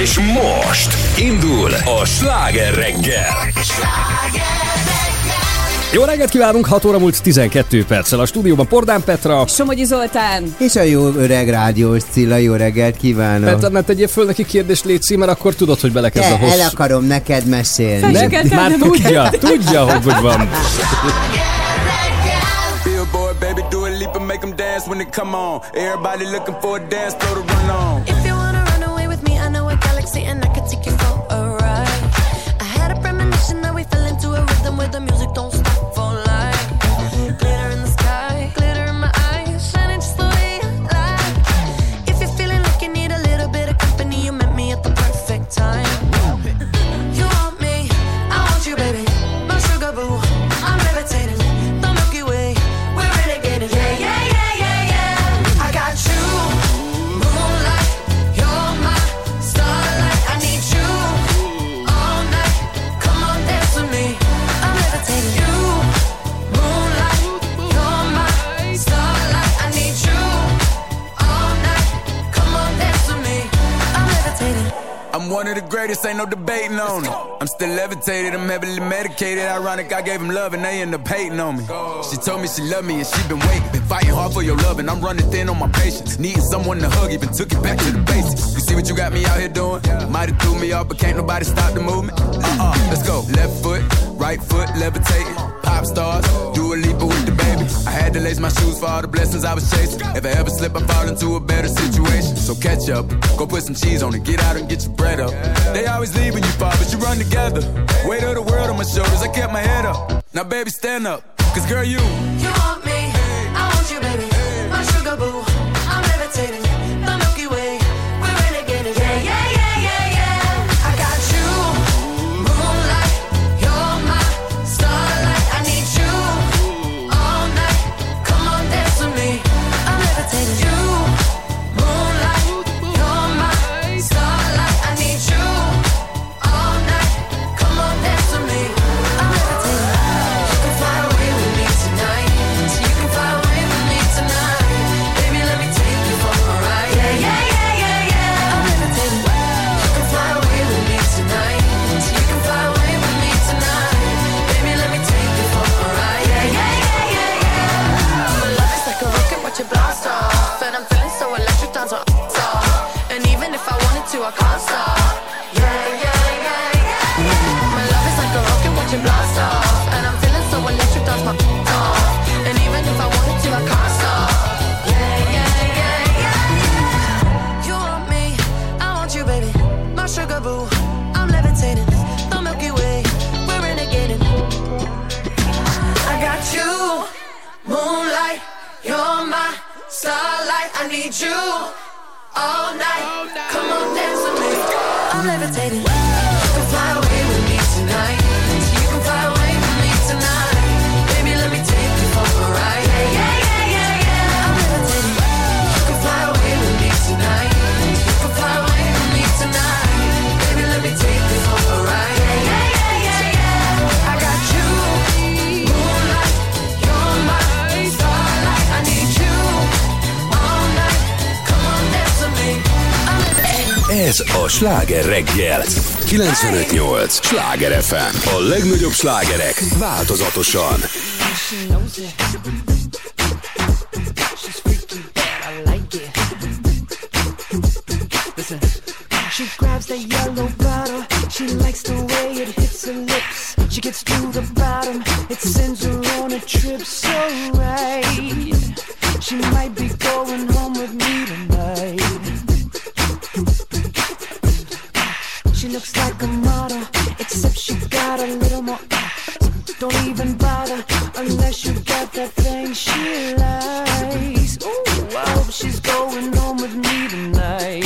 És most indul a Sláger reggel. Jó reggelt kívánunk, 6 óra múlt 12 perccel. A stúdióban Pordán Petra, Somogyi Zoltán és a jó öreg rádiós Cilla. Jó reggelt kívánok. Petra, ne tegyél föl neki kérdést, légy, mert akkor tudod, hogy belekezd a hosszú. El akarom neked mesélni. Már tudja, hogy van. Billboard, baby, do a leap and make them dance when they come on. Everybody looking for a dance floor to run on. If you wanna run away with me, I know a galaxy and I can take you for a ride. I had a premonition that we fell into a rhythm where the music don't stop for life. Glitter in the sky, glitter in my eyes, shining just the way I like. If you're feeling like you need a little bit of company, you met me at the perfect time. You want me, I want you, baby, my sugar boo. I'm levitating. I'm one of the greatest, ain't no debating on it. I'm still levitated, I'm heavily medicated. Ironic, I gave him love and they end up hating on me. She told me she loved me and she been waiting. Been fighting hard for your love and I'm running thin on my patience. Needing someone to hug, even took it back to the basics. You see what you got me out here doing? Might have threw me off, but can't nobody stop the movement. Let's go. Left foot, right foot, levitating. Pop stars, do a leap with the baby. I had to lace my shoes for all the blessings I was chasing. If I ever slip, I fall into a better situation. So catch up, go put some cheese on it, get out and get your bread up. They always leave when you fall, but you run together. Weight of the world on my shoulders, I kept my head up. Now baby, stand up, cause girl, you want me, I want you, baby, my sugar boo. I'm levitating, the Milky Way, we're renegading. Yeah, yeah, yeah, yeah, yeah. I got you, moonlight, you're my starlight. I need you all night, come on, dance with me. I'm levitating. You, moonlight, you're my starlight. I need you all night, come on, dance with me. I'm levitating. You can fly away with me tonight. So you can fly away with me tonight. Baby, let me take you for a ride. Yeah, yeah, yeah, yeah, yeah. I'm levitating. You can fly away with me tonight. So you can fly away with me tonight. Baby, let me take you for a ride. Yeah, yeah, yeah, yeah, yeah. My love is like a rocket, watch it blast off. And I'm feeling so electric, dance my off. And even if I wanted to, I can't stop. Yeah, yeah, yeah, yeah. My love is like a rocket, watch it blast off. And I'm feeling so electric, dance my off. And even if I wanted to, I can't stop. Yeah, yeah, yeah, yeah. You want me, I want you, baby, my sugar boo. I'm levitating, the Milky Way, we're renegading. I got you, moonlight, you're my starlight. I need you all night. Come on, dance with me. I'm levitating. You can fly away with me tonight. You can fly away with me tonight. Baby, let me take you for a ride. Yeah, yeah, yeah, yeah, yeah. I'm levitating. You can fly away with me tonight. You can fly away with me tonight. Baby, let me take you for a ride. Yeah, yeah, yeah, yeah, yeah. I got you, moonlight, you're my starlight. I need you all night. Come on, dance with me. I'm levitating. Ez a Sláger reggel. 95.8 Sláger FM. A legnagyobb slágerek változatosan. She knows it. She's freaky, but I like it. Listen. She grabs the yellow bottle. She likes the way it hits her lips. She gets to the bottom. It sends her on a trip so right. She might be going home with me tonight. She looks like a model, except she got a little more. Don't even bother unless you got that thing she likes. Ooh, I hope she's going home with me tonight.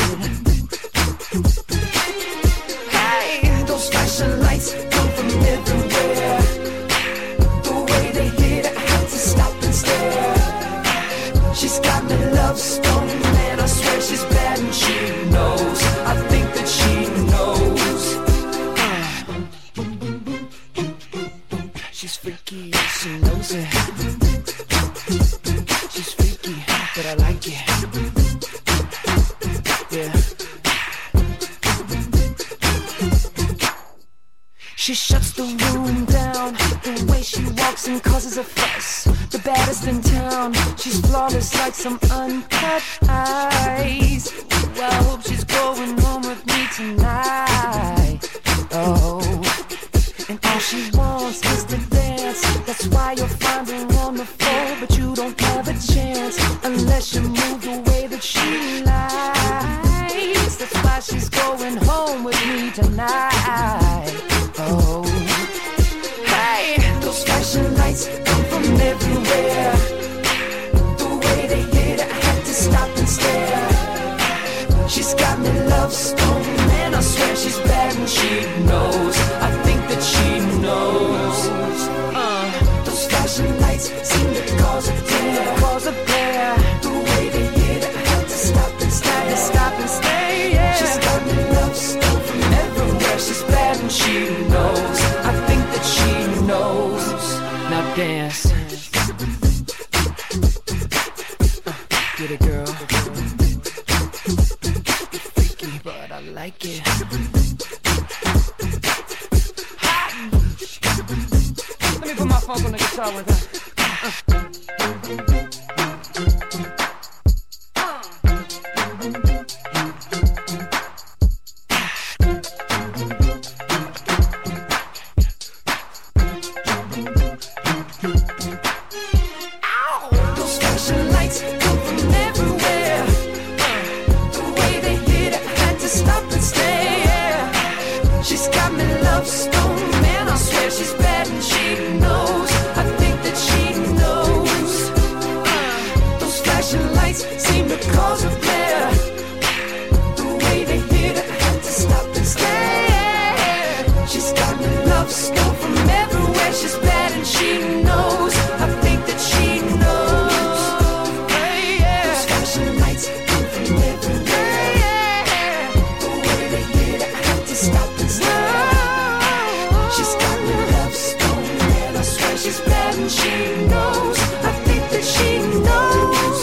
Hey, those flashing lights come from everywhere. The way they hit, I had to stop and stare. She's got me love stone, and I swear she's bad and she knows. I think that she knows. She's freaky, she knows it. She shuts the room down. The way she walks and causes a fuss. The baddest in town. She's flawless like some uncut ice. Well, I hope she's going home with me tonight. Oh, and all she wants is to dance. That's why you'll find her on the floor, but you don't have a chance unless you move the way that she likes. That's why she's going home with me tonight. Oh, hey, those flashing lights come from everywhere. The way they hit, I had to stop and stare. She's got me love stone, and I swear she's bad and she knows. I think that she knows. Those flashing lights seem to cause a glare. The way they hit, I had to stop and stare. Yeah. She's got me love stone from everywhere. She's bad and she knows. I think that she knows. Now dance. Get it, girl. Freaky, but I like it. Let me put my funk on the guitar with her. Those flashing lights come from everywhere. The way they hit, I had to stop and stare. She's got me love stone, man, I swear she's bad and she knows. I think that she knows. Those flashing lights seem to cause a glare. The way they hit, I had to stop and stare. She's got me love stone from everywhere. She's bad and she knows. I think that she knows. Those flashing lights come from everywhere. The way they hit, I had to stop and stare. She's got me love stone, and I swear she's bad and she knows. I think that she knows.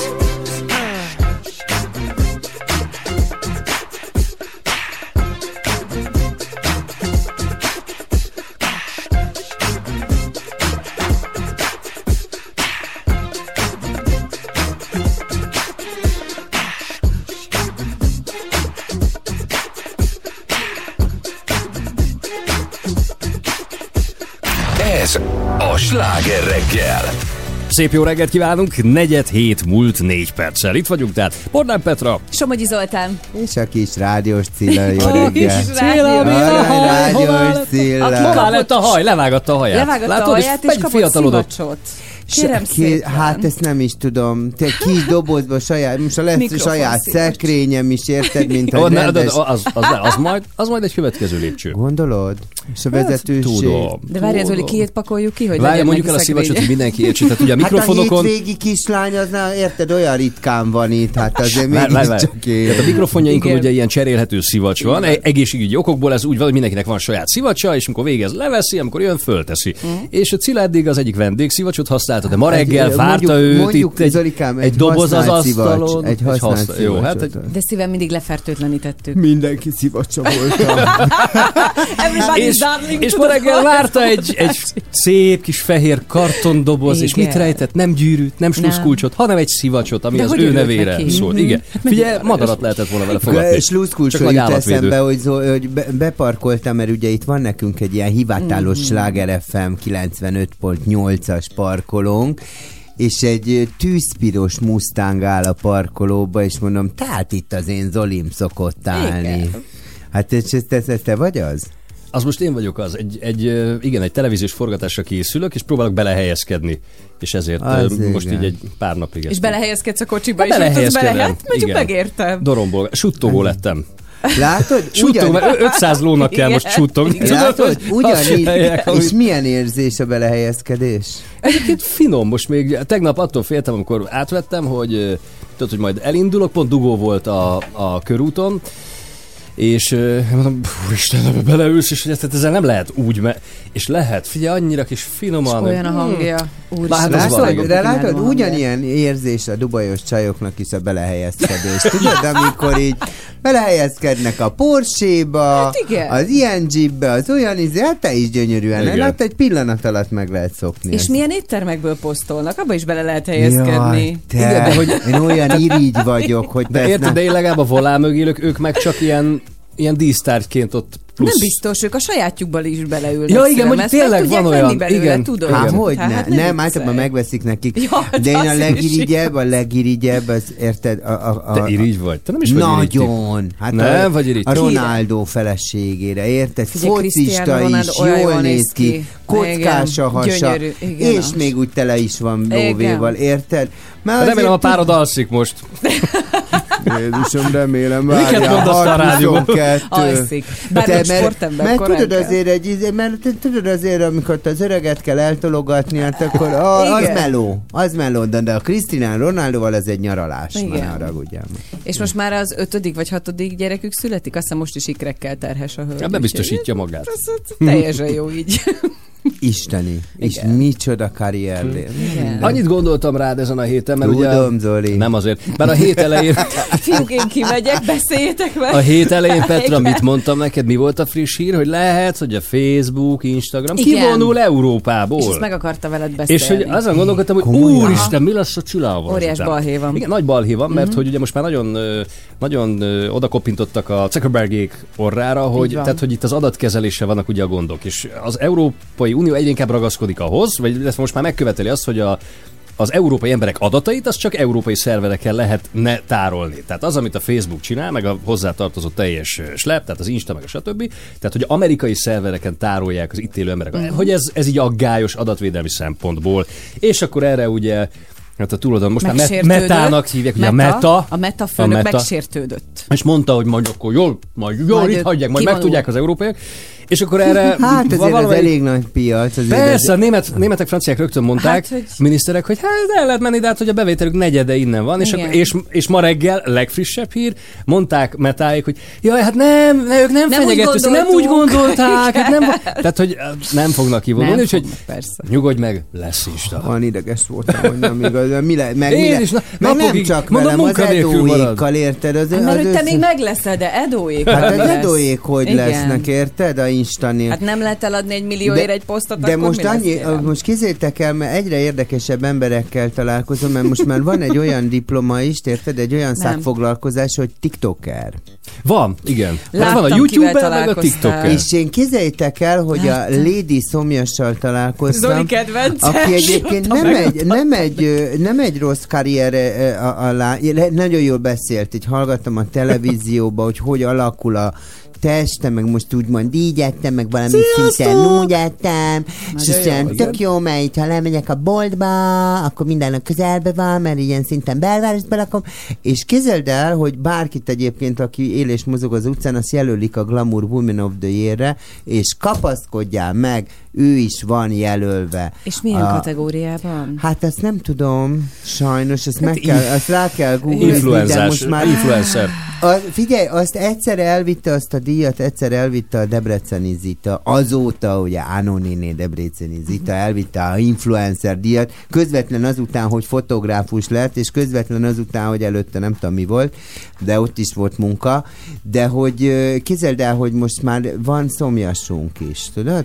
Ez a Sláger reggel. Szép jó reggelt kívánunk, 6:45 múlt 4 perccel. Itt vagyunk, tehát Bordán Petra. Somogyi Zoltán. És a kis rádiós Cilla, jó Ó, reggel. kis rádió. Rádiós Cilla. Hová lett a haj? Levágatta a haját. Levágatta Látod, a haját, és kapott fiatalodott. szivacsot. Kérem szépen. Hát ezt nem is tudom. Te kis dobozba saját, most lesz Mikrofon saját szivacs. szekrényem is, érted, mint Ó, egy ne, rendes... az majd egy következő lépcső. Gondolod? És a vezetőség? Tudom. De várjál, Zoli, kiét pakoljuk ki, hogy Várja, legyen mondjuk meg el a szivacsot, hogy szegvény. mindenki értse. Tehát ugye a Hát a mikrofonokon... hétvégi kislány, az érted, olyan ritkán van itt, hát azért Várj. mégiscsak én. Tehát a mikrofonjainkon Igen. ugye ilyen cserélhető szivacs van, egészségügyi okokból ez úgy van, hogy mindenkinek van saját szivacsa, és amikor végez leveszi, amikor jön, fölteszi. És a Cilla eddig az egyik vendégszivacot használta, de ma reggel várta őt itt Zolikám, egy doboz az használt asztalon. szivacs, egy használt Jó, szivacsot. hát egy De szívem mindig lefertőtlenítettük. Mindenki szivacsa voltam. Everybody's darling. és ma reggel várta egy szép kis fehér kartondoboz, és Igen. mit rejtett? Nem gyűrűt, nem sluszkulcsot, hanem egy szivacsot, ami De az hogy ő örült nevére neki? szól. Mhm. Igen. Figyelj, madarat lehetett volna vele fogadni. Csak Sluszkulcsról nagy jut állatvédő. eszembe, hogy beparkoltam, mert ugye itt van nekünk egy ilyen hivatalos Sláger FM 95.8-as parkolónk, és egy tűzpiros Mustang áll a parkolóba, és mondom, tehát itt az én Zolim szokott állni. Igen. Hát te vagy az? Az most én vagyok az. Igen, egy televíziós forgatásra készülök, és próbálok belehelyezkedni. És ezért Az most igen. így egy pár napig. És belehelyezkedsz a kocsiba, Hát és ott az belehelyezkedem, bele. Hát mondjuk igen. megértem. Doromból, suttogó lettem. Látod? Suttogó, mert 500 lónak kell Igen. most suttogni. Igen. Látod? Azt Ugyanígy. csinálják, És amit- milyen érzés a belehelyezkedés? Egyébként finom, most még tegnap attól féltem, amikor átvettem, hogy tudod, hogy majd elindulok, pont dugó volt a körúton, És mondom, Istenem, beleülsz, és hogy ezzel nem lehet úgy, és lehet, figyelj, annyira kis finoman. És olyan a hangja. De látod, ugyanilyen érzés a dubajos csajoknak is a belehelyezkedés. Tudod, amikor így belehelyezkednek a Porsche-ba, hát az ilyen Jeep-be, az olyan hát te is gyönyörűen. Látod, egy pillanat alatt meg lehet szokni. És ezt. Milyen éttermekből posztolnak, abba is bele lehet helyezkedni. Jaj, de hogy én olyan irigy vagyok, hogy de érted, de én legalább a volán mögé ők meg csak ilyen dísztárgyként ott plusz. Nem biztos, ők a sajátjukban is beleülnek. Ja, igen, mondjuk tényleg van olyan. Belőle, igen, tudod. Hát hogy ne? Nem, általában megveszik nekik. Ja, de én a legirigyebb, az érted? Te irigy vagy? Te nem is vagy nagyon. Hát nem vagy irigy. A Ronaldo feleségére, érted? Focista is, jól néz ki, kockás a hasa, és még úgy tele is van lóvéval, érted? Remélem a párod alszik most. Jézusom, remélem, várjál. Miket mondasz a rádióban? Alszik. Bár sportember korán tudod azért, amikor az öreget kell eltologatni, hát akkor az meló, de a Cristiano Ronaldoval ez egy nyaralás. Igen. Haragudjál. És most már az 5. vagy 6. gyerekük születik? Azt hiszem most is ikrekkel terhes a hölgy. Bebiztosítja magát. Teljesen jó így. Isteni. És micsoda karrier. Annyit gondoltam rád ezen a héten, mert tudom, ugye... Zoli. Nem azért. Bár a hét elején... Fiúk, én kimegyek, beszéljetek meg. A hét elején, Petra, mit mondtam neked? Mi volt a friss hír? Hogy lehet, hogy a Facebook, Instagram kivonul Európából. És ezt meg akarta veled beszélni. És hogy azon gondolkodtam, hogy úristen, mi lesz a csilával? Óriás balhé van. Igen, nagy balhé van, mert hogy ugye most már nagyon odakopintottak a Zuckerbergék orrára, hogy itt az adatkezeléssel vannak ugye a gondok. És az Európai Unió egyre inkább ragaszkodik ahhoz, vagy most már megköveteli azt, hogy az európai emberek adatait, az csak európai szervereken lehetne tárolni. Tehát az, amit a Facebook csinál, meg a hozzátartozó teljes slep, tehát az Insta, meg a stb. Tehát, hogy amerikai szervereken tárolják az itt élő emberek. Hogy ez így aggályos adatvédelmi szempontból. És akkor erre ugye hát a túloldalon most már Metának hívják, ugye a Meta. A Meta főnök megsértődött. És mondta, hogy majd akkor jól itt hagyják, majd megtudják az európaiak. És akkor erre... Hát azért ez elég nagy piac. Persze, a németek, franciák rögtön mondták, miniszterek, hogy hát el lehet menni, de hát, hogy a bevételük negyede innen van, és ma reggel, legfrissebb hír, mondták Metáék, hogy jaj, hát ők nem fenyegetőztek, nem úgy gondolták, hát nem, tehát, hogy nem fognak kivonulni, úgyhogy nyugodj meg, lesz Insta. Van ideges voltam, hogy nem igaz, meg nem csak velem, az edóékkal, érted? Mert te még meg leszel, de edóék. Hát az edóék hogy lesznek, érted? A Instanél. Hát nem lehet eladni 1 millióért egy posztot, de akkor most képzeljétek el, mert egyre érdekesebb emberekkel találkozom, mert most már van egy olyan diploma is, érted? Egy olyan szakfoglalkozás, hogy TikToker. Van, igen. Láttam, van a YouTube-ben, meg a TikToker. És én képzeljétek el, hogy a Lady Szomjassal találkoztam. Zoli kedvences. Aki egyébként nem egy rossz karrier nagyon jól beszélt, így hallgattam a televízióba, hogy alakul a testem, meg most úgymond így ettem, meg valami szinten úgy ettem, és aztán tök jó, mert itt, ha lemegyek a boltba, akkor minden a közelbe van, mert ilyen szinten belvárosba lakom, és képzeld el, hogy bárkit egyébként, aki él és mozog az utcán, azt jelölik a Glamour Woman of the Year-re, és kapaszkodjál meg, ő is van jelölve. És milyen kategóriában? Hát ezt nem tudom, sajnos, ezt rá kell googlizni. Influencer. Figyelj, azt egyszer elvitte azt a díjat, egyszer elvitte a Debreceni Zita, azóta ugye Anonéné Debreceni Zita elvitte a influencer díjat, közvetlen azután, hogy fotográfus lett, és közvetlen azután, hogy előtte nem tudom mi volt, de ott is volt munka, de hogy képzeld el, hogy most már van szomjassunk is, tudod?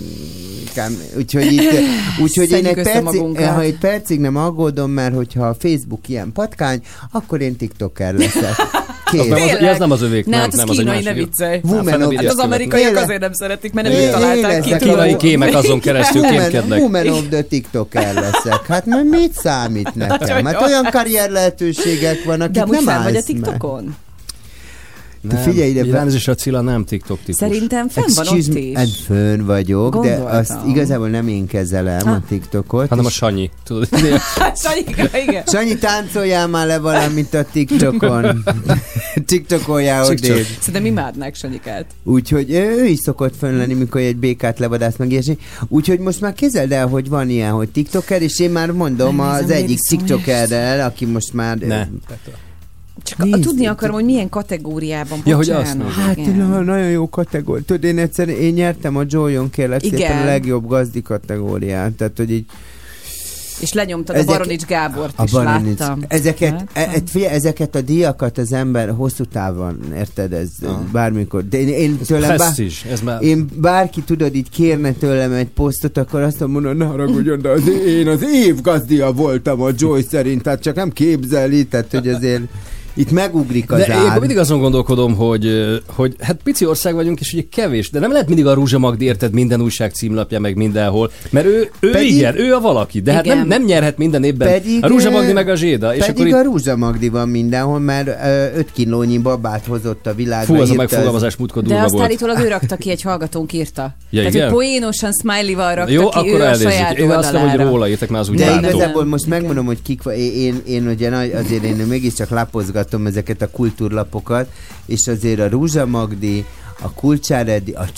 Úgyhogy én egy percig nem aggódom, mert hogyha a Facebook ilyen patkány, akkor én TikToker leszek. Ez nem az övék. Nem, az kínai, ne viccelj. Hát az amerikaiak azért nem szeretik, mert nem ők találták ki. A kínai kémek azon keresztül kémkednek. Woman of the TikToker leszek. Hát mert mit számít nekem? Hát olyan karrier lehetőségek van, akik nem állsz meg. De vagy a TikTokon? Nem, figyelj ide, Ránz és Attila nem TikTok típus. Szerintem fenn van ott is. Fönn vagyok, gondoltam. De azt igazából nem én kezelem a TikTokot. Hanem a Sanyi. Tudod? Igen. Sanyi, táncoljál már le valamit a TikTokon. TikTokoljál odéd. Szerintem imádnák Sanyikát. Úgyhogy ő is szokott fönn lenni, mikor egy békát levadász meg ilyesmi. Úgyhogy most már képzeld el, hogy van ilyen, hogy TikToker, és én már mondom az egyik TikTokerrel, aki most már... Csak tudni akarom, hogy milyen kategóriában. Ja, hogy bocsánat. azt Hát Igen. nagyon jó kategória. Tudod, én nyertem a Joyon kérlek szépen a legjobb gazdi kategóriát. Tehát, hogy így És lenyomtad a Baronics Gábort is, Baronics. láttam. Ezeket a díjakat az ember hosszú távon, érted, ez bármikor. De én tőlem én bárki, tudod, így kérne tőlem egy posztot, akkor azt mondom, ne haragudjon, de én az év gazdia voltam a Joy szerint, tehát csak nem képzeli, tehát, hogy azért itt megugrik az ár. De én mindig azon gondolkodom, hogy hát pici ország vagyunk, és ugye kevés, de nem lehet mindig a Rúzsa Magdi, érted, minden újság címlapja, meg mindenhol, mert ő a valaki, de hát nem nyerhet minden évben. Pedig, a Rúzsa Magdi meg a Zséda. És pedig akkor a Rúzsa Magdi van mindenhol, mert 5 kilónyi babát hozott a világra. Fú, az a megfogalmazás múltkor durva volt. De azt állítólag ő rakta ki, egy hallgatónk írta. Ja, tehát, igen? hogy poénosan smiley-val rakta jó, ki akkor ő a saját én azt mondom, hogy róla írtak már az úgy de bántó. igazából most megmondom, hogy kik van. Én ugye azért én mégiscsak lapozgatom ezeket a kultúrlapokat, és azért a Rúzsa Magdi, a Kulcsár Edi, a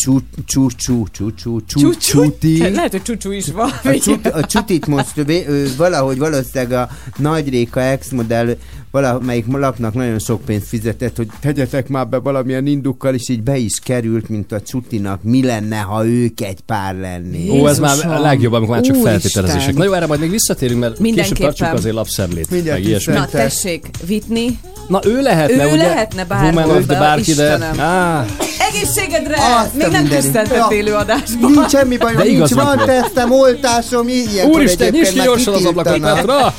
Csuti. Lehet, hogy Csucsú is van. A Csutit most valahogy valószínűleg a Nagy Réka ex-modell valamelyik lapnak nagyon sok pénzt fizetett, hogy tegyetek már be valamilyen indukkal, és így be is került, mint a Csutinak. Mi lenne, ha ők egy pár lennék? Ó, ez már a legjobb, amikor már csak feltételezések. Na jó, erre majd még visszatérünk, mert később tartsuk azért lapszemlét. Na tessék, Whitney. Na ő lehetne, ugye? Lehetne bárki, de... Egészségedre! Még nem tiszteltett élő adásban. Nincs semmi bajom, nincs, van tesztem, oltásom, ilyenkor Úristen, nyisd ki gyorsan az ablakot, Petra!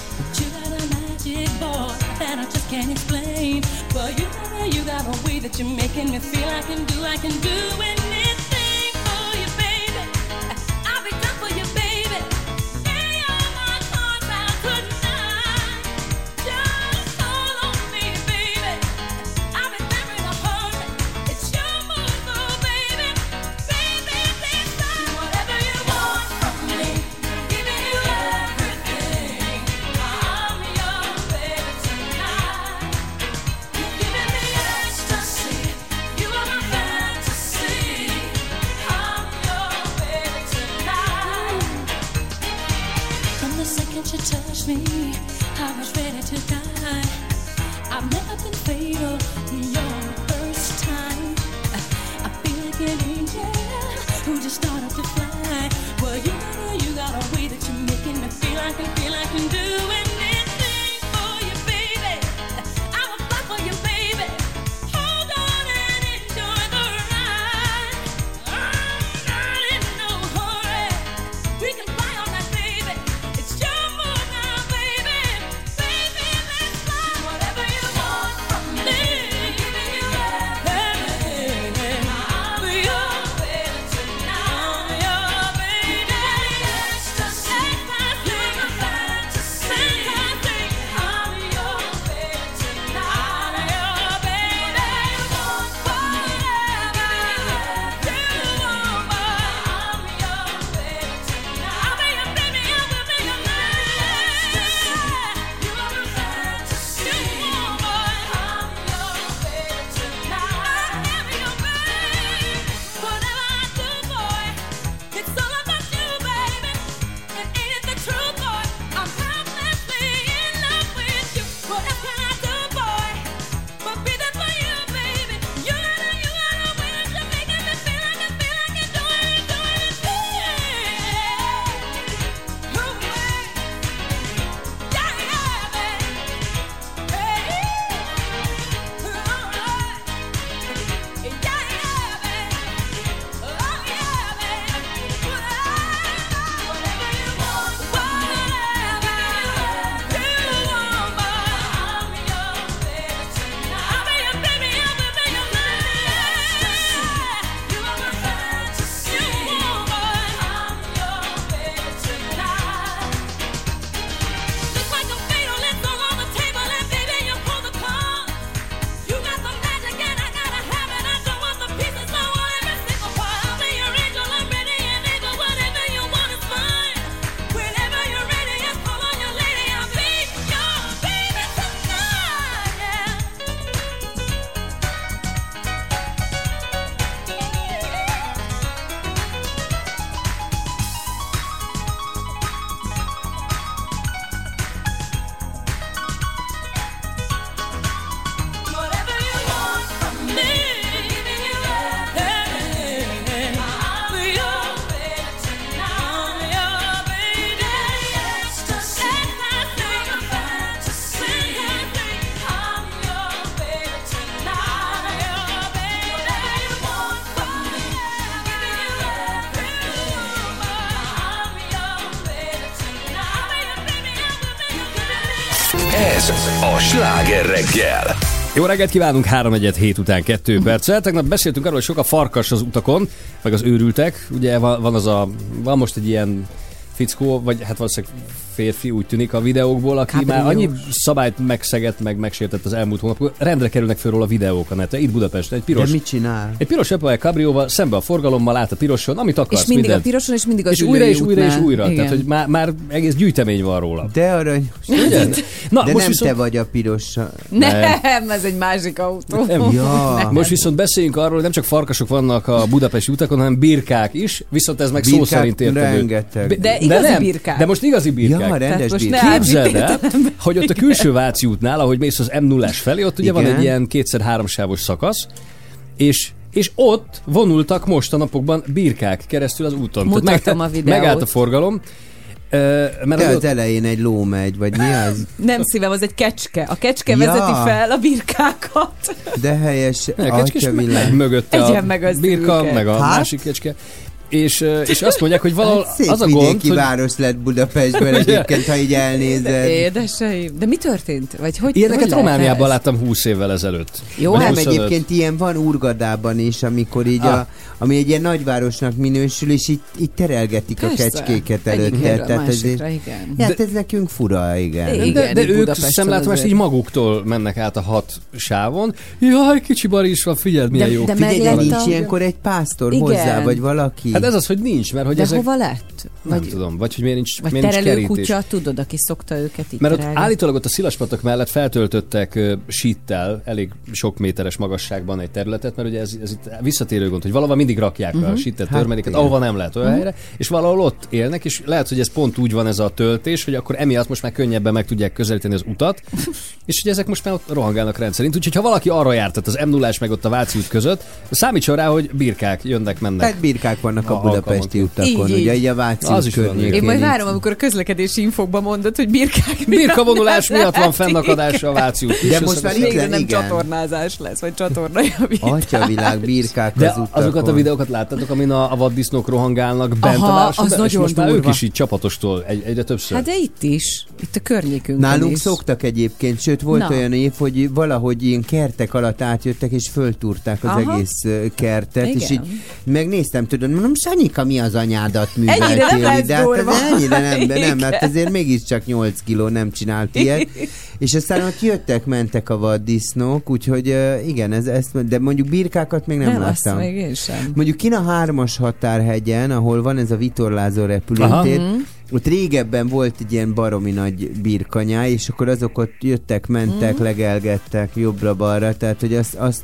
Ez a Sláger reggel. Jó reggelt kívánunk, 3-1-7 után 2 perccel. Tegnap beszéltünk arról, hogy sok a farkas az utakon, meg az őrültek. Ugye van most egy ilyen fickó, vagy hát valószínűleg férfi, úgy tűnik a videókból, aki már annyi szabályt megszegett, meg megsértett az elmúlt hónapban, rendre kerülnek föl róla videók a neten. Itt Budapesten egy De mit csinál? Egy piros Opel Cabrióval szembe a forgalommal át a piroson, amit akarsz. És mindig mindent. a piroson, és mindig az és újra, és újra, és ülői újra. útnál. Tehát, hogy már egész gyűjtemény van róla. De aranyos. Na, De most nem viszont... te vagy a piros. Nem, ez egy másik autó. Ja. Most viszont beszéljünk arról, hogy nem csak farkasok vannak a budapesti utakon, hanem birkák is, viszont ez meg szó Birkák szerint érthető. rengeteg. De igazi nem, birkák. De most igazi birkák. Ja, rendes Tehát most birkák. ne Képzeld el, hogy ott a külső Váci útnál, ahogy mész az M0-es felé, ott ugye van Igen. egy ilyen 2x3 sávos szakasz, és ott vonultak most a napokban birkák keresztül az úton. Mutatom a videót. Megállt a forgalom. Mert De az az elején egy ló megy, vagy mi az? Nem szívem, az egy kecske. A kecske Ja. vezeti fel a birkákat. De helyes, a kecske is atyavilág. mögötte Egyen a meg az birka, őket. meg a Hát? másik kecske. És azt mondják, hogy valahol Szép az a gond, vidéki hogy város lett Budapestben egyébként, ha így elnézed. Édeseim. De mi történt? Vagy hogy ilyeneket hogy lehet Romániában ez? láttam 20 évvel ezelőtt. Jó, Vagy hát Nem, 25. egyébként ilyen van Urgadában is, amikor így ami egy ilyen nagyvárosnak minősül, és így terelgetik Persze. a kecskéket Egyik előtte. helyről a Tehát másikra, ezért, igen. hát ez nekünk fura, igen. Igen. De itt ők Budapesten szemlátomást azért. így maguktól mennek át a 6 sávon. Jaj, kicsi Bari is van, figyeld, milyen De- jó. de Figyelj, meg de lett nincs a- ilyenkor egy pásztor Igen. hozzá, vagy valaki. Hát ez az, hogy nincs, mert hogy De ezek... hova lett? Nem tudom, vagy hogy miért nincs, Vagy miért nincs terelő kerítés. kutya, tudod, aki szokta őket itt Mert ott terelni. állítólag ott a Szilaspatak mellett feltöltöttek síttel elég sok méteres magasságban egy területet, mert ugye ez itt visszatérő gond, hogy valahol mindig rakják a síttet, Hát törmeléket, igen. ahova nem lehet olyan helyre, és valahol ott élnek, és lehet, hogy ez pont úgy van ez a töltés, hogy akkor emiatt most már könnyebben meg tudják közelíteni az utat, és hogy ezek most már ott rohangálnak rendszerint. Úgyhogy ha valaki arra járt, tehát az M0-ás meg ott a Váci út között, számítson rá, hogy birkák jönnek, mennek. Tehát birkák vannak a A budapesti alkalmanként. utakon, Így, ugye így. így a Váci Az út is van, környékén. Én majd így. várom, amikor a közlekedési infókban mondod, hogy birkák Birkavonulás miatt van lehet. fennakadás a Váci út. De most már itt Végre len, nem igen. csatornázás lesz, vagy csatornajavítás. Atyavilág, birkák De az utakon. azokat a videókat láttatok, amin a vaddisznók rohangálnak bent Aha, a városban, az és nagyon most már durva. ők is így csapatostól egyre többször. Hát de itt is, itt a környékünkön Nálunk is. szoktak egyébként, sőt volt Na. olyan év, hogy valahogy ilyen kertek alatt átjöttek, és föltúrták az Aha. egész kertet, és Igen. így megnéztem, tudod, mondom, Sanyika, mi az anyádat Ennyire nem műveltél? lesz De hát ez durva. ennyire nem, de nem, mert Igen. azért mégiscsak 8 kiló nem csinált ilyet. És aztán ott jöttek, mentek a vaddisznók, úgyhogy igen, de mondjuk birkákat még nem azt láttam. még én sem. Mondjuk kin a 3-as határhegyen, ahol van ez a vitorlázó repülőtér, Mhm. ott régebben volt egy ilyen baromi nagy birkanyá, és akkor azok ott jöttek, mentek, legelgettek jobbra-balra, tehát hogy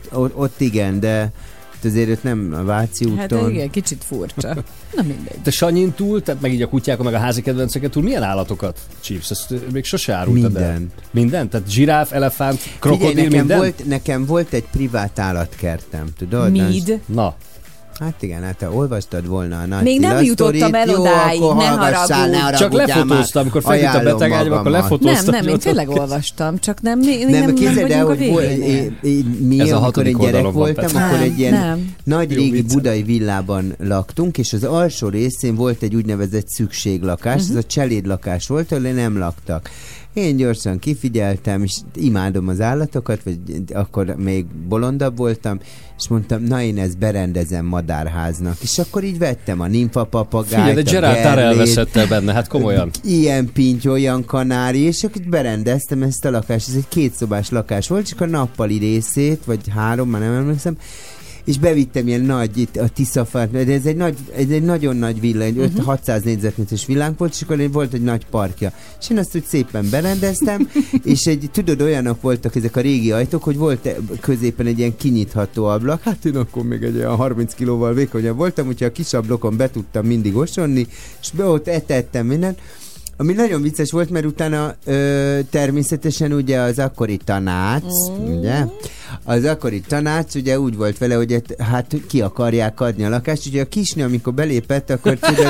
ott igen, de azért ott nem a Váci úton. Hát igen, kicsit furcsa. Na mindegy. Te Sanyin túl, tehát meg így a kutyákon, meg a házi kedvenceken túl milyen állatokat csípsz? Ezt még sose árultad el. Mindent. Mindent? Tehát zsiráf, elefánt, krokodil, Figyelj, minden? nekem volt egy privát állatkertem, tudod? Míd. Na, Hát igen, hát te olvastad volna a nagy Még nem Attila jutottam sztorit. el Jó, odáig, akkor ne hallgassál, haragudj. ne csak haragudjál lefotóztam, már. amikor felvitt a Ajánlom betegágyba, akkor magamat. lefotóztam. Nem, én tényleg olvastam, csak nem Képzeld el, vagyunk a hogy végén. mi, Ez a amikor én 6. gyerek oldalon van, voltam, persze. akkor Nem, egy ilyen nem. nagy Jó régi vicc. budai villában laktunk, és az alsó részén volt egy úgynevezett szükséglakás, ez a cselédlakás volt, ahol nem laktak. Én gyorsan kifigyeltem, és imádom az állatokat, vagy akkor még bolondabb voltam, és mondtam, na én ezt berendezem madárháznak. És akkor így vettem a nimfapapagájt, figyelj, de a Gerard Tarr gerlét, elveszett el benne, hát komolyan. ilyen pinty, olyan kanári, és akkor berendeztem ezt a lakást. Ez egy 2 szobás lakás volt, és akkor a nappali részét, vagy 3, már nem emlékszem, és bevittem ilyen nagy, itt a Tiszafát, de ez egy nagyon nagy villa, egy 600 négyzetméteres villánk volt, és akkor volt egy nagy parkja. És én azt úgy szépen berendeztem, és tudod, olyanok voltak ezek a régi ajtók, hogy volt középen egy ilyen kinyitható ablak, hát én akkor még egy olyan 30 kilóval vékonyabb voltam, úgyhogy a kis ablakon be tudtam mindig osonni, és ott etettem mindent. Ami nagyon vicces volt, mert utána természetesen ugye az akkori tanács, ugye? Az akkori tanács ugye úgy volt vele, hogy hát ki akarják adni a lakást, ugye a kisnő, amikor belépett, akkor tudod,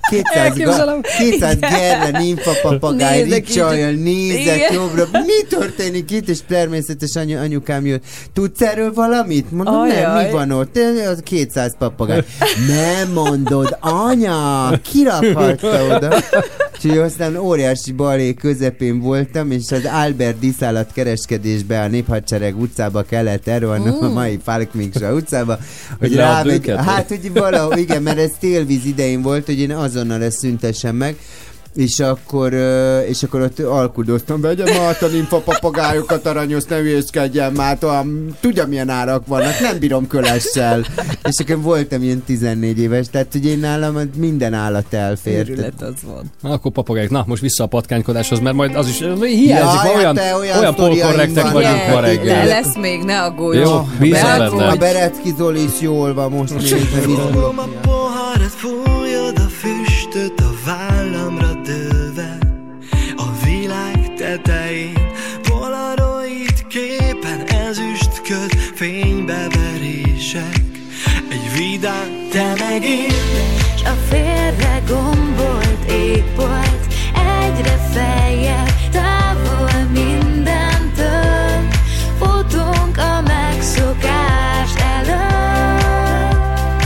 200 gerle nimfa papagáj, ricsaljal, nézek jobbra. Mi történik itt? És természetes anyukám jött. Tudsz erről valamit? Mondom, nem, mi van ott? 200 papagáj. Nem mondod, anya, kirakhatta oda. Úgyhogy aztán óriási balé közepén voltam, és az Albert diszállat kereskedésbe a Néphadsereg utcába kellett elrohannom, a mai Falkmiksa utcába, hogy rámegy. Hát, hogy valahol, igen, mert ez télvíz idején volt, hogy én azonnal ezt szüntessem meg, és akkor ott alkudoztam, vegyem át a nimfa papagályokat, aranyos, ne hülyéskedjen már, tudja milyen árak vannak, nem bírom kölessel. És akkor voltam ilyen 14 éves, tehát hogy én nálam minden állat elfért. Őrület az van. Na, akkor papagályok, na most vissza a patkánykodáshoz, mert majd az is hiányzik, olyan polkorrektek vagyunk ma reggel. De lesz még, ne aggódj. Jó, bízom benne. A Berecki Zoli is jól van most. Fogom a poharat, fújod a füstöt a vállamra dőlve. A világ tetején polaroid képen ezüstköd, fénybeverések. Egy vidám te meg én. S a félre gombolt égbolt egyre feljebb, távol mindentől. Futunk a megszokás előtt.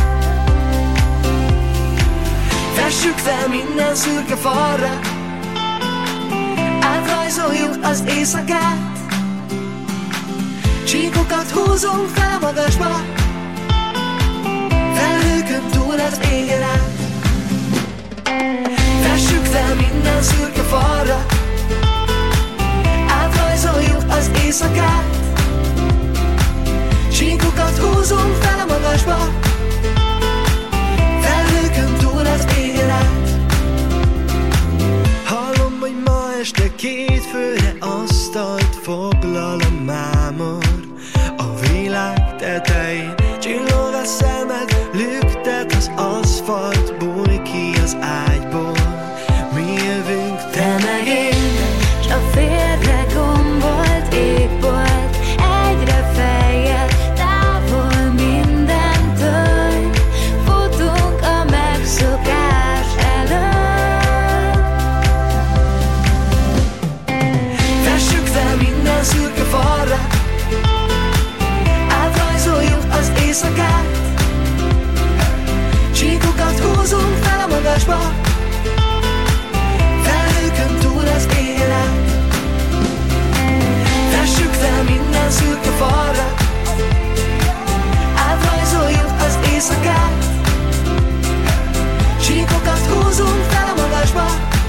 Fessük fel minden szürke falra, átrajzoljuk az éjszakát. Csíkokat húzunk fel magasba, felhőkön túl az égen át. Fessük fel minden szürke falra, átrajzoljuk az éjszakát. Csíkokat húzunk fel a magasba, felhőkön túl az égen át. Hallom, hogy ma este két főre asztalt foglal a mámor. A világ tetején csillog a szemed, lüktet az aszfalt, bújj ki az ágyból. Mi jövünk, te meg én. S a félre gombolt égbolt egyre feljebb, távol mindentől. Futunk a megszokás előtt. Fessük fel minden szürke falra, átrajzoljuk az éjszakát. Csíkokat húzunk fel a magasba, felhőkön túl az égen át. Fessük fel minden szürke falra, átrajzoljuk az éjszakát. Csíkokat húzunk fel a magasba,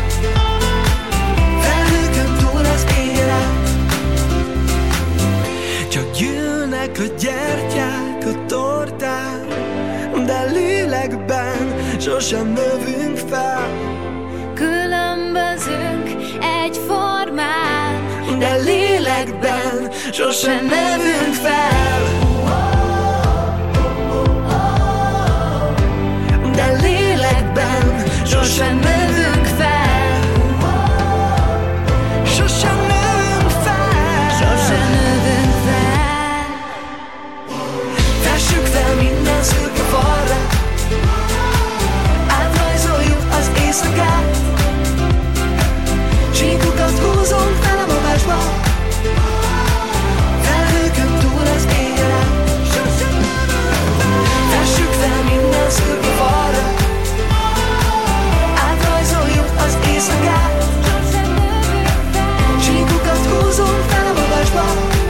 felhőkön túl az égen át. Csak gyűlnek a gyertyák a tortán, de lélekben sosem növünk fel. Különbözünk egyformán, De lélekben sosem növünk fel. De lélekben sosem növünk fel. Sosem növünk fel. sosem növünk fel. Fessük fel minden szürke falra, átrajzoljuk az éjszakát. Csíkokat húzunk fel a magasba, felhőkön túl az égen át. Fessük fel minden szürke falra, átrajzoljuk az éjszakát. Csíkokat húzunk fel a magasba,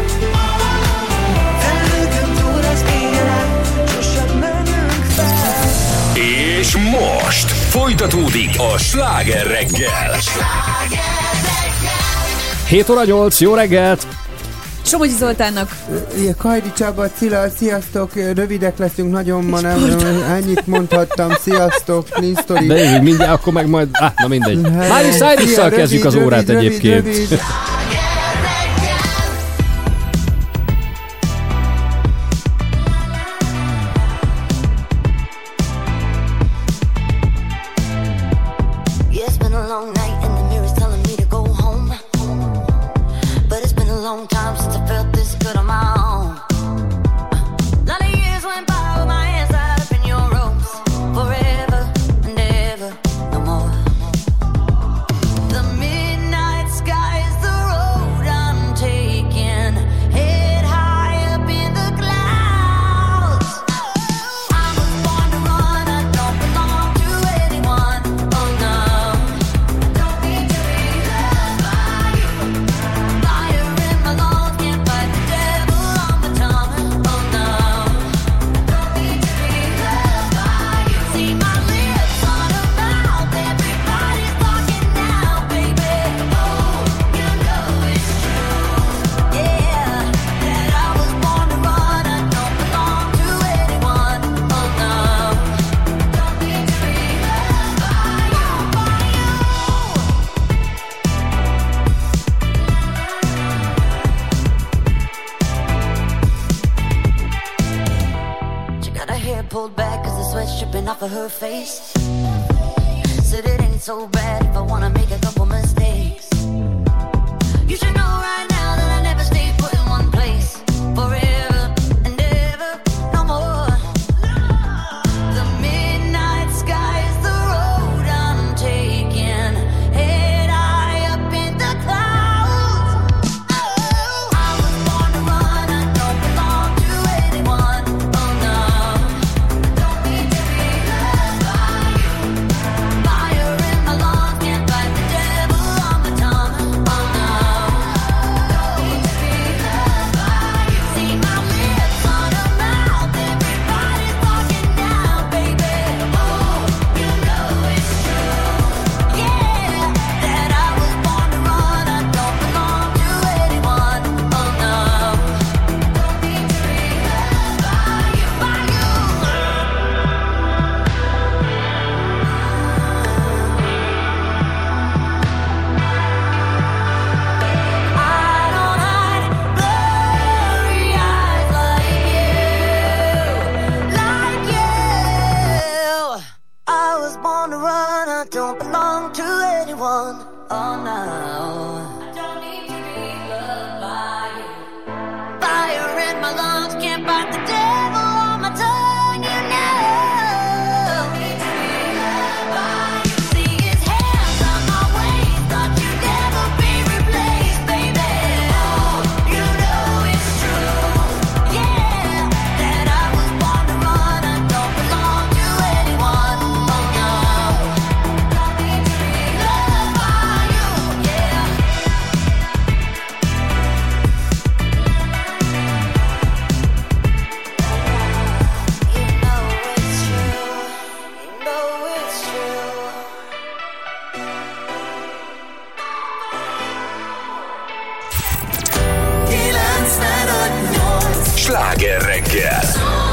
felhőkön túl az égen át. Sosem növünk fel. És most folytatódik a Sláger reggel. 7 óra 8, jó reggelt! Somogyi Zoltánnak Kajdi Csaba, Cilla, sziasztok, rövidek leszünk nagyon ma, nem, ennyit mondhattam, sziasztok, Nisztori. De jövünk mindjárt, akkor meg majd... na mindegy. Miley Cyrus-szal kezdjük az órát egyébként. Rövid. Yeah, it's been a long night and the mirror's telling me to go home. But it's been a long time since I felt this good on my own. Lot of years went by with my hands tied up in your ropes. Forever and ever, no hair pulled back cause the sweat's dripping off of her face. Said it ain't so bad if I wanna make a couple mistakes. You should know right now that I never stay put in one place forever and ever, no more. The midnight sky is the road I'm taking, head high up in the clouds. Oh, I was born to run, I don't belong to anyone. Oh no, don't need to be loved by you. Fire in my lungs, can't fight the devil on my tongue. Oh no, don't need to be loved by you. See my lips on a mouth, everybody's talking now, baby. Oh, you know it's true. Yeah, that I was born to run, I don't belong to anyone. Oh no, don't need to be loved by you, by you. I don't hide blurry eyes like you. I was born to run, I don't belong to anyone. Oh no, I don't need to be loved by you. Fire in my lungs, can't fight the devil on my tongue, you know. Don't need to be loved by you. See his hands on my waist, thought you'd never be replaced, baby. Oh, you know it's true. Yeah, that I was born to run, I don't belong to anyone. Oh no, don't need to be loved by you. Yeah. You know it's true. You know it's true. Sláger reggel.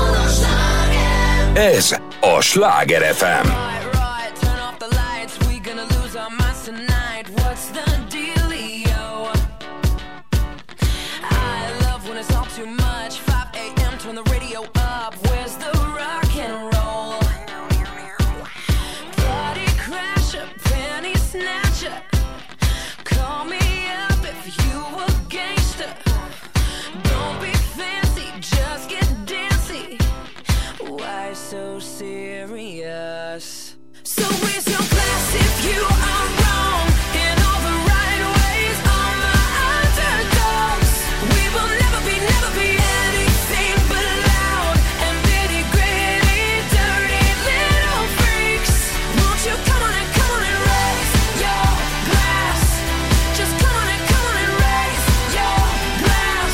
Ez a Sláger FM. Right, turn off the lights. We gonna lose our minds tonight. What's the dealio? I love when it's all too much. 5 a.m. turn the radio up. Where's the rock and roll? Party crasher, penny snatcher. Call me up if you a gangster. Don't be fancy, just get dancy. Why so serious? So raise your glass if you are wrong in all the right ways. All my underdogs, we will never be anything but loud and nitty gritty, dirty little freaks. Won't you come on and raise your glass? Just come on and raise your glass.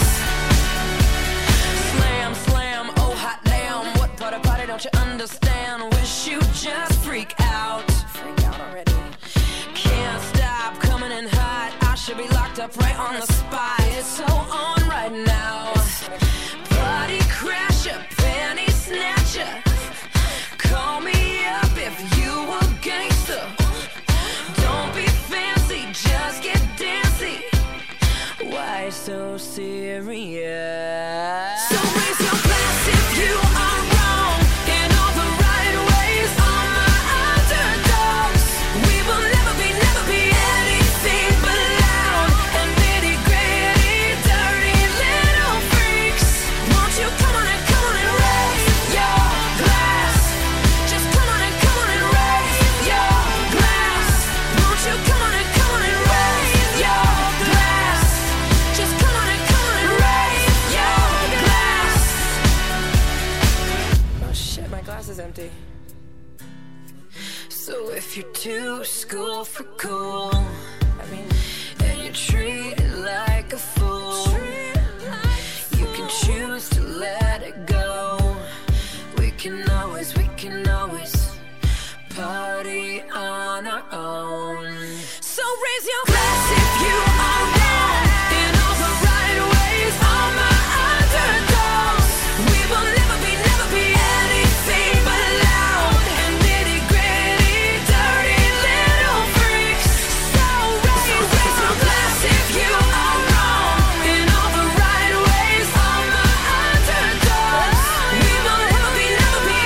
Slam, slam, oh hot damn. What part of party don't you understand? Wish you just freak out. Freak out already. Can't stop coming in hot. I should be locked up right on the spot. It's so on right now. Party crasher, penny snatcher. Call me up if you a gangster. Don't be fancy, just get dancy. Why so serious? So raise your glass if you are wrong in all the right ways. All my underdogs, we will never be anything but loud and nitty gritty, dirty little freaks. Won't you come on and raise your glass? Just come on and raise your glass. Won't you come on and raise your glass? Just come on and raise your glass. Oh shit, my glass is empty. So if you're too school for cool, and you're treated like a fool, you can choose to let it go. We can always party on our own. So raise your glass if you are wrong in all the right ways. All my underdogs, we will never be anything but loud and nitty gritty, dirty little freaks. So raise your glass if you are wrong in all the right ways. All my underdogs, we will never be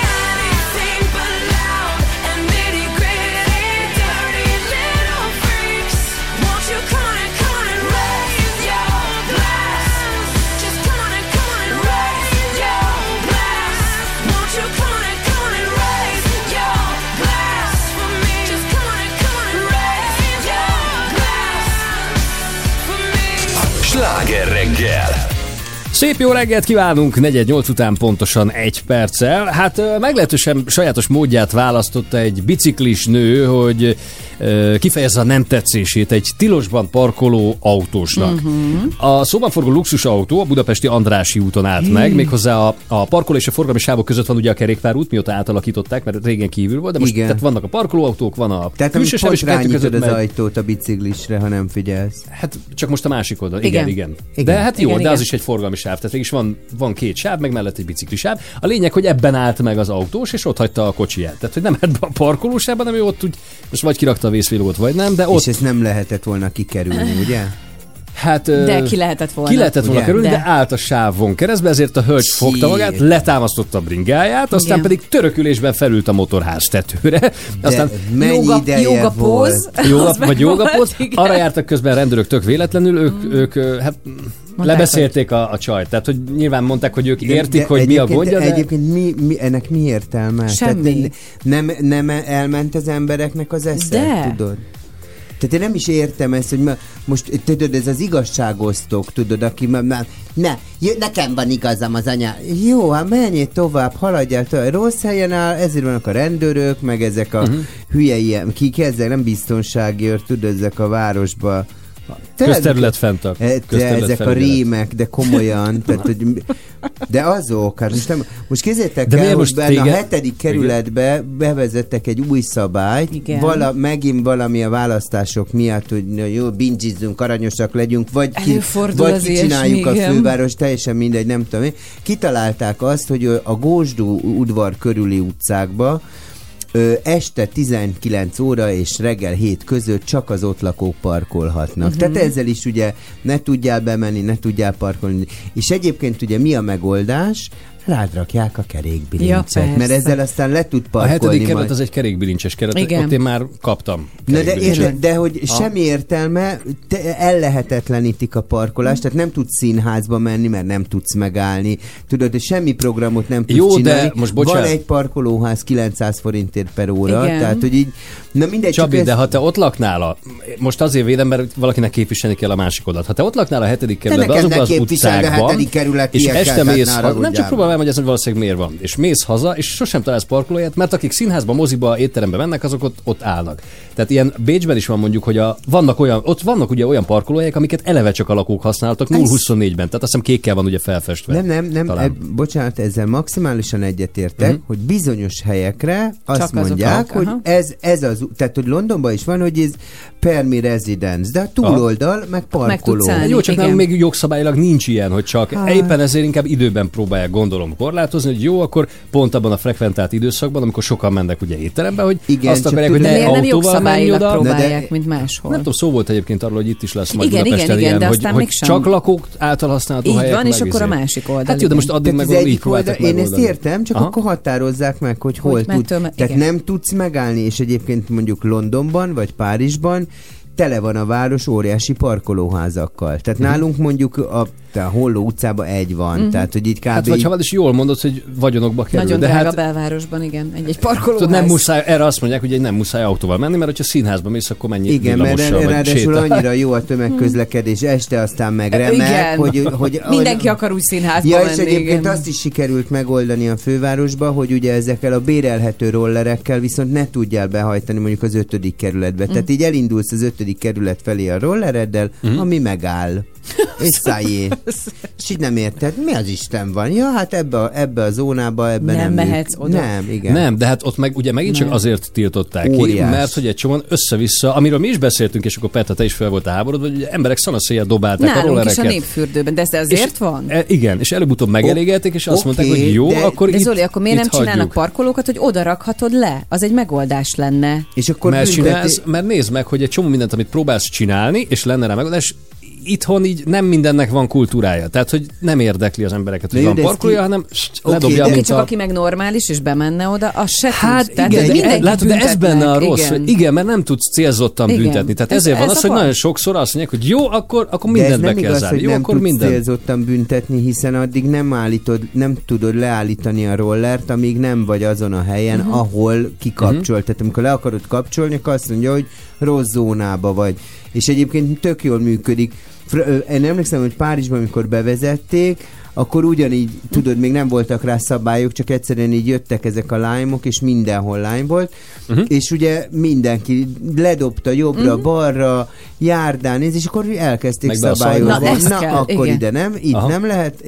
Szép jó reggelt kívánunk, 4:08 után pontosan 1 perccel. Hát meglehetősen sajátos módját választotta egy biciklis nő, hogy kifejezze a nem tetszését egy tilosban parkoló autósnak. A szóban forgó luxusautó a budapesti Andrássy úton állt meg, méghozzá a parkoló és a forgalmi sávok között van ugye a kerékpárút, mióta átalakították, mert régen kívül volt, de most tehát vannak a parkolóautók, van a külső sáv, és rányítod az ajtót a biciklisre, ha nem figyelsz. Hát csak most a másik oldal. Igen. De hát jó, de az is egy forgalmi sáv, tehát mégis van 2 sáv, meg mellett egy biciklisáv. A lényeg, hogy ebben állt meg az autós, és ott hagyta a kocsiját. Tehát, hogy nem állt be a parkolósában, hanem ő ott úgy, most vagy kirakta a vészvillót, vagy nem, de ott... És ezt nem lehetett volna kikerülni, ugye? Hát, de ki lehetett volna. kerülni, de állt a sávon keresztbe, ezért a hölgy fogta magát, letámasztotta a bringáját, aztán pedig törökülésben felült a motorház tetőre. Aztán jogapóz. Jogapóz. Arra jártak közben rendőrök tök véletlenül, ők hát lebeszélték a csajt. Tehát, hogy nyilván mondták, hogy ők értik, hogy mi a gondja, de... Egyébként ennek mi értelme? Semmi. Tehát nem elment az embereknek az esze, tudod? Tehát én nem is értem ezt, hogy most tudod, ez az igazságosztók, tudod, aki nekem van igazam az anya. Jó, hát menjél tovább, haladjál tovább. Rossz helyen áll, ezért vannak a rendőrök, meg ezek a hülye ilyen, kik ezzel nem biztonságért, tudod, ezek a városba. Közterület fentak. Ezek a rémek, de komolyan. Tehát, hogy, de azok, hát most kézzétek el, hogy benne a 7. kerületbe bevezettek egy új szabályt, megint valami a választások miatt, hogy jó, bingizzünk, aranyosak legyünk, vagy kicsináljuk a főváros, teljesen mindegy, nem tudom én. Kitalálták azt, hogy a Gósdú udvar körüli utcákba este 19 óra és reggel 7 között csak az ott lakók parkolhatnak. Tehát ezzel is ugye ne tudjál bemenni, ne tudjál parkolni. És egyébként ugye mi a megoldás? Rád rakják a kerékbilincset, mert ezzel aztán le tud parkolni. A 7. kerület az egy kerékbilinces keret, ott én már kaptam. De hogy semmi értelme, ellehetetlenítik a parkolást, tehát nem tudsz színházba menni, mert nem tudsz megállni. Tudod, hogy semmi programot nem tudsz csinálni. De most bocsánat. Van egy parkolóház 900 forintért per óra, tehát hogy így, na mindegy. Csabi, de ha te ott laknál, most azért védem, mert valakinek képviselni kell a másik oldalt. Ha te ott laknál a 7. kerületben, azokban az utcákban, és este mész, nem csak próbálom hogy ez valószínűleg miért van. És mész haza, és sosem találsz parkolóját, mert akik színházba, moziba, étterembe mennek, azok ott állnak. Tehát ilyen Bécsben is van mondjuk, hogy vannak ugye olyan parkolóhelyek, amiket eleve csak a lakók használtak 0-24-ben. Tehát azt hiszem kékkel van ugye felfestve. Nem, bocsánat, ezzel maximálisan egyetértek, hogy bizonyos helyekre azt csak mondják, hogy ez az, tehát hogy Londonban is van, hogy ez permi residence, de a túloldal meg parkoló. Jó, csak nálunk még jogszabályilag nincs ilyen, hogy csak éppen ezért inkább időben próbálják gondolom korlátozni, hogy jó, akkor pont abban a frekventált időszakban, amikor sokan mennek ugye étterembe, hogy igen, azt akarják, hogy ne autóval menj oda. Próbálják, mint máshol. Nem tudom, szó volt egyébként arról, hogy itt is lesz majd Budapesten ilyen, hogy csak lakók által használható helyek. Így van, és akkor a másik oldal. Hát jó, de most addig meg így próbáltak megoldani. Én ezt értem, csak akkor határozzák meg, hogy hol tudsz. Tehát nem tudsz megállni, és egyébként mondjuk Londonban, vagy Párizsban tele van a város óriási parkolóházakkal. Tehát nálunk mondjuk a Holló utcában egy van. Tehát, hogy így kb. Hát vagy ha is jól mondod, hogy vagyonokba kerül. Nagyon drága belvárosban, igen. Egy parkolóház. Nem muszáj, erre azt mondják, hogy nem muszáj autóval menni, mert ha színházba mész, akkor mennyi villamossal, vagy ráadásul annyira jó a tömegközlekedés, este aztán meg remek, hogy mindenki akar úgy színházba menni. És egyébként azt is sikerült megoldani a fővárosba, hogy ugye ezekkel a bérelhető rollerekkel viszont ne tudjál behajtani mondjuk az 5. kerületbe. Tehát így elindulsz az 5. kerület felé a rollereddel, ami megáll. És szájé. És így nem érted, mi az Isten van? Ja, hát ebbe a zónába, ebbe nem mehetsz oda. Nem, igen. Nem, de hát ott meg ugye megint csak azért tiltották ki, mert hogy egy csomóan össze-vissza, amiről mi is beszéltünk, és akkor Petra, te is fel voltál háborodva, hogy emberek szanaszéjjel dobálták a rollereket. Nálunk is a Népfürdőben, de ez azért és, van? Igen, és előbb-utóbb megelégelték, és azt mondták, hogy jó, akkor de Zoli, akkor miért nem hagyjuk. csinálnak parkolókat, hogy oda rakhatod le? Az egy megoldás lenne. És akkor mert nézd meg, hogy egy csomó mindent, amit próbálsz csinálni, és lenne rá megoldás, itthon így nem mindennek van kultúrája. Tehát, hogy nem érdekli az embereket, hogy van parkolója, hanem ledobja, mint csak aki meg normális, és bemenne oda, az se tud. Igen, látod, de ez benne a rossz. Igen, mert nem tudsz célzottan büntetni. Tehát ezért van az, hogy nagyon sokszor azt mondják, hogy jó, akkor mindent be kell zárni. Jó, akkor minden. Nem tudsz célzottan büntetni, hiszen addig nem tudod leállítani a rollert, amíg nem vagy azon a helyen, ahol kikapcsol. Tehát amikor le akarod kapcsolni, akkor azt mondja, hogy rossz zónába vagy. És egyébként tök jól működik. Én emlékszem, hogy Párizsban, amikor bevezették, akkor ugyanígy, tudod, még nem voltak rá szabályok, csak egyszerűen így jöttek ezek a Lime-ok, és mindenhol Lime volt, és ugye mindenki ledobta jobbra, balra, járdán, és akkor elkezdték szabályozni. Akkor igen. Ide nem, itt nem lehet,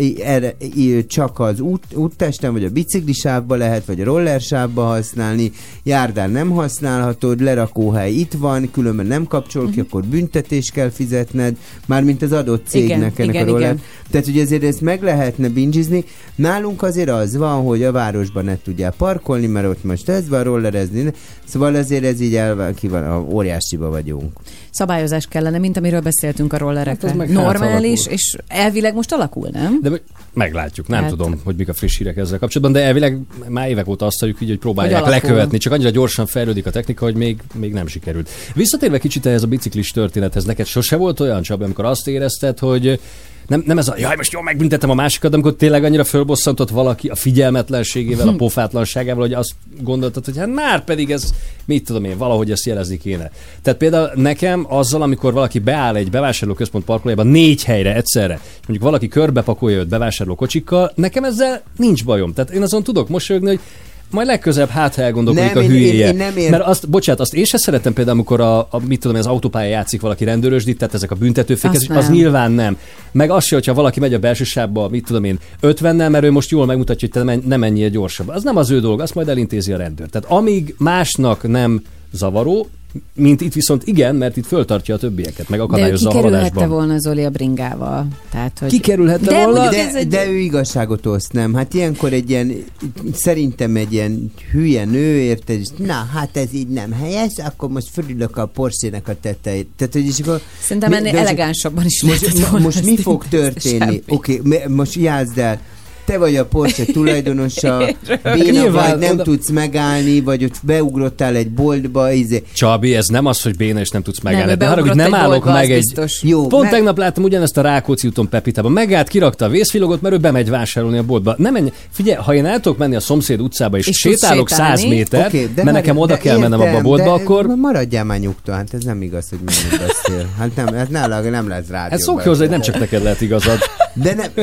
csak az úttesten, vagy a biciklisávba lehet, vagy a rollersávba használni, járdán nem használhatod, lerakóhely itt van, különben nem kapcsol ki, akkor büntetés kell fizetned, mármint az adott cégnek ennek a roller. Tehát ugye ezért ezt meg lehetne bingizni. Nálunk azért az van, hogy a városban ne tudjál parkolni, mert ott most ez van, rollerezni, szóval azért ez így ki van, óriásiba vagyunk. Szabályozás kellene, mint amiről beszéltünk a rollerekre. Hát normális, és elvileg most alakul, nem? De meglátjuk, nem tudom, hogy mik a friss hírek ezzel kapcsolatban, de elvileg már évek óta azt halljuk, hogy próbálják lekövetni, csak annyira gyorsan fejlődik a technika, hogy még nem sikerült. Visszatérve kicsit ehhez a biciklis történethez, neked sose volt olyan, Csabi, amikor azt érezted, hogy nem ez a, jaj, most jól megbüntetem a másikat, amikor tényleg annyira fölbosszantott valaki a figyelmetlenségével, a pofátlanságával, hogy azt gondoltad, hogy hát már pedig ez, mit tudom én, valahogy ezt jelezni kéne. Tehát például nekem azzal, amikor valaki beáll egy bevásárlóközpont parkolójában 4 helyre egyszerre, mondjuk valaki körbepakolja őt bevásárlókocsikkal, nekem ezzel nincs bajom. Tehát én azon tudok mosolyogni, hogy majd legközebb ha elgondolkodik a hülyéje. Mert azt én sem szeretem például, amikor mit tudom, az autópálya játszik valaki rendőrösdít, tehát ezek a büntetőfékek, az nyilván nem. Meg az se, hogyha valaki megy a belső sávba, mit tudom én, 50-nel, mert ő most jól megmutatja, hogy te nem menjél gyorsabban. Az nem az ő dolga, azt majd elintézi a rendőr. Tehát amíg másnak nem zavaró, mint itt viszont igen, mert itt föltartja a többieket, meg akadályozza a haladásban. De kikerülhette volna Zoli a bringával. Tehát, hogy... Kikerülhette volna? De ő igazságot oszt, nem? Hát ilyenkor szerintem egy ilyen hülye nő, érted? Na, hát ez így nem helyes, akkor most fölülök a Porsche-nek a tetejét. Tehát, hogy is akkor... Szerintem ennél elegánsabban is lehetett volna. Most mi fog történni? Oké, most játszd el. Te vagy a Porsche tulajdonosa, béna vagy, nem tudsz megállni, vagy ott beugrottál egy boltba. Csabi, ez nem az, hogy béna és nem tudsz megállni. De arra, hogy nem állok meg egy... Jó, pont tegnap láttam ugyanezt a Rákóczi úton Pepitában. Megállt, kirakta a vészvilogot, mert ő bemegy vásárolni a boltba. Nem menj, figyelj, ha én el tudok menni a szomszéd utcába, és sétálok 100 méter, mert nekem oda kell mennem abba a boltba, akkor... Maradjál már nyugton, hát ez nem igaz, hogy mindig beszél. Hát nem lesz rádió. Hát szokj hozzá, hogy nem csak neked lehet igazad. De nem,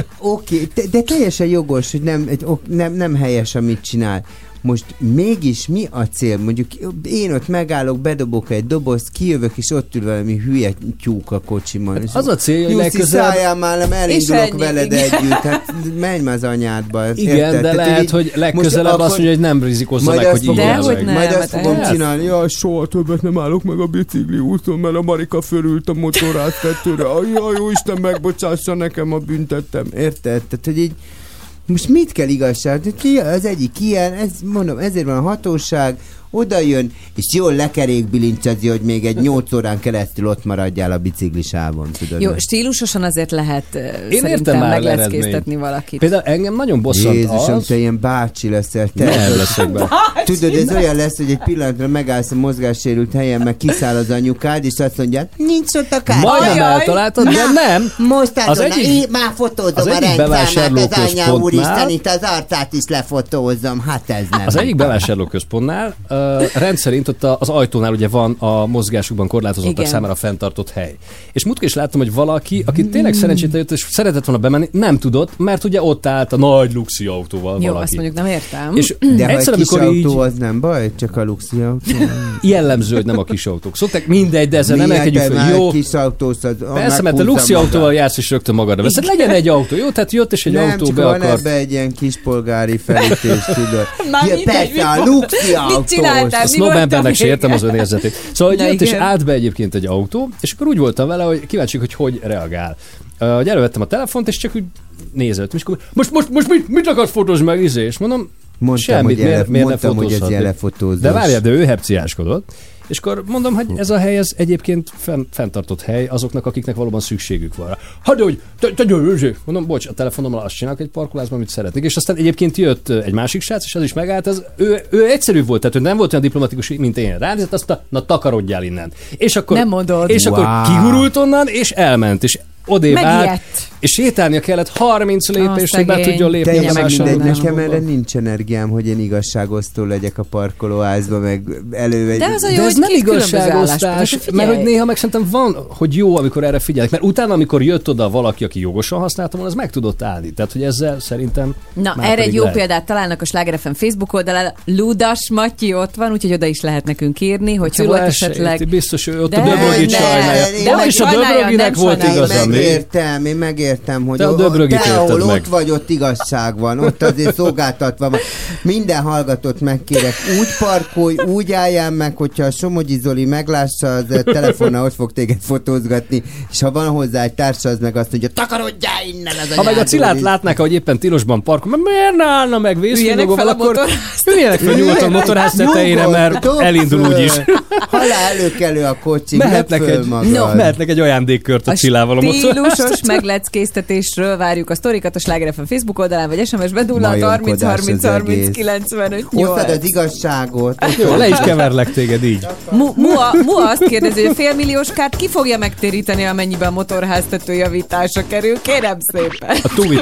de teljesen jogos, hogy nem helyes, amit csinál. Most mégis mi a cél? Mondjuk én ott megállok, bedobok egy dobozt, kijövök, és ott ül valami hülye tyúk a kocsimon. Az a cél, hogy legközelebb... szálljál már, nem elindulok veled együtt. Hát menj már az anyádba. Igen, érted? De lehet, hogy legközelebb azt mondja, hogy nem rizikózza meg, hogy így áll meg. Majd azt fogom csinálni, ja, soha többet nem állok meg a bicikli úton, mert a Marika fölült a motorát tettőre. Jó Isten, megbocsássa nekem, a büntettem. Érted? Tehát, hogy így most mit kell igazság? Az egyik ilyen, mondom, ezért van a hatóság, oda jön, és jól lekerékbilincsazi, hogy még egy 8 órán keresztül ott maradjál a biciklisávon, tudod. Jó, stílusosan azért lehet szerintem megleckéztetni valakit. Például engem nagyon bosszant Jézusom, te ilyen bácsi leszel. Nem leszek be. Tudod, ez olyan lesz, hogy egy pillanatra megállsz a mozgássérült helyen, meg kiszáll az anyukád, és azt mondja, nincs ott a kártya. Majdnem eltaláltad, de nem. Most már fotózom a rendszámát, az anyja úristen, itt az arcát is lefotózom. Hát ez nem. Az egyik bevásárlóközpontnál rendszerint ott az ajtónál ugye van a mozgásukban korlátozottak számára fenntartott hely. És múltkor is láttam, hogy valaki, aki tényleg szerencsétlen jött, és szeretett volna bemenni, nem tudott, mert ugye ott állt a nagy luxi autóval valaki. Jó, azt mondjuk nem értem. És de egyszer, ha egy kis autó, az nem baj, csak a luxi autó. Jellemző, hogy nem a kis autók. Szokták mindegy, de ezzel nem emelkedjük föl. Jó. Kis autós, persze, mert a luxi autóval jársz, és rögtön magadra veszed. Legyen egy autó, jó? Tehát jött, és egy autó be akart. Nem, csak van ebbe egy ilyen kispolgári felütés, tudod. Persze, a luxi autós. Novembernek sértem az önérzetét. Szóval hogy jött, és állt be egyébként egy autó, és akkor úgy voltam vele, hogy kíváncsi, hogy reagál. Hogy elővettem a telefont, és csak úgy nézett. És akkor most mit akarsz fotózni meg, és mondom, semmit, miért ne fotózhatod. De várjál, de ő hepciáskodott. És akkor mondom, hogy ez a hely, ez egyébként fenntartott hely azoknak, akiknek valóban szükségük van rá. Hát, hogy te győzsé! Mondom, bocs, a telefonommal azt csinálok egy parkolásban, amit szeretnék. És aztán egyébként jött egy másik srác, és az is megállt. Ő egyszerű volt, tehát ő nem volt olyan diplomatikus, mint én. Ránézett, azt takarodjál innen. És akkor, nem mondod. És akkor kigurult onnan, és elment. És odébb állt, És sétálnia kellett 30 lépést, hogy be tudjon lépni. Teljesen mindegy, nekem erre nincs energiám, hogy én igazságosztó legyek a parkolóházba, meg elővegy. De az a jó, de ez hogy nem két különböző igazságosztás, álláspont. mert hogy néha meg szerintem van, hogy jó, amikor erre figyelek, mert utána, amikor jött oda valaki, aki jogosan használta volna, az meg tudott állni. Tehát, hogy ezzel szerintem Na, erre egy jó példát találnak a Sláger FM Facebook oldalán. Ludas Matyi ott van, úgyhogy oda is lehet nekünk írni, hogy ő volt esetleg... Biztos, hogy ott a Döbrögit sajnálja. De és a Döbröginek volt igazam. Én megértem, hogy te ahol ott vagy, ott igazság van, ott azért szolgáltatva van. Minden hallgatót megkérek, úgy parkolj, úgy álljál meg, hogyha a Somogyi Zoli meglássa, az telefonnal ott fog téged fotózgatni, és ha van hozzá egy társa, az meg azt mondja, takarodjál innen az ha meg a Cilát látnák, hogy éppen tilosban parkol, mert miért ne állna meg vészfényogóval, akkor üljenek fel nyugodtan motorház tetejére, mert elindul úgyis. Halál előkelő a kocsi, mehetnek egy ajándékkört a Cilával a motorház. Stílusos megleckéztetésről várjuk a sztorikat a Sláger FM Facebook oldalán, vagy SMS-ben 0 30 30 30 95 8. Hoztad az igazságot. Jó, le is keverlek téged így. Mua azt kérdezi, hogy a félmilliós kárt ki fogja megtéríteni, amennyiben a motorháztető javítása kerül? Kérem szépen. A tuvi.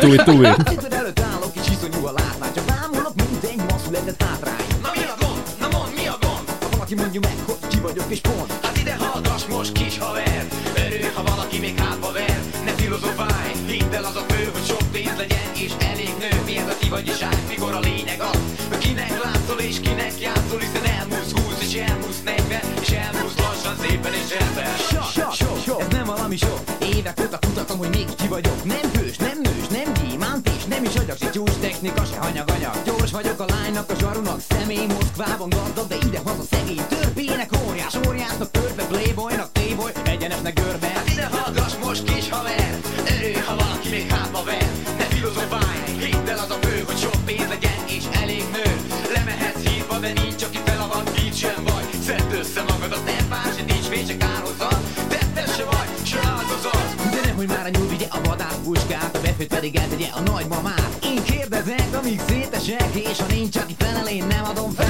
Mondjuk meg, hogy ki vagyok és pont. Hát ide hallgass most, kis haver. Örülj, ha valaki még hátba ver. Ne filozofálj, hidd el, az a fő, hogy sok pénz legyen és elég nő. Mi ez a kivagyiság, mikor a lényeg az, hogy kinek látszol és kinek játszol. Hiszen elmúlsz 20 és elmúlsz 40 és elmúlsz lassan szépen és rendben. Sok, ez nem valami sok. Évek óta kutatom, hogy még ki vagyok. Nem hős, nem nős, nem gyémánt és nem is agyak, se tyús technika, se hanyag-anyag. Gyors vagyok a lánynak, a zsarunak, személy Moszkvában gazdag, de ide haza szegény. Törpének óriásnak, törpe playboynak, téboly, egyenesnek görbe. Hát ide hallgass most, kis haver. Örülj, ha valaki még hátba ver. Ne filozofálj, hidd el, az a fő, hogy sok pénz legyen és elég nő. Lemehetsz hídba, de nincs, aki felavat, így sem vagy. Szedd össze magadat, nem várj, se nincs fél, se kárhozzad. Tettes se vagy, se áldozat. De nehogy már a nyúl vigye a vadász puskát, a befőt pedig eltegye a nagymamát. Én kérdezek, amíg szétesek, és ha nincs, aki felel, én nem adom fel.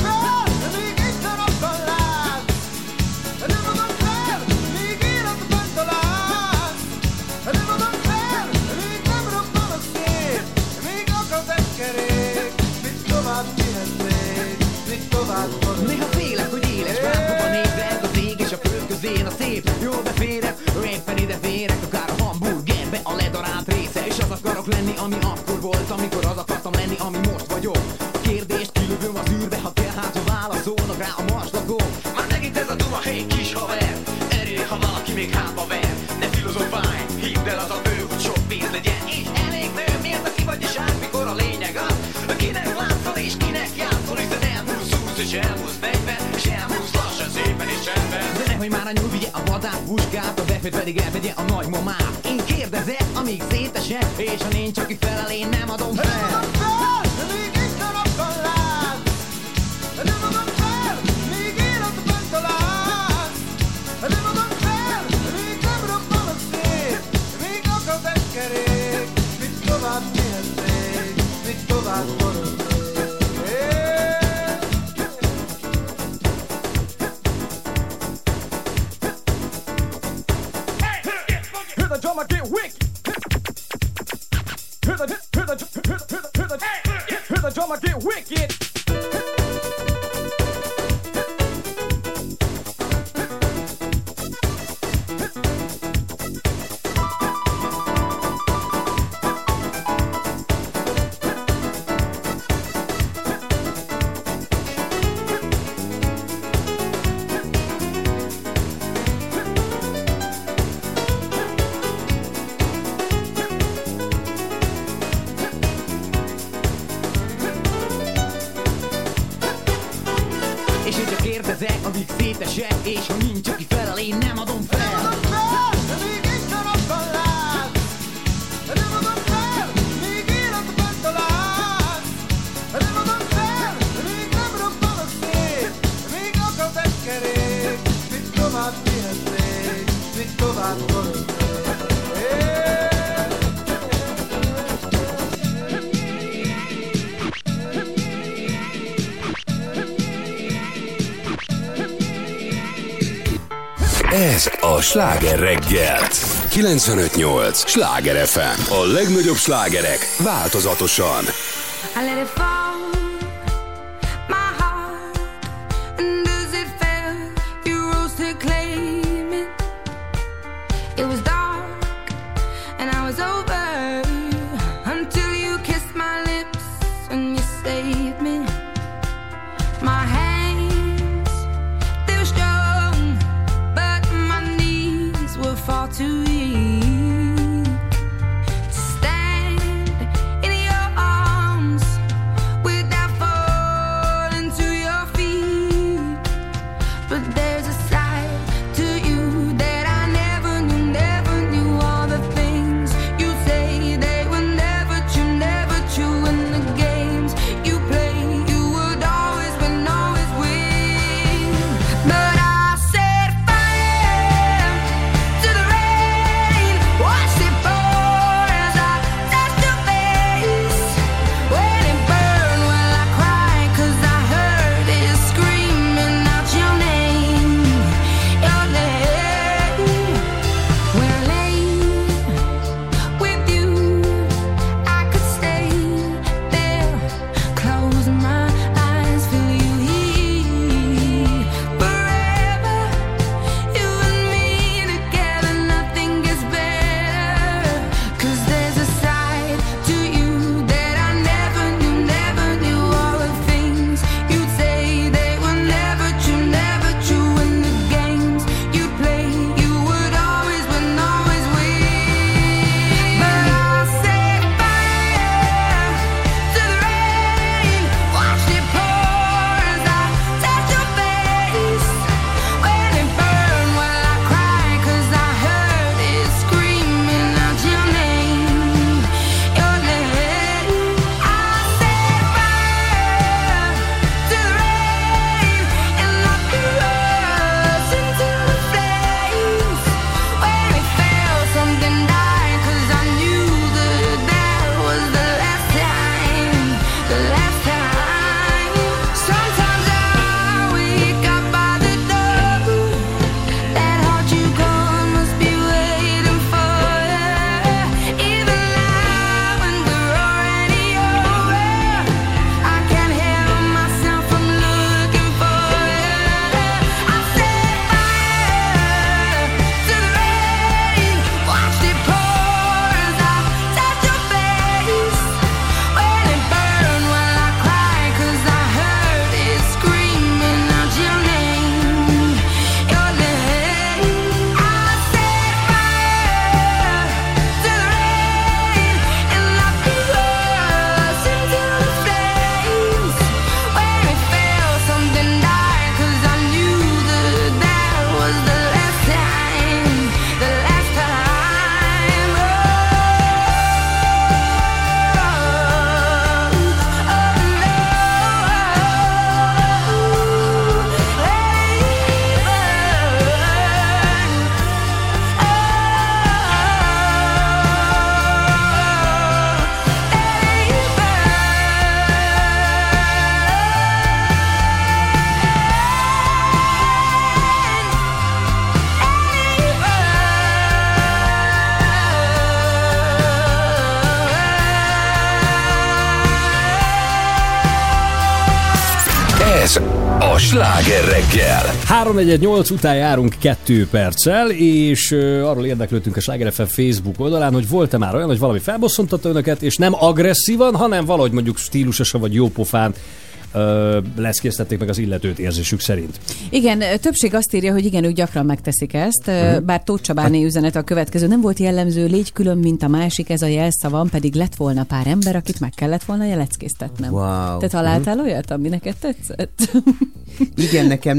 Néha félek, hogy éles bánkóba nézek, az ég és a föld közén a szép. Jól beférek, éppen ide férek, akár a hamburgerbe a ledarált része. És az akarok lenni, ami akkor volt, amikor az akartam lenni, ami most vagyok. A kérdést kilövöm az űrbe, ha kell, hát ha válaszolnak rá a marslakok. Már megint ez a duma, hé kis haver. Örülj, ha valaki még hátba ver. Ne filozofálj, hidd el, az a bő, hogy sok pénz legyen és elég nő. Miért a kivagyiság, mikor a lényeg az, kinek látszol és kinek játszol, hiszen elmúlsz 20 és elmúlsz 40 és elmúlsz lassan szépen és csendben. De nehogy már a nyúl vigye a vadász puskát, a befőt pedig eltegye a nagymamát. Én kérdezek, amíg szétesek, és ha nincs, aki felel, én nem adom fel. Get wicked. Kérdezek, amíg szétesek, és ha nincs, aki felel, én nem adom fel. Ez a Sláger reggel. 95.8 Sláger FM. A legnagyobb slágerek változatosan. I let it fall, my heart, and as it fell, you rose to claim it. It was dark, and I was over, until you kissed my lips, and you saved me. My hands, they were strong, but my knees were far too weak. A Sláger reggel. 3-1-8 után járunk 2 perccel, és arról érdeklődtünk a Sláger FM Facebook oldalán, hogy volt-e már olyan, hogy valami felbosszontatta önöket, és nem agresszívan, hanem valahogy mondjuk stílusosan vagy jópofán leszkéztették meg az illetőt érzésük szerint. Igen, többség azt írja, hogy igen, ők gyakran megteszik ezt, bár Tóth Csabáné üzenet a következő. Nem volt jellemző, légy külön, mint a másik, ez a jelszavam, pedig lett volna pár ember, akit meg kellett volna jeleckéztetnem. Wow. Te találtál olyat, ami neked tetszett? Igen, nekem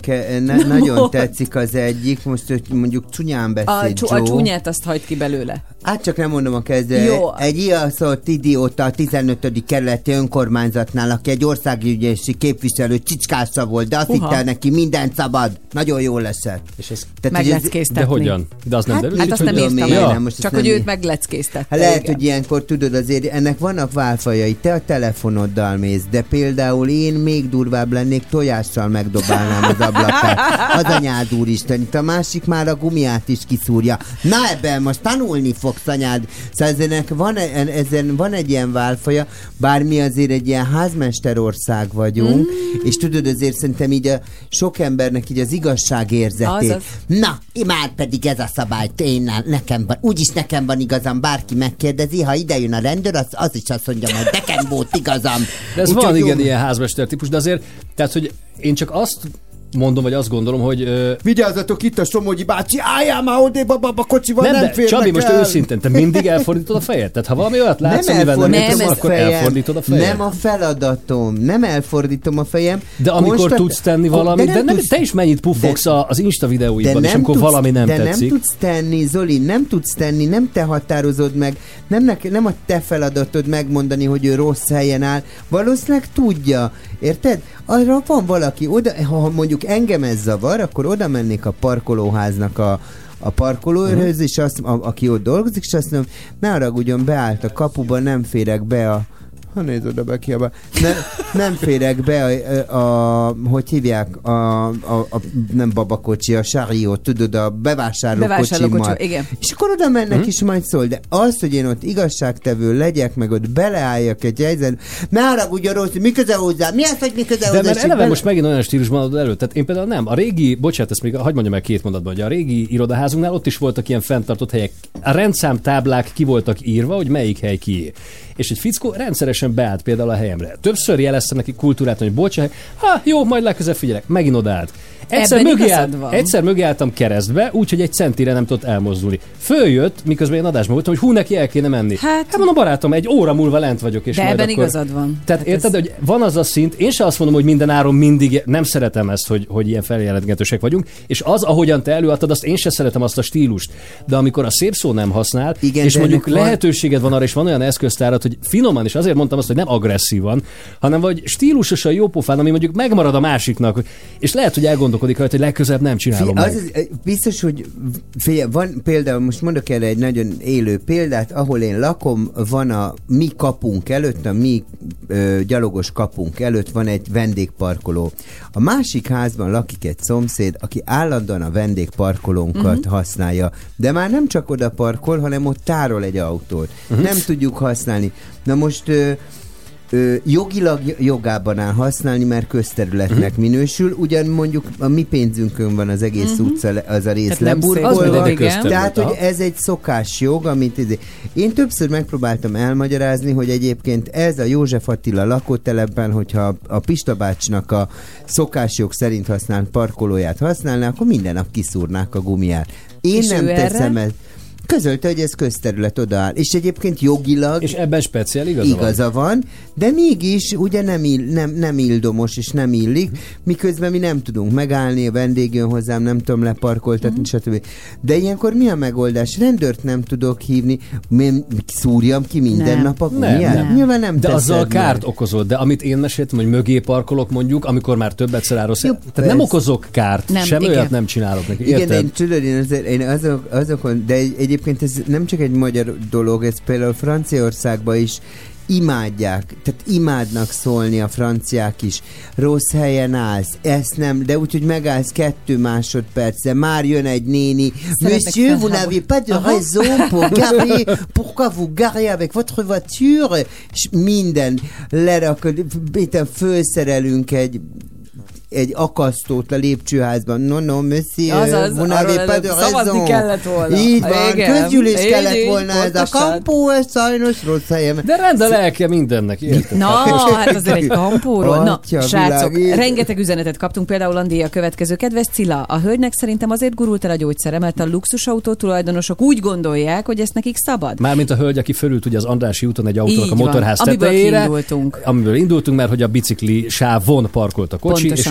nagyon tetszik az egyik, most hogy mondjuk csúnyán beszél A csúnyát azt hagyd ki belőle. Hát csak nem mondom a kezdve. Egy iaszott idióta a 15. kerületi önkormányzatnál, aki egy ország igazságügyési képviselő csicskásza volt, de azt hitte neki minden szabad. Nagyon jól esett. És ez Megleckéztetni. de hogyan? De az nem derült? Hát azt nem tudom írtam miért, el. nem, most Csak ezt hogy nem őt megleckéztette. Hát lehet, igen. hogy ilyenkor tudod, azért ennek vannak válfajai. Te a telefonoddal mész, de például én még durvább lennék, tojással megdobálnám az ablakát. Az anyád úristen, itt a másik már a gumiát is kiszúrja. Na ebben most tanulni fogsz, anyád. Szóval ezen van egy ilyen válfaja, bár mi azért egy ilyen házmesterország vagyunk, és tudod, azért szerintem így a sok embernek így az igazságérzetét. Azaz. Na, már pedig ez a szabály, nekem van, úgyis nekem van igazam, bárki megkérdezi, ha ide jön a rendőr, az is azt mondja, hogy nekem volt igazam. De ez Úgyhogy van, jó. igen, ilyen házmester típus, de azért, tehát, hogy én csak azt mondom, vagy azt gondolom, hogy... Vigyázzatok, itt a Somogyi bácsi, álljál már odébb a kocsival, nem de, férnek Csabi, most el. őszintén, te mindig elfordítod a fejed? Tehát ha valami olyat látsz, Nem amivel nem elfordítom értesz, a akkor fejem. elfordítod a fejed? Nem a feladatom. Nem elfordítom a fejem. De amikor tudsz tenni valamit, de nem, tudsz, te is mennyit puffogsz az Insta videóidban, de és amikor valami nem de tetszik. nem tudsz tenni, Zoli, nem tudsz tenni, nem te határozod meg, nem a te feladatod megmondani, hogy ő rossz helyen áll. Valószínűleg tudja, érted? Arra van valaki, oda, ha mondjuk engem ez zavar, akkor oda mennék a parkolóháznak a parkolóőrhöz, és aki ott dolgozik, és azt mondom, ne haragudjon, beállt a kapuba, nem férek be a... Ha nézd oda be kiabál. Nem férek be hogy hívják, nem babakocsi, a chariot, tudod, a bevásárlókocsimmal. Igen. És akkor oda mennek és majd szól, de az, hogy én ott igazságtevő legyek, meg ott beleálljak egy helyzetbe, ne haragudjon rossz, mi köze hozzá? Mi az, hogy mi köze hozzá? De mert eleve most megint olyan stílusban adod elő. Tehát én például nem. A régi, bocsánat, ezt még hagyd mondjam meg 2 mondatban, hogy a régi irodaházunknál ott is voltak ilyen fenntartott helyek. A rendszámtáblák ki voltak írva, hogy melyik hely kié. És egy fickó rendszeresen beállt például a helyemre. Többször jeleztem neki kultúrát, hogy bocsánat, jó, majd legközelebb figyelek. Megint odaállt. Egyszer mögé álltam keresztbe, úgyhogy egy centire nem tudott elmozdulni. Följött, miközben én adásban voltam, hogy neki el kéne menni. Hát mondom, barátom, egy óra múlva lent vagyok. És de majd ebben akkor... igazad van. Tehát érted, hogy van az a szint, én se azt mondom, hogy minden áron mindig, nem szeretem ezt, hogy ilyen feljelentgetősek vagyunk, és az, ahogyan te előadtad, azt én se szeretem azt a stílust. De amikor a szép szó nem használ, igen, és mondjuk van... lehetőséged van arra, és van olyan eszköztárat, hogy finoman, és azért mondtam azt, hogy nem agresszívan, hanem vagy stílusosan jópofán, ami mondjuk megmarad a másiknak, és lehet, hogy elgondolkodik rajta, hogy legközelebb nem csinálom meg. Biztos, hogy van például, most mondok erre egy nagyon élő példát, ahol én lakom, van a mi kapunk előtt, a mi gyalogos kapunk előtt van egy vendégparkoló. A másik házban lakik egy szomszéd, aki állandóan a vendégparkolónkat használja, de már nem csak oda parkol, hanem ott tárol egy autót. Nem tudjuk használni. Na most jogilag jogában áll használni, mert közterületnek minősül, ugyan mondjuk a mi pénzünkön van az egész utca, az a rész leburkolva. Tehát, hogy ez egy szokásjog, amit én többször megpróbáltam elmagyarázni, hogy egyébként ez a József Attila lakótelepben, hogyha a Pista bácsnak a szokásjog szerint használt parkolóját használná, akkor minden nap kiszúrnák a gumiját. Én és nem teszem ezt. Közölte, hogy ez közterület odaáll. És egyébként jogilag... És ebben speciál igaza van, de mégis ugye nem ildomos és nem illik, miközben mi nem tudunk megállni, a vendég jön hozzám, nem tudom leparkoltatni, stb. De ilyenkor mi a megoldás? Rendőrt nem tudok hívni, szúrjam ki minden nap a gumiját? Nyilván nem de azzal meg. kárt okozol, de amit én meséltem, hogy mögé parkolok mondjuk, amikor már többet szerárosz, tehát nem okozok kárt, nem, sem igen. Olyat nem csinálok neki, érted? Igen, én tudod, én azokon, de egyébként ez nem csak egy magyar dolog, ez például Franciaországban is imádják, tehát imádnak szólni a franciák is. Rossz helyen állsz, ezt nem, de úgy, hogy megállsz 2 másodpercre, már jön egy néni. Monsieur, vous n'avez pas de raison pour garer, pourquoi vous garez avec votre voiture? És minden lerakod, fölszerelünk egy akasztót a lépcsőházban. No, monsieur, vous n'avez pas de raison. Kellett volna. Így van, közgyűlés kellett volna ez a kampó, ez sajnos rossz helyem. De rend a lelke mindennek, érted? Na, hát azért egy kampóról. Na, srácok, rengeteg üzenetet kaptunk, például Andi a következő. Kedves Cilla, a hölgynek szerintem azért gurult el a gyógyszere, mert a luxusautó tulajdonosok úgy gondolják, hogy ezt nekik szabad. Mármint a hölgy, aki fölült ugye az Andrássy úton egy autónak a van, motorház tetejére. Amiből indultunk, mert hogy a bicikli sávon parkolt a kocsi, pontosan. És ő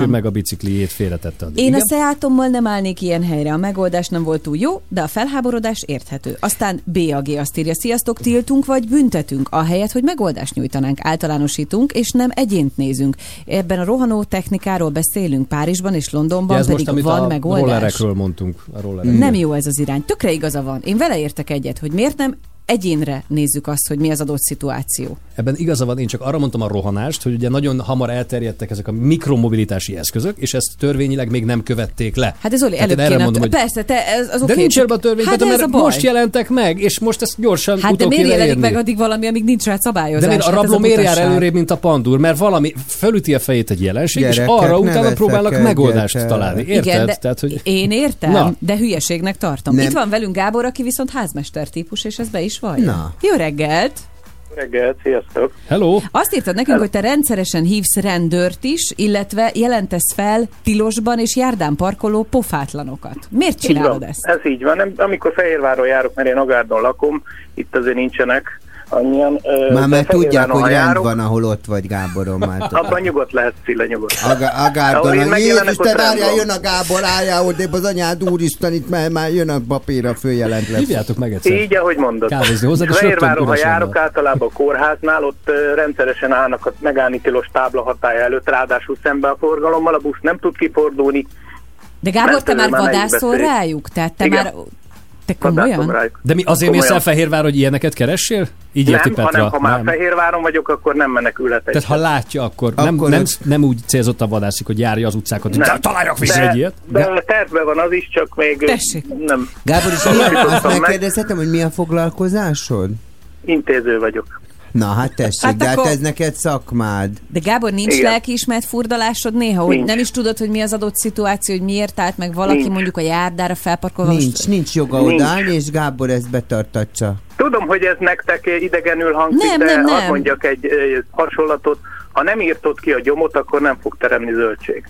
meg a bicikliét félretette addig. Én a Seatommal nem állnék ilyen helyre. A megoldás nem volt túl jó, de a felháborodás érthető. Aztán BAG azt írja, sziasztok, tiltunk vagy büntetünk, ahelyett, hogy megoldást nyújtanánk, általánosítunk, és nem egyént nézünk. Ebben a rohanó technikáról beszélünk, Párizsban és Londonban pedig most, van a megoldás. rollerekről mondtunk. A rollerekről. Nem jó ez az irány. Tökre igaza van. Én vele értek egyet, hogy miért nem egyénre nézzük azt, hogy mi az adott szituáció. Ebben igaza van, én csak arra mondtam a rohanást, hogy ugye nagyon hamar elterjedtek ezek a mikromobilitási eszközök, és ezt törvényileg még nem követték le. Hát ez Oli, előbb kéne, mondom, hogy... persze, az de nincs ebben a törvényben, hát mert most jelentek meg, és most ezt gyorsan hát utóbb de miért jelenik érni. meg addig valami, amíg nincs rá szabályozás? De miért a rabló miért jár előrébb, mint a pandúr? Mert valami felüti a fejét egy jelenség, Gyerekek, és arra utána próbálnak megoldást találni. Érted? Igen, de tehát, hogy... Én értem, Na. de hülyeségnek tartom. Nem. Itt van velünk Gábor, aki viszont házmester típus, és ez be is vallja. Na. Jó reggelt! Reggelt, sziasztok! Hello! Azt írtad nekünk, hogy te rendszeresen hívsz rendőrt is, illetve jelentesz fel tilosban és járdán parkoló pofátlanokat. Miért csinálod ezt? Ez így van. Amikor Fehérváron járok, mert én Agárdon lakom, itt azért nincsenek annyian. Már mert tudják, hogy rend járok, van, ahol ott vagy, Gáborom. abban nyugodt lehet, Cilla, nyugodt. Agárdon, Jézus, te várjál, jön a Gábor, álljál odébb az anyád, úristen, itt már jön a papírra, följelent lesz. Hívjátok meg egyszer. Így, ahogy mondod. Kávézni hozzád, és Fehérváron, rögtön ha üresen járok, van. általában a kórháznál, ott rendszeresen állnak a megállni tilos tábla hatálya előtt, ráadásul szembe a forgalommal, a busz nem tud kifordulni. De Gábor, te már Már vadászol beszél. rájuk? Tehát te Igen. már... Te komolyan? De mi azért mész el Komolyan. Fehérvár, hogy ilyeneket keressél? Így érti Nem, Petra? hanem ha már Fehérváron vagyok, akkor nem menekülhet egy. Tehát ha látja, akkor Akkor nem úgy célzottan vadászik, hogy járja az utcákat, hogy találjak vissza egy ilyet. De tervben van az is, csak még Tessék. nem. Gábor, és azt megkérdezhetem, hogy mi a foglalkozásod? Intéző vagyok. Na, hát tessék, Hát de hát akkor- ez neked szakmád. De Gábor, nincs Igen. lelkiismert furdalásod néha, hogy Nincs. nem is tudod, hogy mi az adott szituáció, hogy miért állt meg valaki Nincs. mondjuk a járdára felparkolva. Nincs joga Nincs. odállni, és Gábor ezt betartatja. Tudom, hogy ez nektek idegenül hangzik, Nem, de nem. hadd mondjak egy hasonlatot. Ha nem írtod ki a gyomot, akkor nem fog teremni zöldség.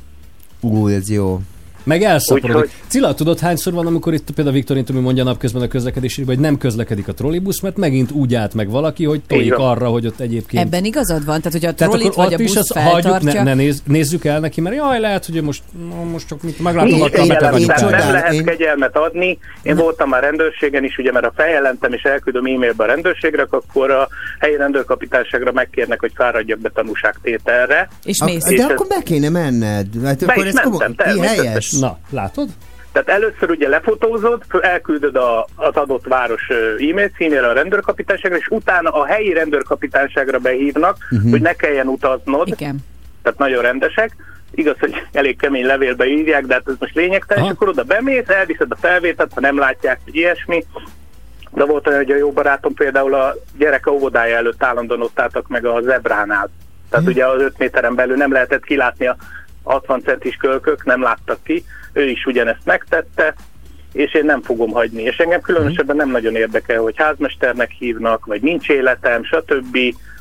Ez jó. Meg elszaporodik. Úgyhogy- Cilla, tudod hányszor van, amikor itt például Viktorin Tomi mondja napközben a közlekedésében, hogy nem közlekedik a trollibusz, mert megint úgy állt meg valaki, hogy tojik van. arra, hogy ott egyébként... Ebben igazad van, tehát hogyha a Tehát trollit akkor vagy a ott is busz azt hagyjuk, feltartja. nézzük el neki, mert jaj, lehet, hogy ő most csak mit nincs meglátogatta a beteg kegyelmet, tehát anyukáját. nem lehet Én- kegyelmet adni. Én voltam már rendőrségen is, ugye, mert ha feljelentem és elküldöm e-mailbe a rendőrségre, akkor a helyi rendőrkapitányságra megkérnek, hogy fáradjak be tanúságtételre. És mész. És De ez- akkor be kéne menned. Hát akkor is ez mentem, természetesen. helyes. Na, látod? Tehát először ugye lefotózod, elküldöd az adott város e-mail címére a rendőrkapitányságra, és utána a helyi rendőrkapitányságra behívnak, hogy ne kelljen utaznod. Igen. Tehát nagyon rendesek. Igaz, hogy elég kemény levélbe írják, de hát ez most lényegtelen, és akkor oda bemész, elviszed a felvételt, ha nem látják, hogy ilyesmi. De volt olyan, hogy a jó barátom például a gyereke óvodája előtt állandóan ott álltak meg a zebránál. Tehát ugye az 5 méteren belül nem lehetett kilátni a 60 centis kölkök, nem láttak ki. Ő is ugyanezt megtette, és én nem fogom hagyni. És engem különösebben nem nagyon érdekel, hogy házmesternek hívnak, vagy nincs életem, stb.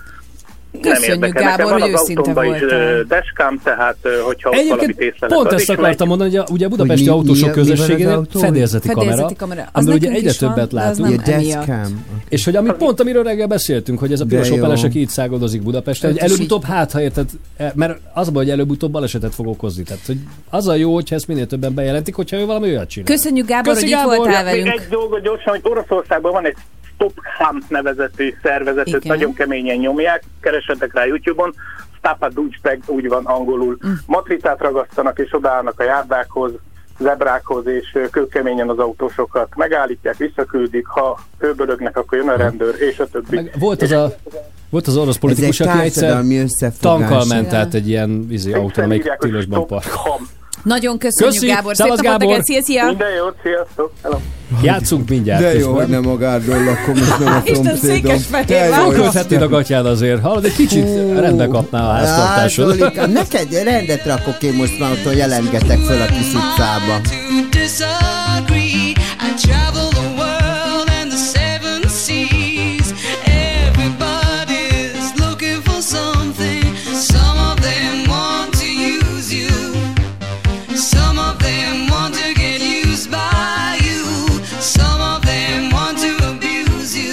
Nem Köszönjük, érdekel. Gábor, Nekem van hogy az őszinte autómban is voltál. dashcam, tehát hogyha ott valamit Egyébként észlelek, pont az ezt is megy. akartam mondani, hogy ugye a budapesti Hogy autósok mi van az közösségénél autó? fedélzeti Fedélzeti kamera, kamera. Az amiről ugye nekünk egyre is van, többet de az látunk. nem Ugye emiatt. dashcam. És hogy amit pont, amiről reggel beszéltünk, hogy ez a piros De jó. Opelesek így szágoldozik Budapesten, hogy Öt is előbb-utóbb hát, ha érted, mert az a baj, hogy előbb-utóbb balesetet fog okozni. Tehát, hogy az a jó, hogyha ezt minél többen bejelentik, hogyha ő valami olyat csinál. Köszönjük, Gábor, Köszi, hogy itt Gábor. voltál Még velünk. egy dolgot gyorsan, hogy Oroszországban van egy Stop Hunt nevezetű szervezet, ők Igen. nagyon keményen nyomják, keresetek rá YouTube-on, Stop a douchebag, úgy van angolul. Matricát ragasztanak és odaállnak a járdákhoz, zebrákhoz, és kőkeményen az autósokat megállítják, visszaküldik, ha kőbölögnek, akkor jön a rendőr, és a többi. Meg volt az orosz politikus, Ez egy aki egyszer társadalmi összefogás. tankkal ment Ja. át egy ilyen autón, amelyik Hívják, hogy tilosban Stop parkol. Ham. Nagyon köszönjük, Köszi, Gábor. Szép szevasz, napot Gábor. neked, szia! Minden jót, sziasztok! Hello. Játszunk mindjárt. De jó, közben. hogy nem a Gárdon lakom, és nem a Isten szomszédom. Székesfehérvár. Fölköthetnéd a gatyád azért. Hallod, egy kicsit rendbe kapná a háztartásod. Hát, Zolikám, neked rendet rakok én most már otthon, jelentgetek föl a kis utcába. To disagree, I travel the world and the 7 seas. Everybody's looking for something. Some of them want to use you. Some of them want to get used by you. Some of them want to abuse you.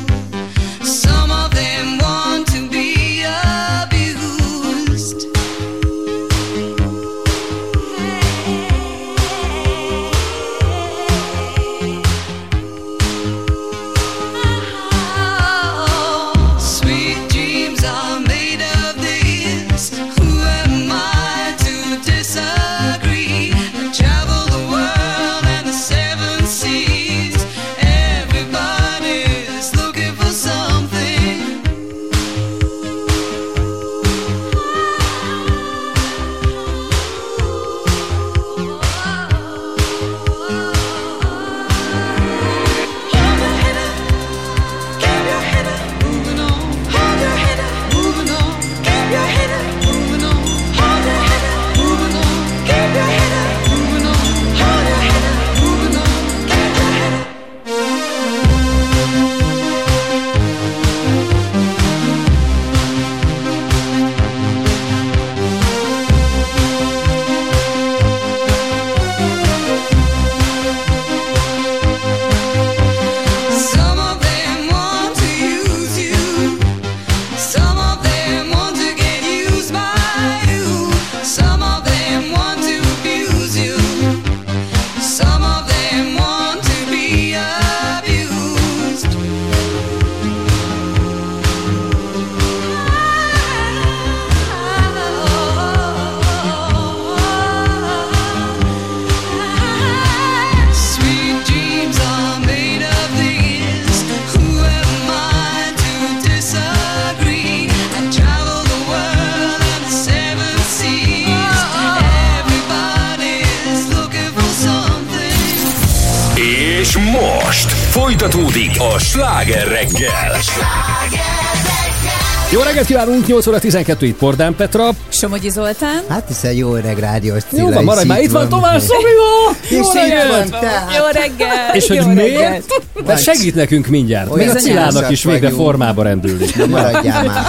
Some of them want to be abused. És most folytatódik a Sláger reggel. Jó reggelt kívánunk, 8 óra 12 itt Pordán Petra. Somogyi Zoltán. Hát hiszen jó öreg rádiós Cilla. Jó van, maradj már, itt van Tomás Szobival! Jó reggelt! Jó reggel! És hogy miért? De segít nekünk mindjárt. Még a Cillának is végre formába rendülni. Na maradjál már.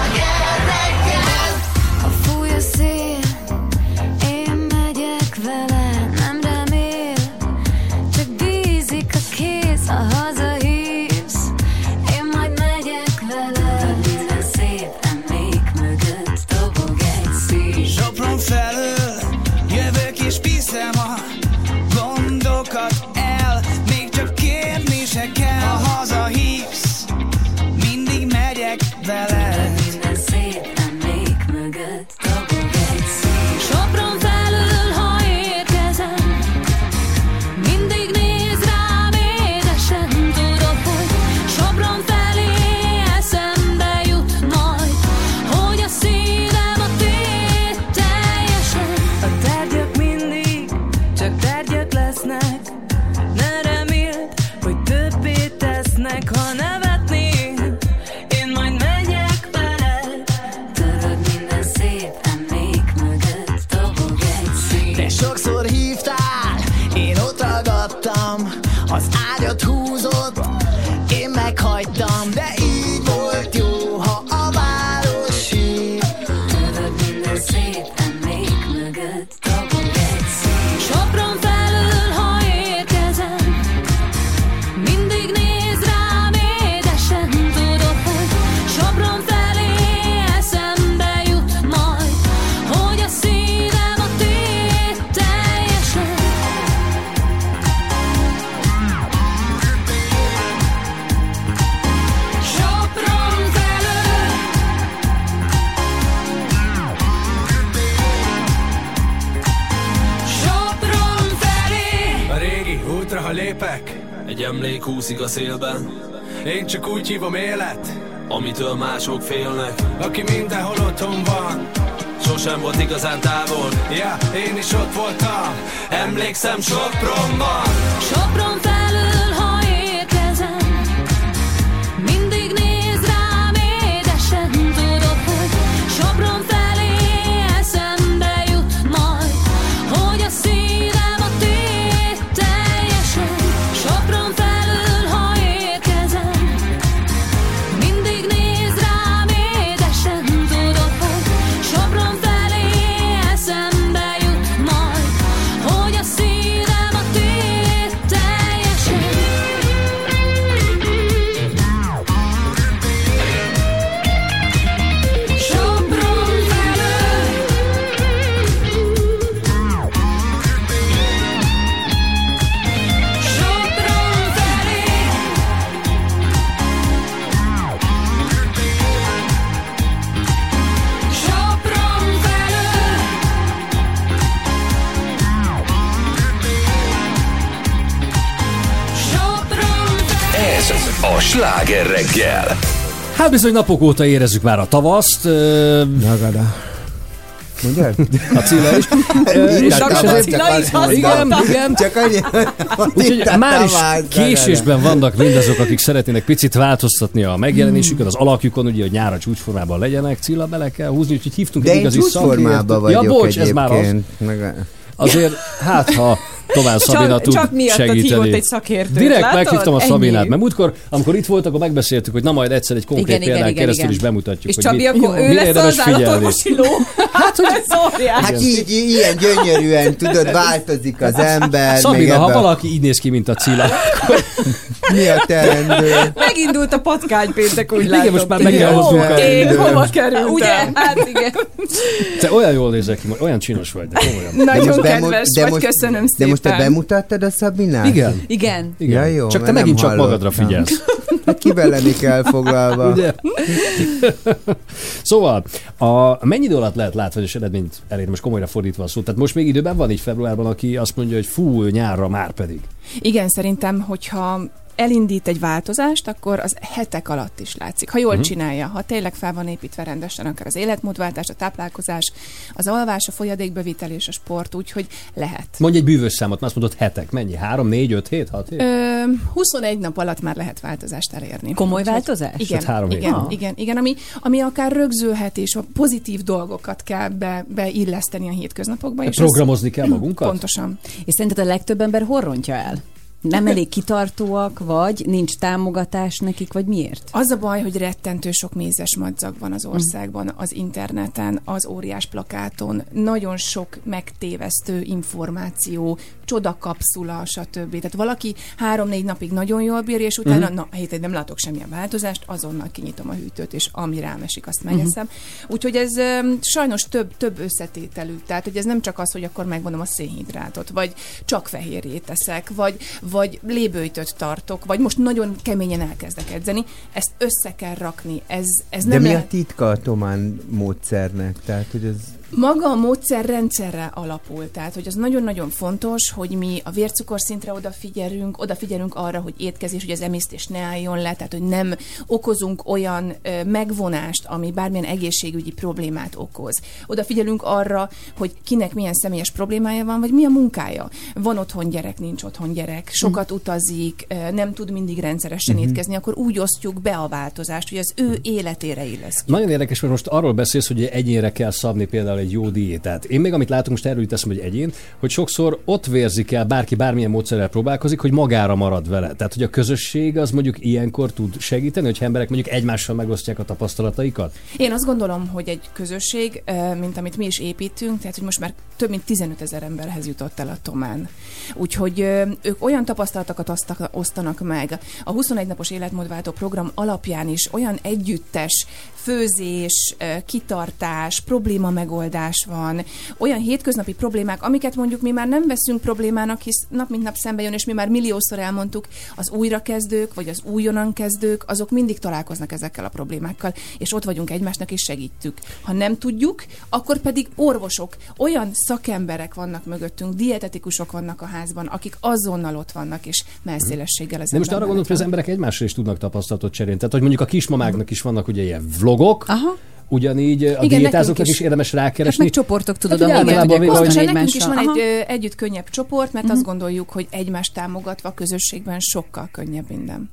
Húszik a szélben. Én csak úgy hívom élet, amitől mások félnek. Aki mindenhol otthon van, sosem volt igazán távol. Ja, én is ott voltam, emlékszem Sopronban. Sopron felől, ha érkezem, mindig néz rám édesen. Tudod, hogy Sopron felé eszembe jut majd, hogy a szívem a tiéd teljesen. Sopron felől, A Sláger reggel. Hát bizony napok óta érezzük már a tavaszt. Nagada. Mondjad? A Cilla is. Igen. Csak annyi. Úgyhogy már is késésben vannak mindazok, akik szeretnének picit változtatni a megjelenésüket, az alakjukon, ugye, hogy nyára csúcsformában legyenek. Cilla, bele kell húzni, úgyhogy hívtunk egy igazi szakértőt. De én csúcsformában vagyok ja, bocs, ez már az. Azért, hát ha Tomás Szabina tud csak segíteni. Csak miatt egy szakértőt, direkt látod? meghívtam a Ennyi. Szabinát, mert múltkor, amikor itt voltak, akkor megbeszéltük, hogy na majd egyszer egy konkrét példán keresztül is bemutatjuk. És Csabi, akkor ő lesz az állatorvosi ló. Hát így, ilyen gyönyörűen, tudod, változik az ember. Szabina, ha valaki így néz ki, mint a Cilla, akkor mi a teendő? Megindult a patkánypéntek, úgy látom. Igen, most már meg kell hoznunk a Én hova kerültem? Ugye? Hát igen. Te olyan jól nézek ki, olyan csinos vagy, de komolyan. Nagyon kedves vagy, köszönöm szépen. De most te bemutattad a Szabinát? Igen. Igen. Ja, jó, csak te megint csak magadra figyelsz. Hát kivel lennék elfoglalva. Ugye? Szóval, mennyi idő alatt lehet látványos eredményt elérni? Most komolyra fordítva a szót. Tehát most még időben van így februárban, aki azt mondja, hogy fú, nyárra már pedig. Igen, szerintem, hogyha elindít egy változást, akkor az hetek alatt is látszik. Ha jól csinálja, ha tényleg fel van építve rendesen, akár az életmódváltás, a táplálkozás, az alvás, a folyadékbevitel és a sport, úgyhogy lehet. Mondj egy bűvös számot, mert azt mondod hetek. Mennyi? 3, 4, 5, 7, 6 hét? 21 nap alatt már lehet változást elérni. Komoly változás? Igen, Tehát 3 hét. igen, ami akár rögzülhet, és a pozitív dolgokat kell beilleszteni a hétköznapokba. És programozni kell magunkat? Pontosan. És szerinted a legtöbb ember hol rontja el? Nem elég kitartóak, vagy nincs támogatás nekik, vagy miért? Az a baj, hogy rettentő sok mézes madzag van az országban, az interneten, az óriás plakáton, nagyon sok megtévesztő információ, csodakapszula, stb. Tehát valaki 3-4 napig nagyon jól bírja, és utána, nem látok semmilyen változást, azonnal kinyitom a hűtőt, és ami rám esik, azt megeszem. Úgyhogy ez sajnos több összetételű. Tehát, hogy ez nem csak az, hogy akkor megvonom a szénhidrátot, vagy csak fehérjét teszek, vagy lébőjtöt tartok, vagy most nagyon keményen elkezdek edzeni, ezt össze kell rakni. Ez de nem mi a titka a Tomán módszernek? Tehát, hogy ez... Maga a módszer rendszerre alapul, tehát hogy az nagyon-nagyon fontos, hogy mi a vércukorszintre odafigyelünk arra, hogy étkezés, hogy az emésztés ne álljon le, tehát hogy nem okozunk olyan megvonást, ami bármilyen egészségügyi problémát okoz. Odafigyelünk arra, hogy kinek milyen személyes problémája van, vagy mi a munkája. Van otthon gyerek, nincs otthon gyerek, sokat utazik, nem tud mindig rendszeresen étkezni, akkor úgy osztjuk be a változást, hogy az ő életére illesztjük. Nagyon érdekes, mert most arról beszélsz, hogy egyénre kell szabni például egy jó diétát. Én még amit látom, most erről teszem, hogy egyén, hogy sokszor ott vérzik el, bárki bármilyen módszerrel próbálkozik, hogy magára marad vele. Tehát, hogy a közösség az mondjuk ilyenkor tud segíteni, hogy emberek mondjuk egymással megosztják a tapasztalataikat? Én azt gondolom, hogy egy közösség, mint amit mi is építünk, tehát, hogy most már több mint 15 000 emberhez jutott el a Tomán. Úgyhogy ők olyan tapasztalatokat osztanak meg. A 21 napos életmódváltó program alapján is olyan együttes főzés, kitartás, probléma megoldás van, olyan hétköznapi problémák, amiket mondjuk mi már nem veszünk problémának, hisz nap mint nap szembe jön, és mi már milliószor elmondtuk, az újrakezdők, vagy az újonnan kezdők, azok mindig találkoznak ezekkel a problémákkal, és ott vagyunk egymásnak, és segítjük. Ha nem tudjuk, akkor pedig orvosok, olyan szakemberek vannak mögöttünk, dietetikusok vannak a házban, akik azonnal ott vannak, és mellszélességgel az. De most arra gondolok, hogy az emberek egymásra is tudnak tapasztalatot cserélni. Tehát, hogy mondjuk a kismamáknak is vannak ugye ilyen vlogok, ugyanígy a diétázóknak is érdemes rákeresni. Hát meg csoportok, tudod, hát ahol nekünk is van egy együtt könnyebb csoport, mert azt gondoljuk, hogy egymást támogatva a közösségben sokkal könnyebb minden.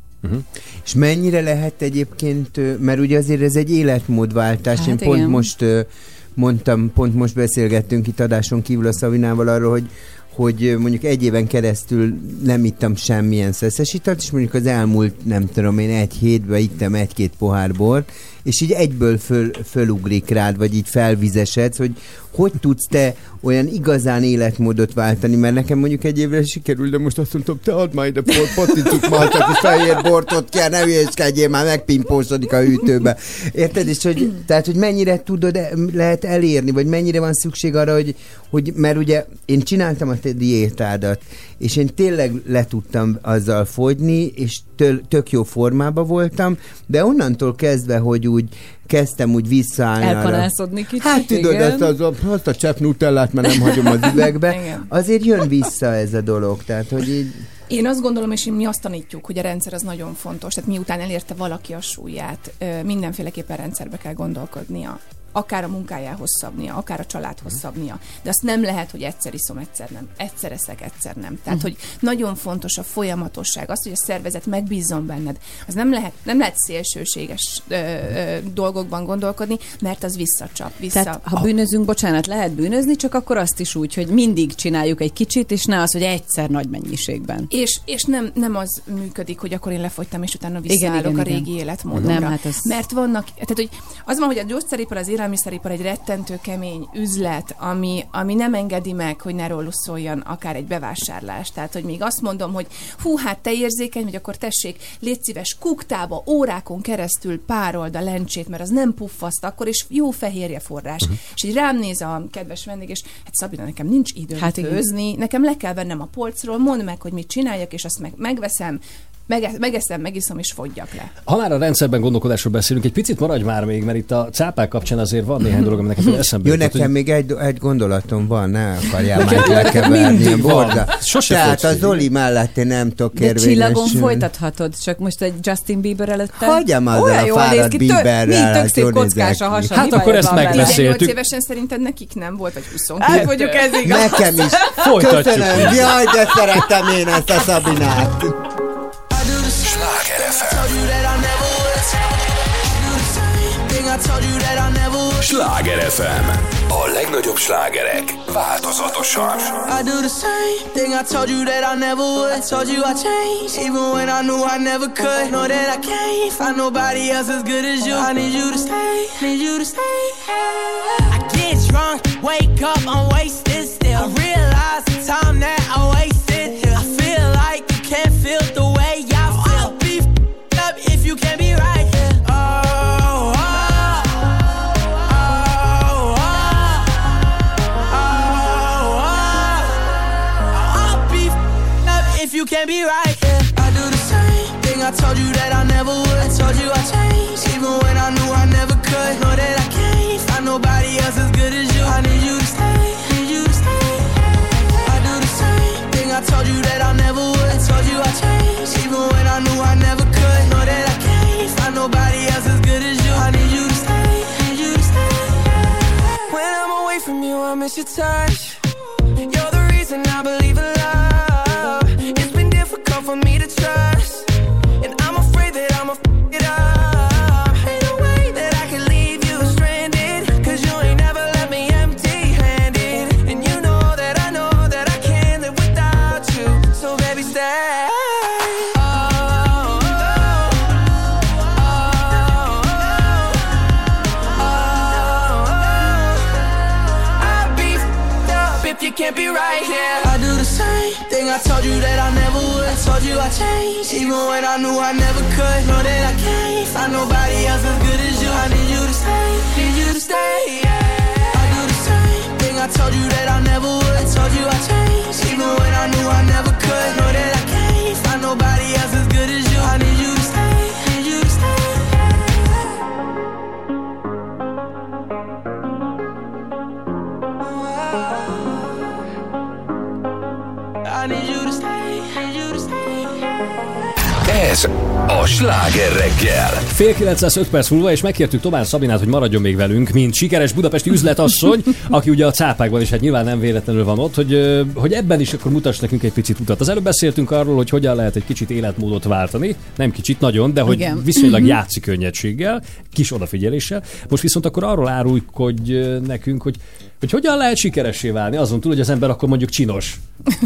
És mennyire lehet egyébként, mert ugye azért ez egy életmódváltás, hát én pont most mondtam, pont most beszélgettünk itt adáson kívül a Szavinával arról, hogy mondjuk egy éven keresztül nem ittam semmilyen szeszes italt, és mondjuk az elmúlt, nem tudom én, egy hétben ittam 1-2 pohár bort, és így egyből fölugrik rád, vagy így felvizesedsz, hogy tudsz te olyan igazán életmódot váltani, mert nekem mondjuk egy évre sikerül, de most azt mondtam, te add már ide paticuk maltak, és fehér bortot kell, ne hülyéskedjél, már megpimpósodik a hűtőbe. Érted? És tehát, hogy mennyire lehet elérni, vagy mennyire van szükség arra, hogy mert ugye én csináltam a te diétádat, és én tényleg le tudtam azzal fogyni, és tök jó formában voltam, de onnantól kezdve, hogy úgy kezdtem úgy visszaállni. Elkanászodni kicsit, hát tudod, azt a csepp nutellát, mert nem hagyom az üvegbe. Azért jön vissza ez a dolog, tehát hogy így... Én azt gondolom, és mi azt tanítjuk, hogy a rendszer az nagyon fontos. Tehát miután elérte valaki a súlyát, mindenféleképpen rendszerbe kell gondolkodnia. Akár a munkájához szabnia, akár a családhoz szabnia. De azt nem lehet, hogy egyszer iszom, egyszer nem. Egyszer eszek, egyszer nem. Tehát, hogy nagyon fontos a folyamatosság. Az, hogy a szervezet megbízzon benned. Az nem lehet szélsőséges dolgokban gondolkodni, mert az visszacsap. Tehát, ha bűnözünk, bocsánat, lehet bűnözni, csak akkor azt is úgy, hogy mindig csináljuk egy kicsit, és ne az, hogy egyszer nagy mennyiségben. És nem az működik, hogy akkor én lefogytam, és utána visszaállok a régi életmódomra. Nem, hát az... Mert vannak, tehát, hogy az van, hogy a gyógyszeripar, az élelmiszeripar egy rettentő kemény üzlet, ami nem engedi meg, hogy ne róluk szóljon akár egy bevásárlás. Tehát, hogy még azt mondom, hogy hát te érzékeny, vagy akkor tessék, légy szíves, kuktába órákon keresztül párold a lencsét, mert az nem puffaszt akkor, és jó fehérje forrás. És így rám néz a kedves vendég, és hát Szabina, nekem nincs időm főzni, nekem le kell vennem a polcról, mondd meg, hogy mit csináljak, és azt megveszem, megiszom és fogyjak le. Ha már a rendszerben gondolkodásról beszélünk, egy picit maradj már még, mert itt a cápák kapcsán azért van néhány dolog, ami nekem eszembe jutott. Nekem még egy gondolatom van, ne akarjál már lekeverni a borda. Tehát a Zoli mellett én nem tudok érvényesülni. De Csillagon folytathatod, csak most egy Justin Bieber előtte. Hagyjam azzal a fáradt Bieberrel. Tök szép kockás a hasa. Hát akkor ezt megbeszéltük. 18 évesen szerinted nekik nem volt, vagy 22? Mondjuk ez igaz. Nekem is. Köszönöm. Jaj, de szeretem én ezt a Szabinát. Sláger FM. A legnagyobb slágerek változatosan. I do the same thing I told you that I never would. I told you I changed, even when I knew I never could. Know that I can't find nobody else as good as you. I need you to stay, need you to stay. I get drunk, wake up, I'm wasted still. I realize the time that I wasted here. I feel like you can't feel the way I feel. I'll be up if you can't be right here. You can't be right, yeah. I do the same thing I told you that I never would. I told you I changed, even when I knew I never could. Know that I can't find nobody else as good as you. I need you to stay, need you to stay. I do the same thing I told you that I never would. I told you I changed, even when I knew I never could. Know that I can't find nobody else as good as you. I need you to stay, need you to stay. When I'm away from you, I miss your touch. You're the reason I believe in love. For me to trust, and I'm afraid that I'ma f*** it up. Ain't no way that I can leave you stranded, cause you ain't never left me empty-handed. And you know that I can't live without you. So baby stay. I'll be f***ed up if you can't be right here. I do the same thing I told you that I never would. I told you I changed, even when I knew I never could. Know that I can't find nobody else as good as you. I need you to stay, need you to stay, yeah. I do the same thing I told you that I never would. I told you I changed, even when I knew I never could. Know that I can't find nobody else as good as you. I need you to stay, need you to stay. I need you to stay, need you to stay. Ez a Sláger reggel. Fél 905 perc múlva, és megkértük Tomás Szabinát, hogy maradjon még velünk, mint sikeres budapesti üzletasszony, aki ugye a cápákban is, hát nyilván nem véletlenül van ott, hogy ebben is akkor mutass nekünk egy picit utat. Az előbb beszéltünk arról, hogy hogyan lehet egy kicsit életmódot váltani, nem kicsit, nagyon, de hogy igen, viszonylag játszik könnyedséggel, kis odafigyeléssel. Most viszont akkor arról árulkodj nekünk, hogy hogyan lehet sikeressé válni, azon túl, hogy az ember akkor mondjuk csinos.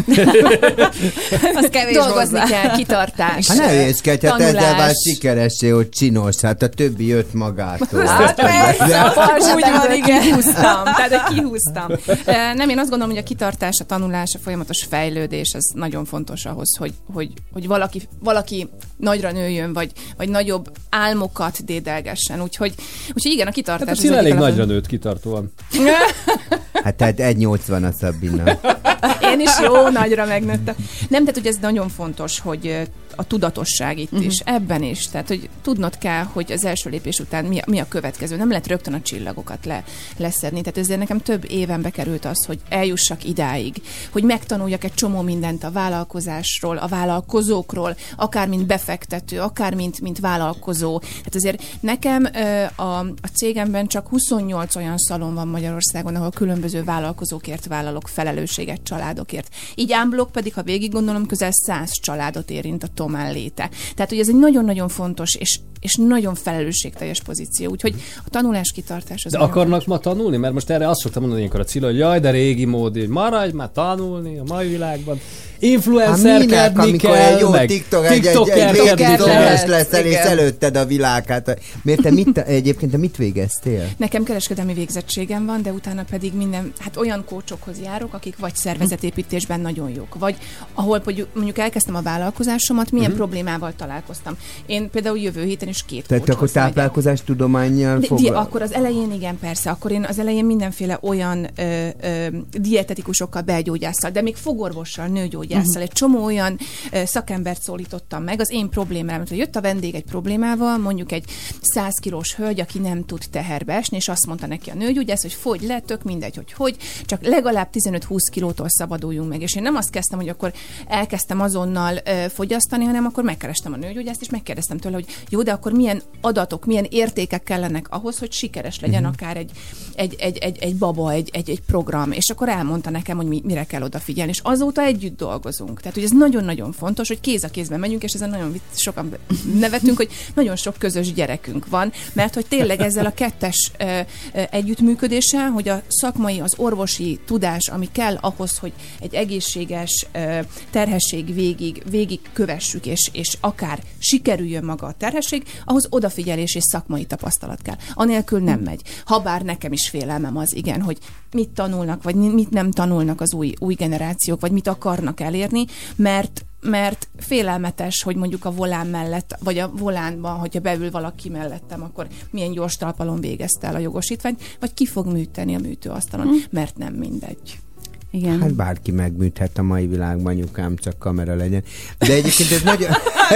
Az kevés dolgozni kell, kitartás. Hát ne hülyéskedj, hát ezzel vált sikeressé, hogy csinos, hát a többi jött magától. Hát persze, a úgy van, igen. Kihúztam. Nem, én azt gondolom, hogy a kitartás, a tanulás, a folyamatos fejlődés, ez nagyon fontos ahhoz, hogy valaki nagyra nőjön, vagy nagyobb álmokat dédelgessen. Úgyhogy igen, a kitartás. Hát a Cilla elég nagyra nőtt kitartóan. Hát tehát 1,80 a Szabina. Én is jó nagyra megnőttem. Nem, tehát hogy ez nagyon fontos, hogy a tudatosság itt is, ebben is. Tehát, hogy tudnod kell, hogy az első lépés után mi a következő. Nem lehet rögtön a csillagokat leszedni. Tehát ezért nekem több évenbe került az, hogy eljussak idáig, hogy megtanuljak egy csomó mindent a vállalkozásról, a vállalkozókról, akár mint befektető, akár mint vállalkozó. Tehát azért nekem a cégemben csak 28 olyan szalon van Magyarországon, ahol különböző vállalkozókért vállalok felelősséget, családokért. Így ámblok pedig, ha végig gondolom, közel 100 családot érint a Tomán léte. Tehát, hogy ez egy nagyon-nagyon fontos és nagyon felelősségteljes pozíció. Úgyhogy a tanulás, kitartás az. De akarnak ma tanulni? Mert most erre azt szoktam mondani ilyenkor a Cilla, hogy jaj, de régi mód, maradj már tanulni a mai világban. Influencerkedni kell, jó TikTokeres leszel, és előtted a világát. Miért egyébként te mit végeztél? Nekem kereskedelmi végzettségem van, de utána pedig olyan coachokhoz járok, akik vagy szervezetépítésben nagyon jók, vagy ahol mondjuk elkezdtem a vállalkozásomat, milyen problémával találkoztam. Én például jövő héten héten, és 2 Tehát akkor táplálkozás tudománnyal akkor az elején igen, persze. Akkor én az elején mindenféle olyan dietetikusokkal, belgyógyásszal, de még fogorvossal, nőgyógyásszal, egy csomó olyan szakembert szólítottam meg az én problémám. Jött a vendég egy problémával, mondjuk egy 100 kilós hölgy, aki nem tud teherbe esni, és azt mondta neki a nőgyógyász, hogy fogy le, tök mindegy, hogy, csak legalább 15-20 kilótól szabaduljunk meg. És én nem azt kezdtem, hogy akkor elkezdtem azonnal fogyasztani, hanem akkor megkerestem a nőgyógyászt, és megkérdeztem tőle, hogy jó, de akkor milyen adatok, milyen értékek kellenek ahhoz, hogy sikeres legyen akár egy baba, egy program. És akkor elmondta nekem, hogy mire kell odafigyelni. És azóta együtt dolgozunk. Tehát, hogy ez nagyon-nagyon fontos, hogy kéz a kézben megyünk, és ezen nagyon sokan nevetünk, hogy nagyon sok közös gyerekünk van, mert hogy tényleg ezzel a kettes együttműködéssel, hogy a szakmai, az orvosi tudás, ami kell ahhoz, hogy egy egészséges terhesség végig kövessük, és akár sikerüljön maga a terhesség, ahhoz odafigyelés és szakmai tapasztalat kell. Anélkül nem megy. Habár nekem is félelmem az, igen, hogy mit tanulnak, vagy mit nem tanulnak az új generációk, vagy mit akarnak elérni, mert félelmetes, hogy mondjuk a volán mellett, vagy a volánban, hogyha beül valaki mellettem, akkor milyen gyors talpalon végezte el a jogosítványt, vagy ki fog műteni a műtőasztalon, mert nem mindegy. Igen. Hát bárki megműthet a mai világban, anyukám, csak kamera legyen. De egyébként ez nagyon...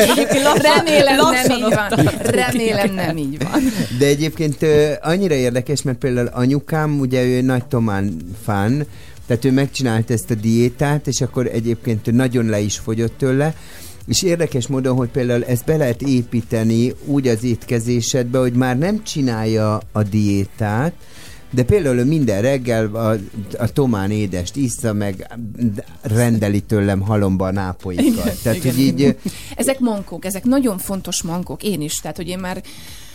Remélem nem így van. De egyébként annyira érdekes, mert például anyukám, ugye ő nagy Tomán fan, tehát ő megcsinálta ezt a diétát, és akkor egyébként ő nagyon le is fogyott tőle, és érdekes módon, hogy például ezt be lehet építeni úgy az étkezésedbe, hogy már nem csinálja a diétát, de például minden reggel a Tomán édest issza, meg rendeli tőlem halomba a nápoikat. Tehát, igen. hogy így... Ezek mankók, ezek nagyon fontos mankók, én is. Tehát, hogy én már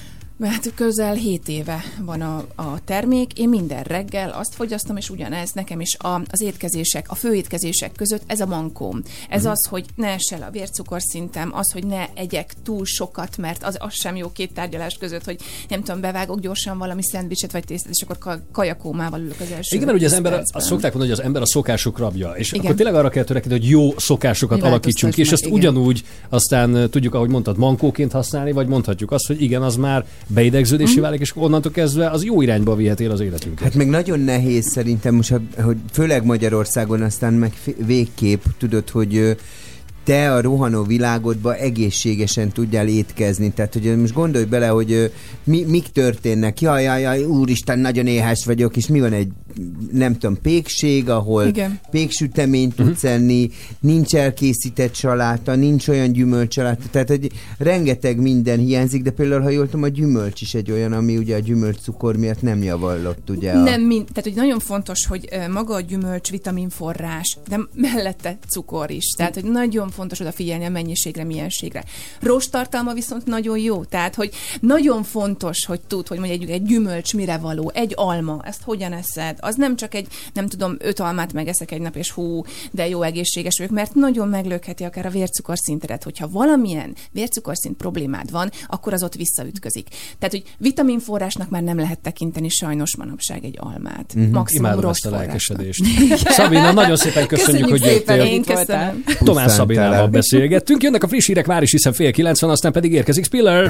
közel 7 éve van a termék, én minden reggel azt fogyasztom, és ugyanez nekem is az étkezések, a főétkezések között ez a mankóm. Ez az, hogy ne essel a vércukorszintem, az, hogy ne egyek túl sokat, mert az sem jó két tárgyalás között, hogy nem tudom, bevágok gyorsan valami szendvicset vagy tésztát, és akkor kajakómával ülök az első. Igen, mert ugye az ember, azt szokták mondani, hogy az ember a szokások rabja, és igen. Akkor tényleg arra kell törekedni, hogy jó szokásokat alakítsunk ki, és ezt ugyanúgy aztán tudjuk, ahogy mondtad, mankóként használni, vagy mondhatjuk azt, hogy igen, az már beidegződésé válik, és onnantól kezdve az jó irányba vihetél az életünket. Hát meg nagyon nehéz szerintem most, hogy főleg Magyarországon aztán meg végképp tudod, hogy te a rohanó világodba egészségesen tudjál étkezni. Tehát, hogy most gondolj bele, hogy mik történnek. Jaj, úristen, nagyon éhes vagyok, és mi van egy, nem tudom, pékség, ahol igen. Péksüteményt tudsz enni, nincs elkészített saláta, nincs olyan gyümölcsaláta, tehát hogy rengeteg minden hiányzik, de például, ha jól tudom, a gyümölcs is egy olyan, ami ugye a gyümölcscukor miatt nem javallott, ugye? Tehát, hogy nagyon fontos, hogy maga a gyümölcs vitaminforrás, de mellette cukor is. Tehát, hogy nagyon fontos odafigyelni a mennyiségre, mienségre. Rosttartalma viszont nagyon jó, tehát, hogy nagyon fontos, hogy tudd, hogy mondjuk egy gyümölcs mire való, egy alma, ezt hogyan eszed. Az nem csak egy, nem tudom, 5 almát megeszek egy nap, és de jó egészséges vagyok, mert nagyon meglökheti akár a vércukorszintedet, hogyha valamilyen vércukorszint problémád van, akkor az ott visszaütközik. Tehát, hogy vitaminforrásnak már nem lehet tekinteni sajnos manapság egy almát. Maximum rossz a lelkesedést. Szabina, nagyon szépen köszönjük, hogy jöttél. Én köszönöm. Tomás Szabinával beszélgettünk. Jönnek a friss hírek már is, hiszen 8:90, aztán pedig érkezik Spiller.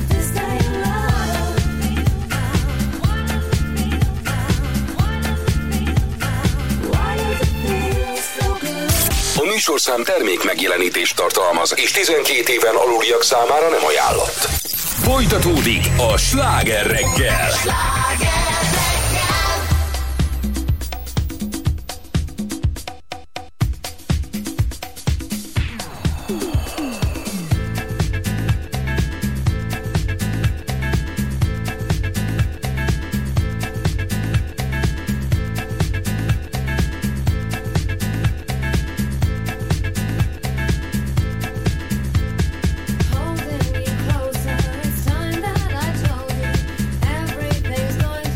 A műsorszám termék megjelenítést tartalmaz, és 12 éven aluliak számára nem ajánlott. Folytatódik a Sláger reggel. Holding you closer, it's time that I told you everything's going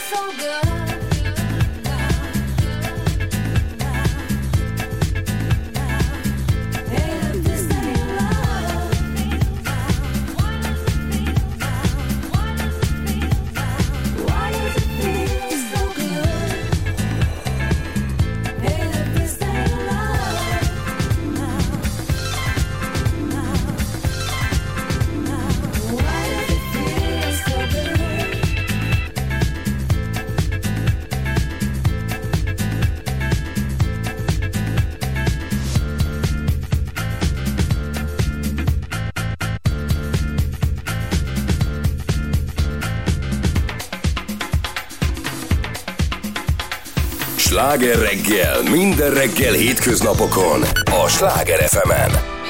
so good. Sláger reggel, minden reggel hétköznapokon a Sláger FM-en.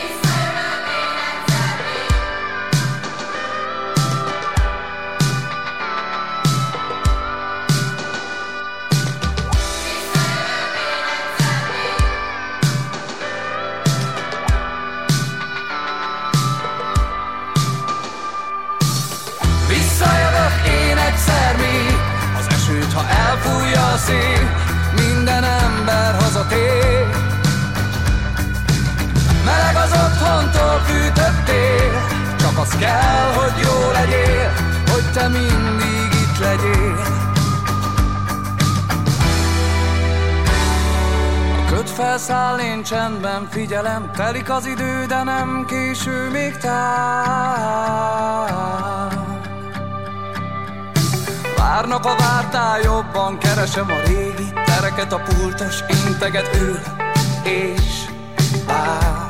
Visszajövök én egyszer még, az esőt, ha elfújja a szél, minden ember hazatér. Meleg az otthontól fűtöttél, csak az kell, hogy jó legyél, hogy te mindig itt legyél. A köt felszáll, én csendben figyelem, telik az idő, de nem késő még tár. Várnak a vártál, jobban keresem a régi tereket, a pultos integet ül és vár.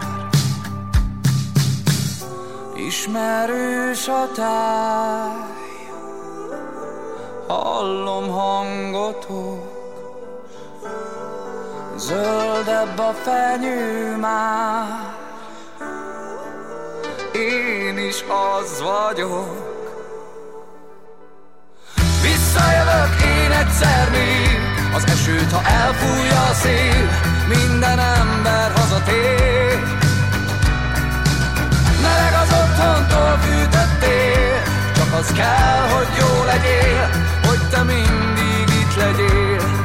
Ismerős a táj, hallom hangotok, zöldebb a fenyő már, én is az vagyok. Visszajövök én egyszer még, az esőt, ha elfújja a szél, minden ember hazatér. Meleg az otthontól fűtöttél, csak az kell, hogy jó legyél, hogy te mindig itt legyél.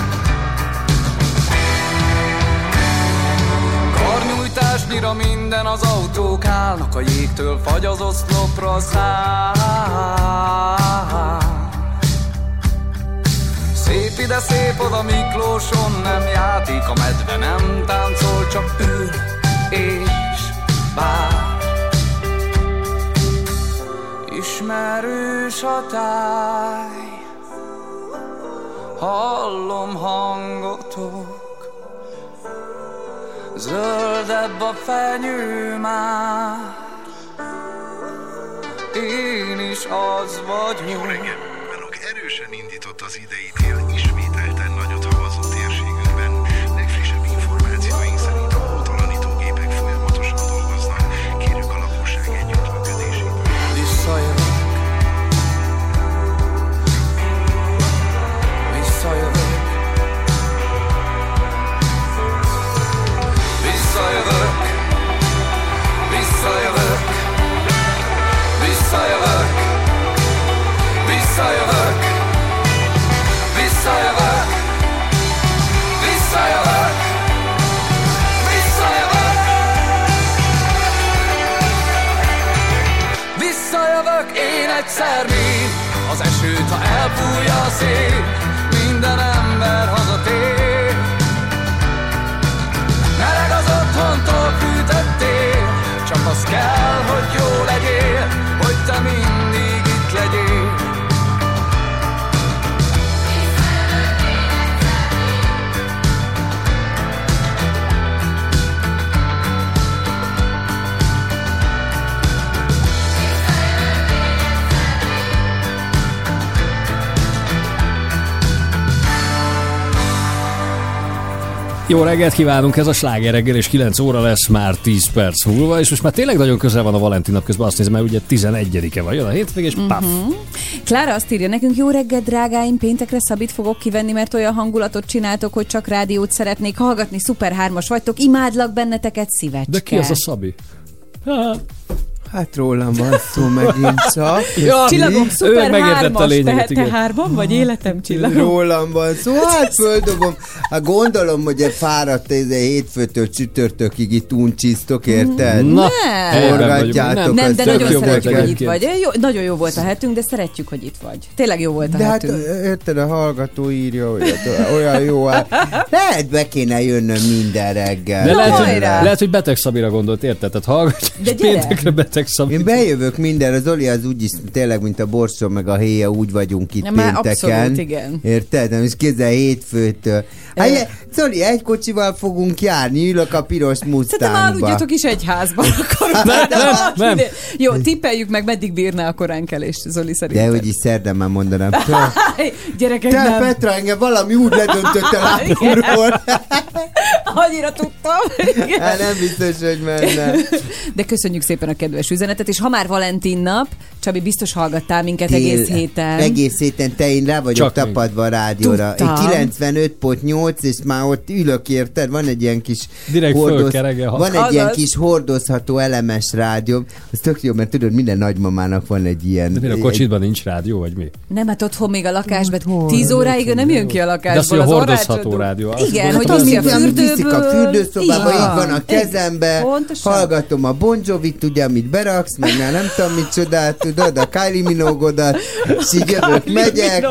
Karnyújtásnyira minden az autók állnak, a jégtől fagy az oszlopra száll. Szép ide, szép oda, Miklóson nem játék, a medve nem táncol, csak ül és vár. Ismerős a táj, hallom hangotok, zöldebb a fenyő már, én is az vagyok. Jó reggel! Manok erősen indított az idei tél, ismételten nagyot havazó térségünkben. Legfrissebb információink szerint a hótalanítógépek folyamatosan dolgoznak. Kérjük a lakosság együttműködését. Visszajövök. Visszajövök. Visszajövök. Visszajövök. Visszajövök. Visszajövök. Visszajövök. Visszajövök. Visszajövök. Visszajövök én egyszer még, az esőt, ha elfújja a szél, minden ember hazatér. Meleg az otthontól fűtöttél, csak az kell, hogy jó legyél, hogy te mindig itt legyél. Jó reggelt kívánunk, ez a Sláger reggel, és 9 óra lesz már 10 perc múlva, és most már tényleg nagyon közel van a Valentin nap, közben azt nézem, mert ugye 11-e van, jön a hétvég, és paf. Klára azt írja nekünk, jó reggelt drágáim, péntekre Szabit fogok kivenni, mert olyan hangulatot csináltok, hogy csak rádiót szeretnék hallgatni, szuper hármas vagytok, imádlak benneteket, szívecske. De ki az a Szabi? Hát rólam van szó megint csak. Csillagom, szuper megértette a 3-as, lényeget, te igen. 3-ban vagy életem csillagom? Rólam van szó, hát földobom. Hát gondolom, hogy egy fáradt hétfőtől csütörtökig itt uncsiztok, érted? Na, forgatjátok. Nem, de tök nagyon jó szeretjük, volt hogy itt vagy. Nagyon jó volt a hetünk, de szeretjük, hogy itt vagy. Tényleg jó volt a de hetünk. hát érted, a hallgató írja, olyan jó. Lehet be kéne jönnöm minden reggel. De lehet, hogy Beteg Szabira gondolt, érted? Tehát hallgatj, és péntekre Beteg Szabira. Én bejövök mindenre, az Oli az úgyis tényleg, mint a Borsom meg a héja, úgy vagyunk itt pénteken. Abszolút, igen. Érted? Nem is kézzel hétfőtől. Hát, Zoli, egy kocsival fogunk járni, ülök a piros Mustangba. Szerintem aludjatok is egy házban. Nem. Jó, tippeljük meg, meddig bírná a koránkelés, Zoli szerintem. De hogy is szerdán már mondanám. Gyerekek, te, nem. Petra, engem valami úgy ledöntött el lábúról. Annyira tudtam. Hát nem biztos, hogy menne. De köszönjük szépen a kedves üzenetet, és ha már Valentin nap, Csabi, biztos hallgattál minket egész héten. Egész héten, te én rá vagyok Csak tapadva a rádióra. Tudtam. 95.8, és már ott ülök, érted? Van egy ilyen kis van egy ilyen kis hordozható elemes rádió. Az tök jó, mert tudod, minden nagymamának van egy ilyen... De a kocsitban nincs rádió, vagy mi? Nem, hát otthon még a lakásban 10 óráig ő nem jön ki a lakásból. De azt, hogy a hordozható rádió. Igen, hogy viszi a fürdőből. A fürdőszobába, így van a kezembe, hallgatom a Bon Jovit, ugye, amit beraksz, meg már nem tudom, mit csodát, tudod, a Kylie Minogue-odat, és így jövök, megyek,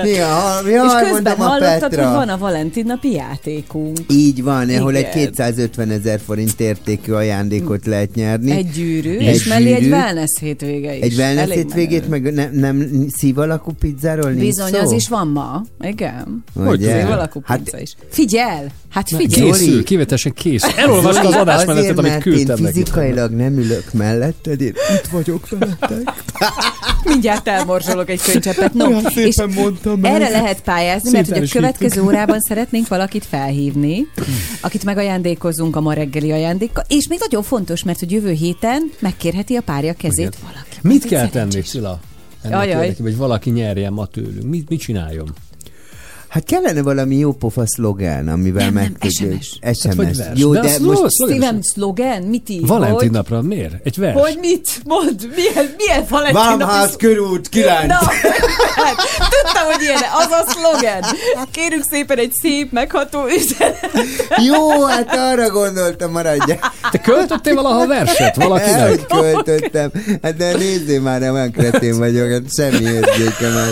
és közben hallottad, hogy van a Valentin napi játékunk. Így van, ahol egy 250 000 forint értékű ajándékot lehet nyerni. Egy gyűrű, és mellé egy wellness hétvége is. Egy wellness hétvégét, meg nem szív alakú pizzáról nincs bizony, szó? az is van ma. Igen. Ugye? Szív alakú pizza is. Figyel! Hát figyelj! Készül, kivetesen készül. Elolvasta az adásmenetet, amit küldtem neki. Én fizikailag nem ülök melletted, én itt vagyok veletek. Mindjárt elmorzsolok egy könycseppet. No, és erre lehet pályázni, mert hogy a következő órában szeretnénk valakit felhívni, akit megajándékozunk a ma reggeli ajándékkal, és még nagyon fontos, mert hogy jövő héten megkérheti a párja kezét valaki. Mit kell tenni, Szila? Vagy valaki nyerjen ma tőlünk. Mit csináljon? Hát kellene valami jó pofa szlogán, amivel megtudjuk. SMS. Jó, de most szívem szlogen? Mit így? Valentin napra miért? Egy vers? Hogy mit? Mondd, milyen Valentin nap? Vámház körút 9. Na, hát, tudtam, hogy ilyen, az a szlogen. Kérünk szépen egy szép, megható üzenet. Jó, hát arra gondoltam, maradjál. Te költöttél valaha verset valakinek? Költöttem. Hát de nézzél már, nem olyan kretén vagyok, hát semmi érzékemet.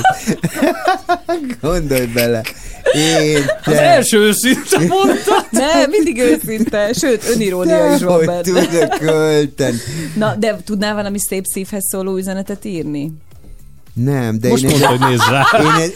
Gondolj bele. Az első őszinte mondta. Nem, mindig őszinte. Sőt, önirónia is van benne. Tudok költeni. Na, de tudnál valami szép szívhez szóló üzenetet írni? Nem, de most mondta, hogy nézd rá.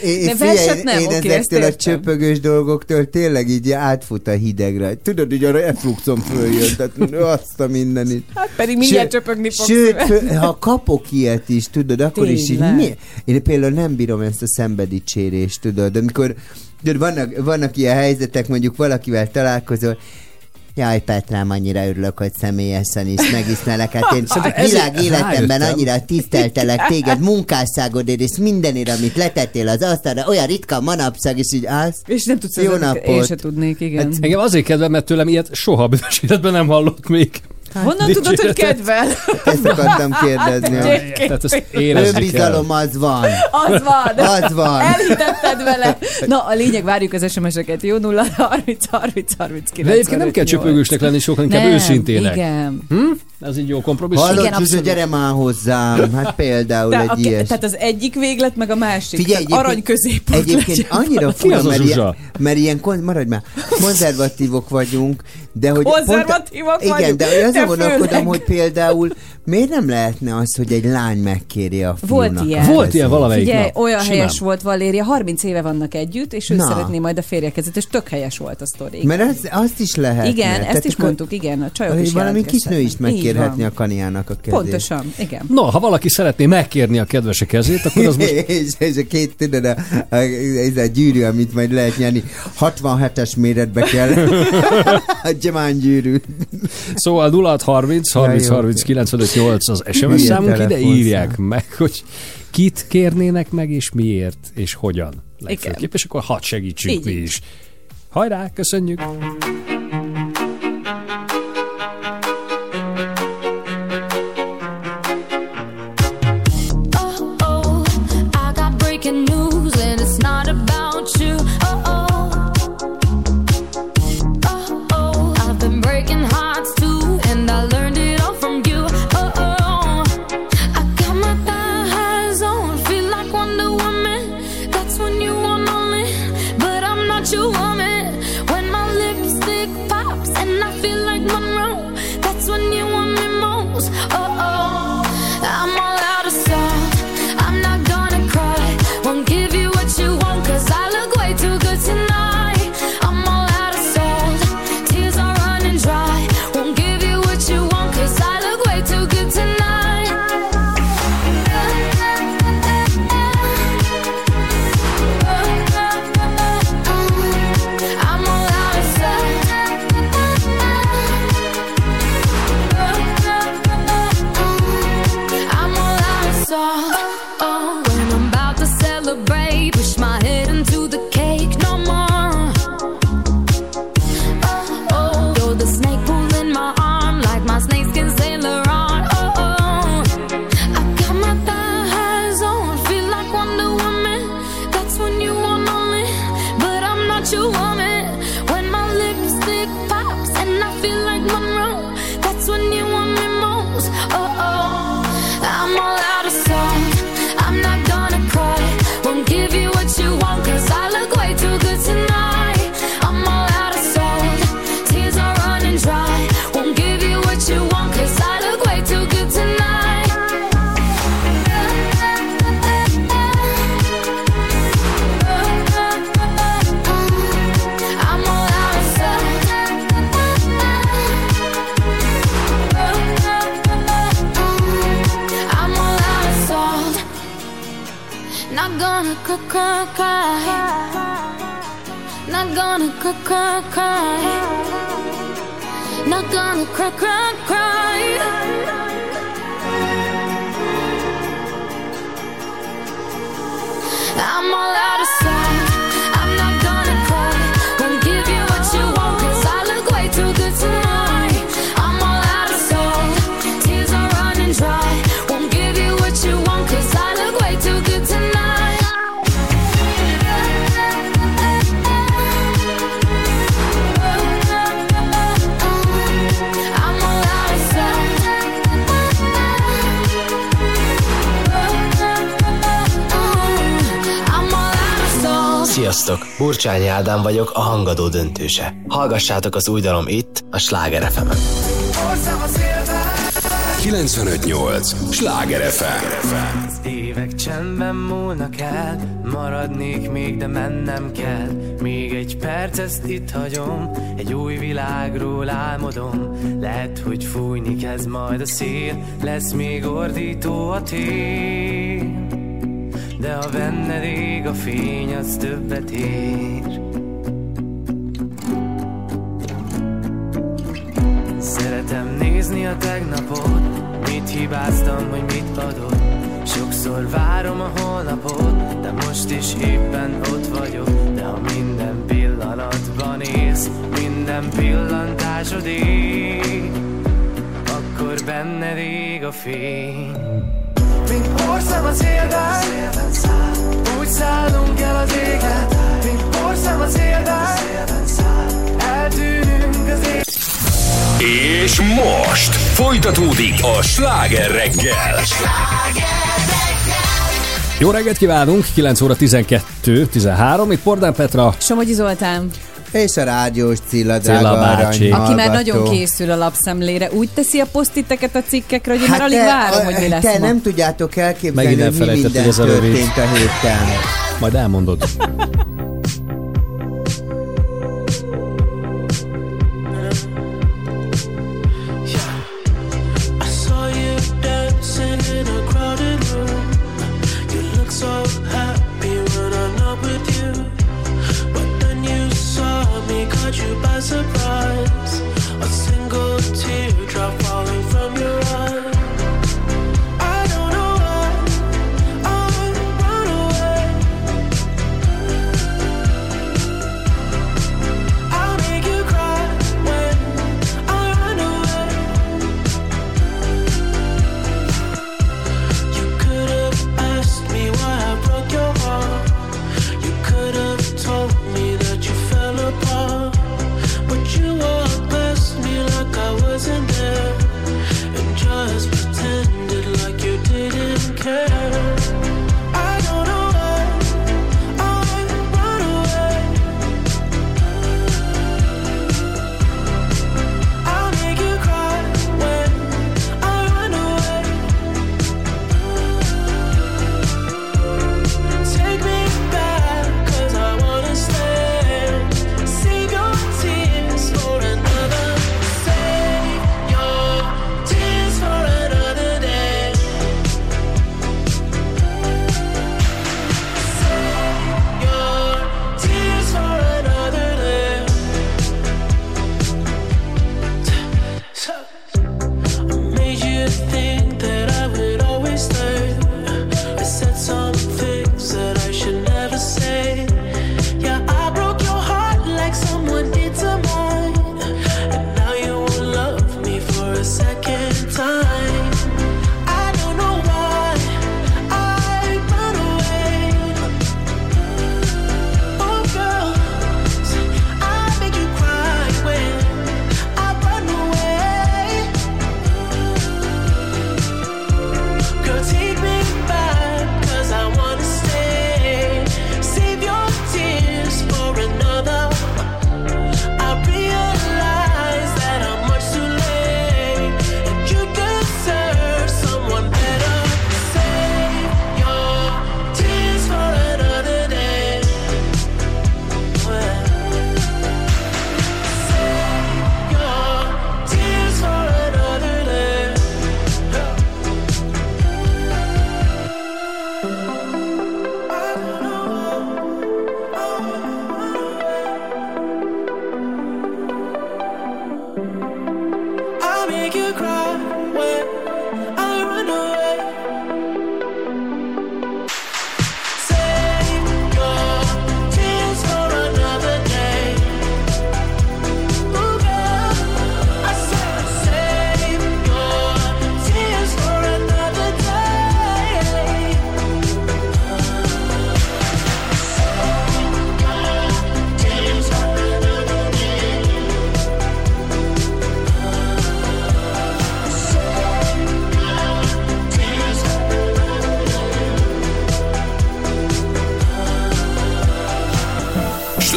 Én ezektől a csöpögös dolgoktól tényleg így átfut a hidegre. Tudod, hogy a refluxom följön, tehát azt a mindenit. Hát pedig mindjárt csöpögni fogsz. Sőt, ha kapok ilyet is, tudod, akkor tényleg is így én például nem bírom ezt a szenvedicsérést, tudod, amikor vannak ilyen helyzetek, mondjuk valakivel találkozol, jaj, Petrám, annyira örülök, hogy személyesen is megismerlek. Hát én világ életemben annyira tiszteltelek téged, munkásságodért és mindenért, amit letettél az asztalra, olyan ritka manapság, és így állsz. És nem tudsz, jó napot. Én se tudnék, igen. Hát, engem azért kedve, mert tőlem ilyet soha büdös életben nem hallott még. Honnan tudod, hogy kedvel? Ezt akartam kérdezni. Tehát ezt önbizalom az van. Az van. Elhitetted vele. Na, a lényeg, várjuk az SMS-eket. Jó, 0 30 30 39. De egyébként nem kell csöpögősnek lenni, sokan inkább őszintének. Igen. Ez így jó kompromisszum. Hallott, hogy gyere már hozzám. Hát például egy ilyes. Tehát az egyik véglet, meg a másik. Figyelj, arany középpont. Egyébként annyira fura, mert ilyen, maradj már, konzervatívok vagyunk, de hogy... Konzervatívok vagyunk? Igen, de azon gondolkodom, hogy például miért nem lehetne az, hogy egy lány megkéri a fiúnak? Volt ilyen valamelyik Figyelj, nap. olyan helyes volt Valéria, 30 éve vannak együtt, és ő szeretné majd a férje kezét, és tök helyes volt a sztori. Mert azt is lehetne. Igen, ezt is mondtuk, igen, a csajok is valami kis nő is megkérhetni a kaniának a kezét. Pontosan, igen. No, ha valaki szeretné megkérni a kedvese kezét, akkor az most... és a két, tudod, ez a gyűrű, amit majd lehet nyerni, 67-es méretbe kell. A gyemánygyűrű. Szóval 0630 30 30 95 8 az SMS számunk, ide írják meg, hogy kit kérnének meg, és miért, és hogyan. Legfőképp, és akkor hadd segítsünk mi is. Hajrá, köszönjük! too good tonight. I'm all out of salt, tears are running dry. Won't give you what you want, 'cause I look way too good tonight. I'm all out of salt. I'm all out of salt. When I'm about to celebrate, push my head into the cake no more. You're the snake pulling my arm like my snakeskin sailor on. I got my thighs on, feel like Wonder Woman. That's when you want me, but I'm not your woman. When my lipstick pops and I feel like Monroe, that's when you want me most. I'm all out of salt. I'm not gonna cry, won't give you what you want, 'cause I look way too good tonight. I'm all out of salt, tears are running dry. Won't give you what you want, 'cause I look way too good tonight. I'm all out of salt. I'm all out of salt. Not gonna cry. Not gonna cry. Not gonna cry. I'm all out of salt. I'm not gonna cry. Won't give you what you want, 'cause I look way too good tonight. I'm all out of salt. Tears are running dry. Won't give you what you want, 'cause I look way too good tonight. I'm all out of salt. I'm all out of salt. Sziasztok! Burcsányi Ádám vagyok, a Hangadó döntőse. Hallgassátok az új dalom itt, a Sláger FM-en. 95.8 Sláger FM. Az évek csendben múlnak el, maradnék még, de mennem kell. Még egy perc, ezt itt hagyom, egy új világról álmodom. Lehet, hogy fújni kezd majd a szél, lesz még ordító a tél. De ha benned ég a fény, az többet ér. Szeretem nézni a tegnapot, mit hibáztam, hogy mit adott. Sokszor várom a holnapot, de most is éppen ott vagyok. De ha minden pillanatban élsz, minden pillantásod ég, akkor benned ég a fény. Mint porszem az élben, úgy szállunk el az égen. Mint porszem az élben, eltűnünk az égen. És most folytatódik a Sláger reggel. Jó reggelt kívánunk, 9 óra 12-13, itt Pordán Petra, Somogyi Zoltán és a rádiós Cilla bácsi, aki már nagyon készül a lapszemlére. Úgy teszi a posztiteket a cikkekre, hogy én már alig várom, hogy mi lesz te ma. nem tudjátok elképzelni, Megint hogy mi minden hogy ez történt a héten. Majd elmondod. Surprise, a single teardrop falling from your eye. I don't know why I run away.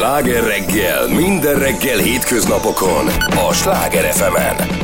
Sláger reggel, minden reggel hétköznapokon a Sláger FM-en.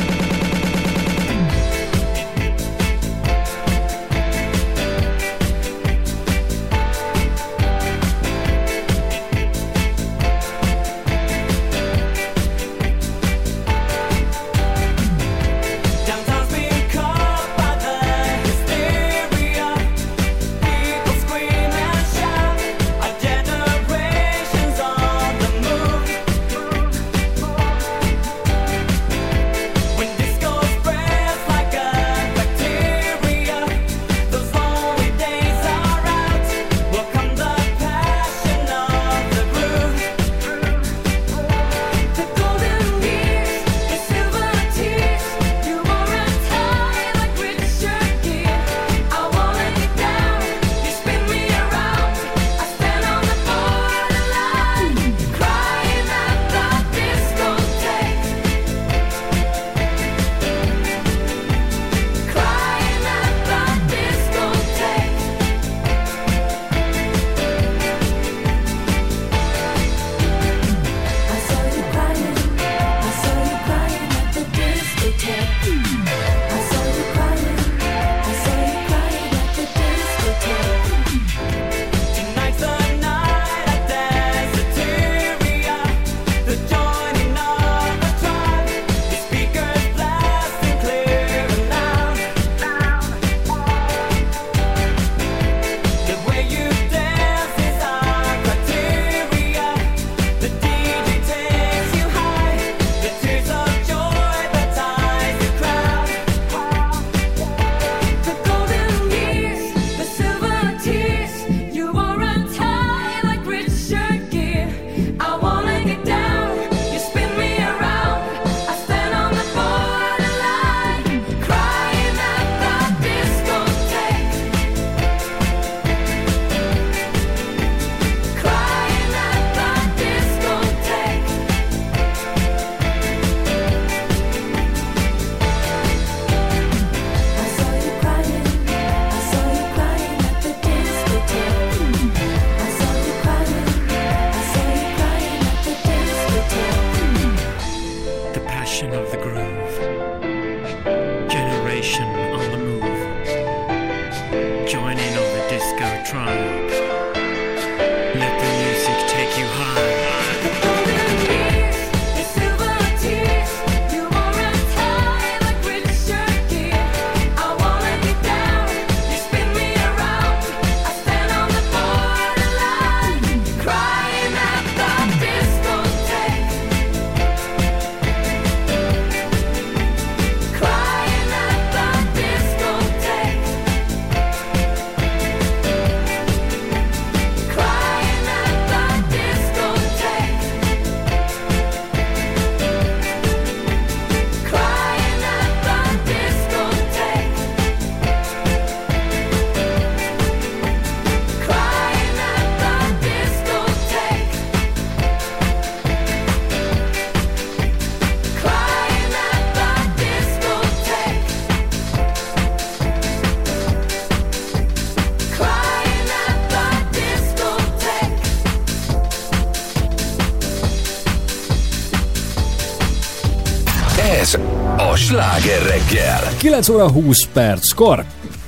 Ez a Sláger reggel. 9 óra 20 perckor.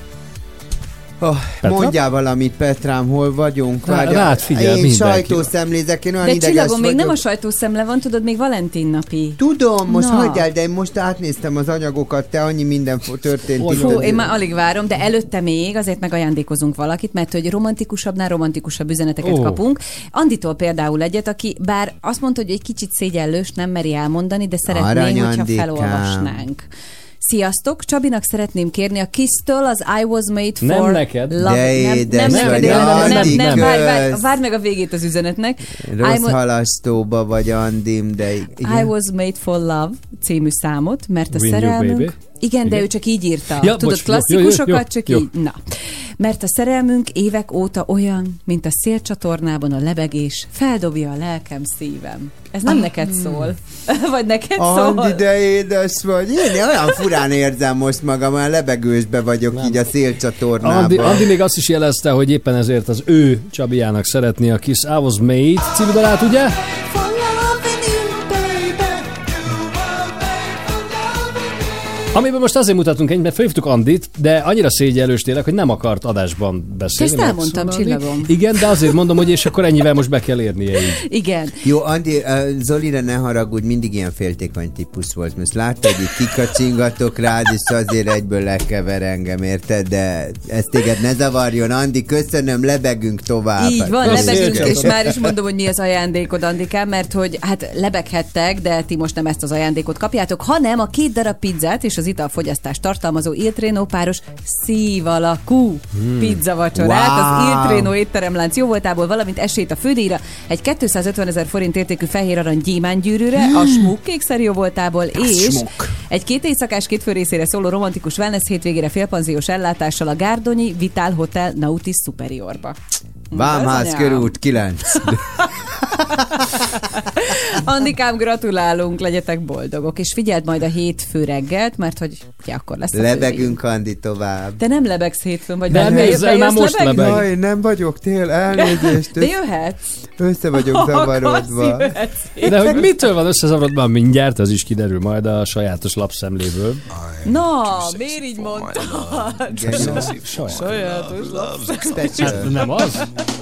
Mondjál valamit, Petrám, hol vagyunk? Rád figyel én mindenki. Sajtószemlézek, én olyan de ideges Csillagom, még vagyok. nem a sajtószemle van, tudod, még Valentin napi. Tudom, most Na. hagyjál, de én most átnéztem az anyagokat, te annyi minden történt. Fú, én már alig várom, de előtte még azért megajándékozunk valakit, mert hogy romantikusabbnál romantikusabb üzeneteket kapunk. Anditól például egyet, aki bár azt mondta, hogy egy kicsit szégyellős, nem meri elmondani, de szeretné, hogyha felolvasnánk. Sziasztok! Csabinak szeretném kérni a Kiss-től az I Was Made For Nem neked. Love. De édes vagy, nem, várj meg a végét az üzenetnek. Rossz halasztóba vagy, Andim, de igen. I Was Made For Love című számot, mert a Win You, szerelmünk... baby. Igen, de ő csak így írta. Ja, Tudod, bocs, klasszikusokat jó, csak jó. így. Na. Mert a szerelmünk évek óta olyan, mint a szélcsatornában a lebegés, feldobja a lelkem, szívem. Ez nem neked szól. Vagy neked szól? Andi, de édes vagy. Én olyan furán érzem most magam, olyan lebegősbe vagyok így a szélcsatornában. Andi még azt is jelezte, hogy éppen ezért az ő Csabiának szeretné a Kiss I Was Made című dalát, ugye? Amiben most azért mutatunk egyet, mert felhívtuk Andit, de annyira szégyellős tényleg, hogy nem akart adásban beszélni. Ezt elmondtam, csillagom. Igen, de azért mondom, hogy és akkor ennyivel most be kell érnie így. Igen. Jó, Andi, Zolira ne haragudj, mindig ilyen féltékony típus volt. Most láttad, hogy kikacsingatok rád, és azért egyből lekever engem, érted? De ezt téged ne zavarjon, Andi, köszönöm, lebegünk tovább. Így van, lebegünk, és már is mondom, hogy mi az ajándékod, Andikám, mert hogy hát lebeghettek, de ti most nem ezt az ajándékot kapjátok, hanem a 2 darab pizzát és az italfogyasztást tartalmazó Il Treno páros szív alakú pizzavacsorát az Il Treno étteremlánc jóvoltából, valamint esélyt a fődíjra, egy 250 000 forint értékű fehér arany gyémántgyűrűre, a Smuk kékszer jóvoltából, és egy 2 éjszakás 2 fő részére szóló romantikus wellness hétvégére félpanziós ellátással a Gárdonyi Vital Hotel Nautis Superiorba. Vámház körút 9. Andikám, gratulálunk, legyetek boldogok, és figyeld majd a hétfő reggelt, mert hogy akkor lesz a lebegünk, Andi, tovább. De nem lebegsz hétfőn, vagy nem nézzel, már most lebeg. Jaj, nem vagyok elnézést. De jöhetsz. Össze vagyok zavarodva. De hogy mitől van összezavarodva mindjárt, az is kiderül majd a sajátos lapszemléből. Na, miért így mondtad? Sajátos lapszemléből. Nem az?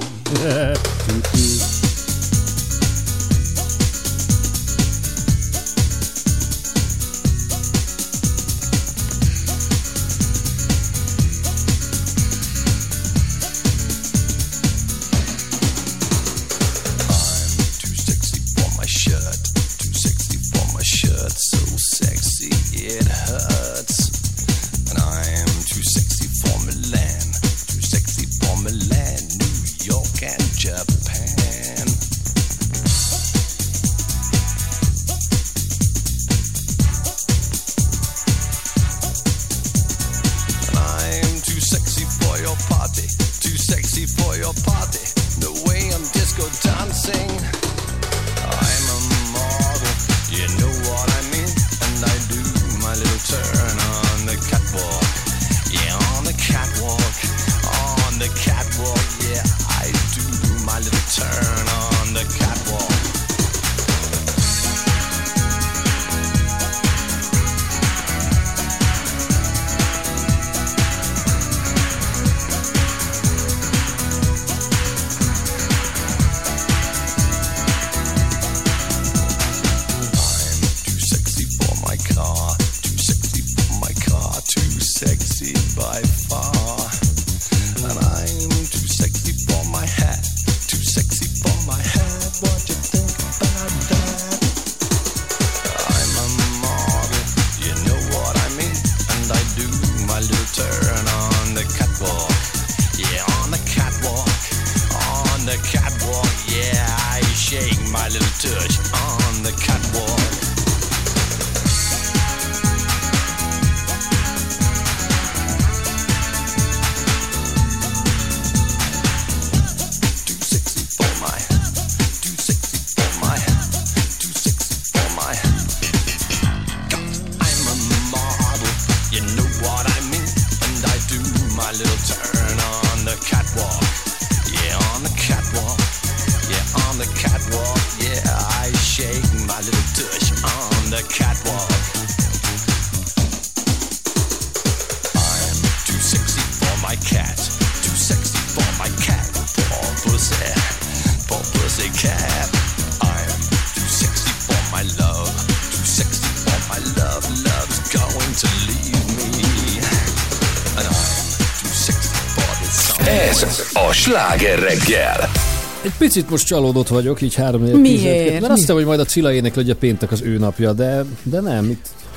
Ez a Sláger reggel. Egy picit most csalódott vagyok, így 3-4. Miért? Mert azt hiszem, hogy majd a Cilla énekel, hogy a péntek az ő napja, de nem. Itt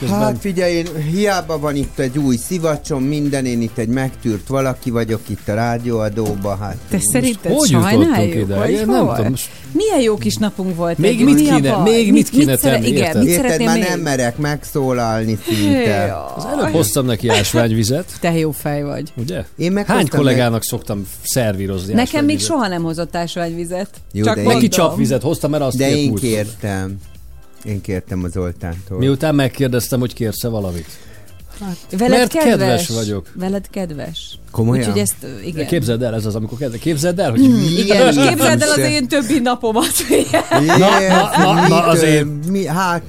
Hát figyelj, én hiába van itt egy új szivacsom, minden, én itt egy megtűrt valaki vagyok itt a rádióadóba. Hát te szerinted hogy sajnáljuk? ide? Vagy Nem hol? tudom. Milyen jó kis napunk volt. Még mit kéne tenni? Igen, mit érted, szeretnél már még? nem merek megszólalni szinte. Az előbb hoztam neki ásványvizet. Te jó fej vagy. Ugye? Én meg hány kollégának szoktam szervírozni nekem még soha nem hozott ásványvizet. Jó, csak neki csapvizet hoztam, mert azt de kért én múltkor. kértem. Én kértem az Zoltántól. Miután megkérdeztem, hogy kérsz-e valamit. Veled mert kedves vagyok. Veled kedves. Komolyan? Úgyhogy ezt, igen. Képzeld el, ez az, amikor képzeld el, hogy... Igen, és képzeld el az én többi napomat. Na, azért... Hát...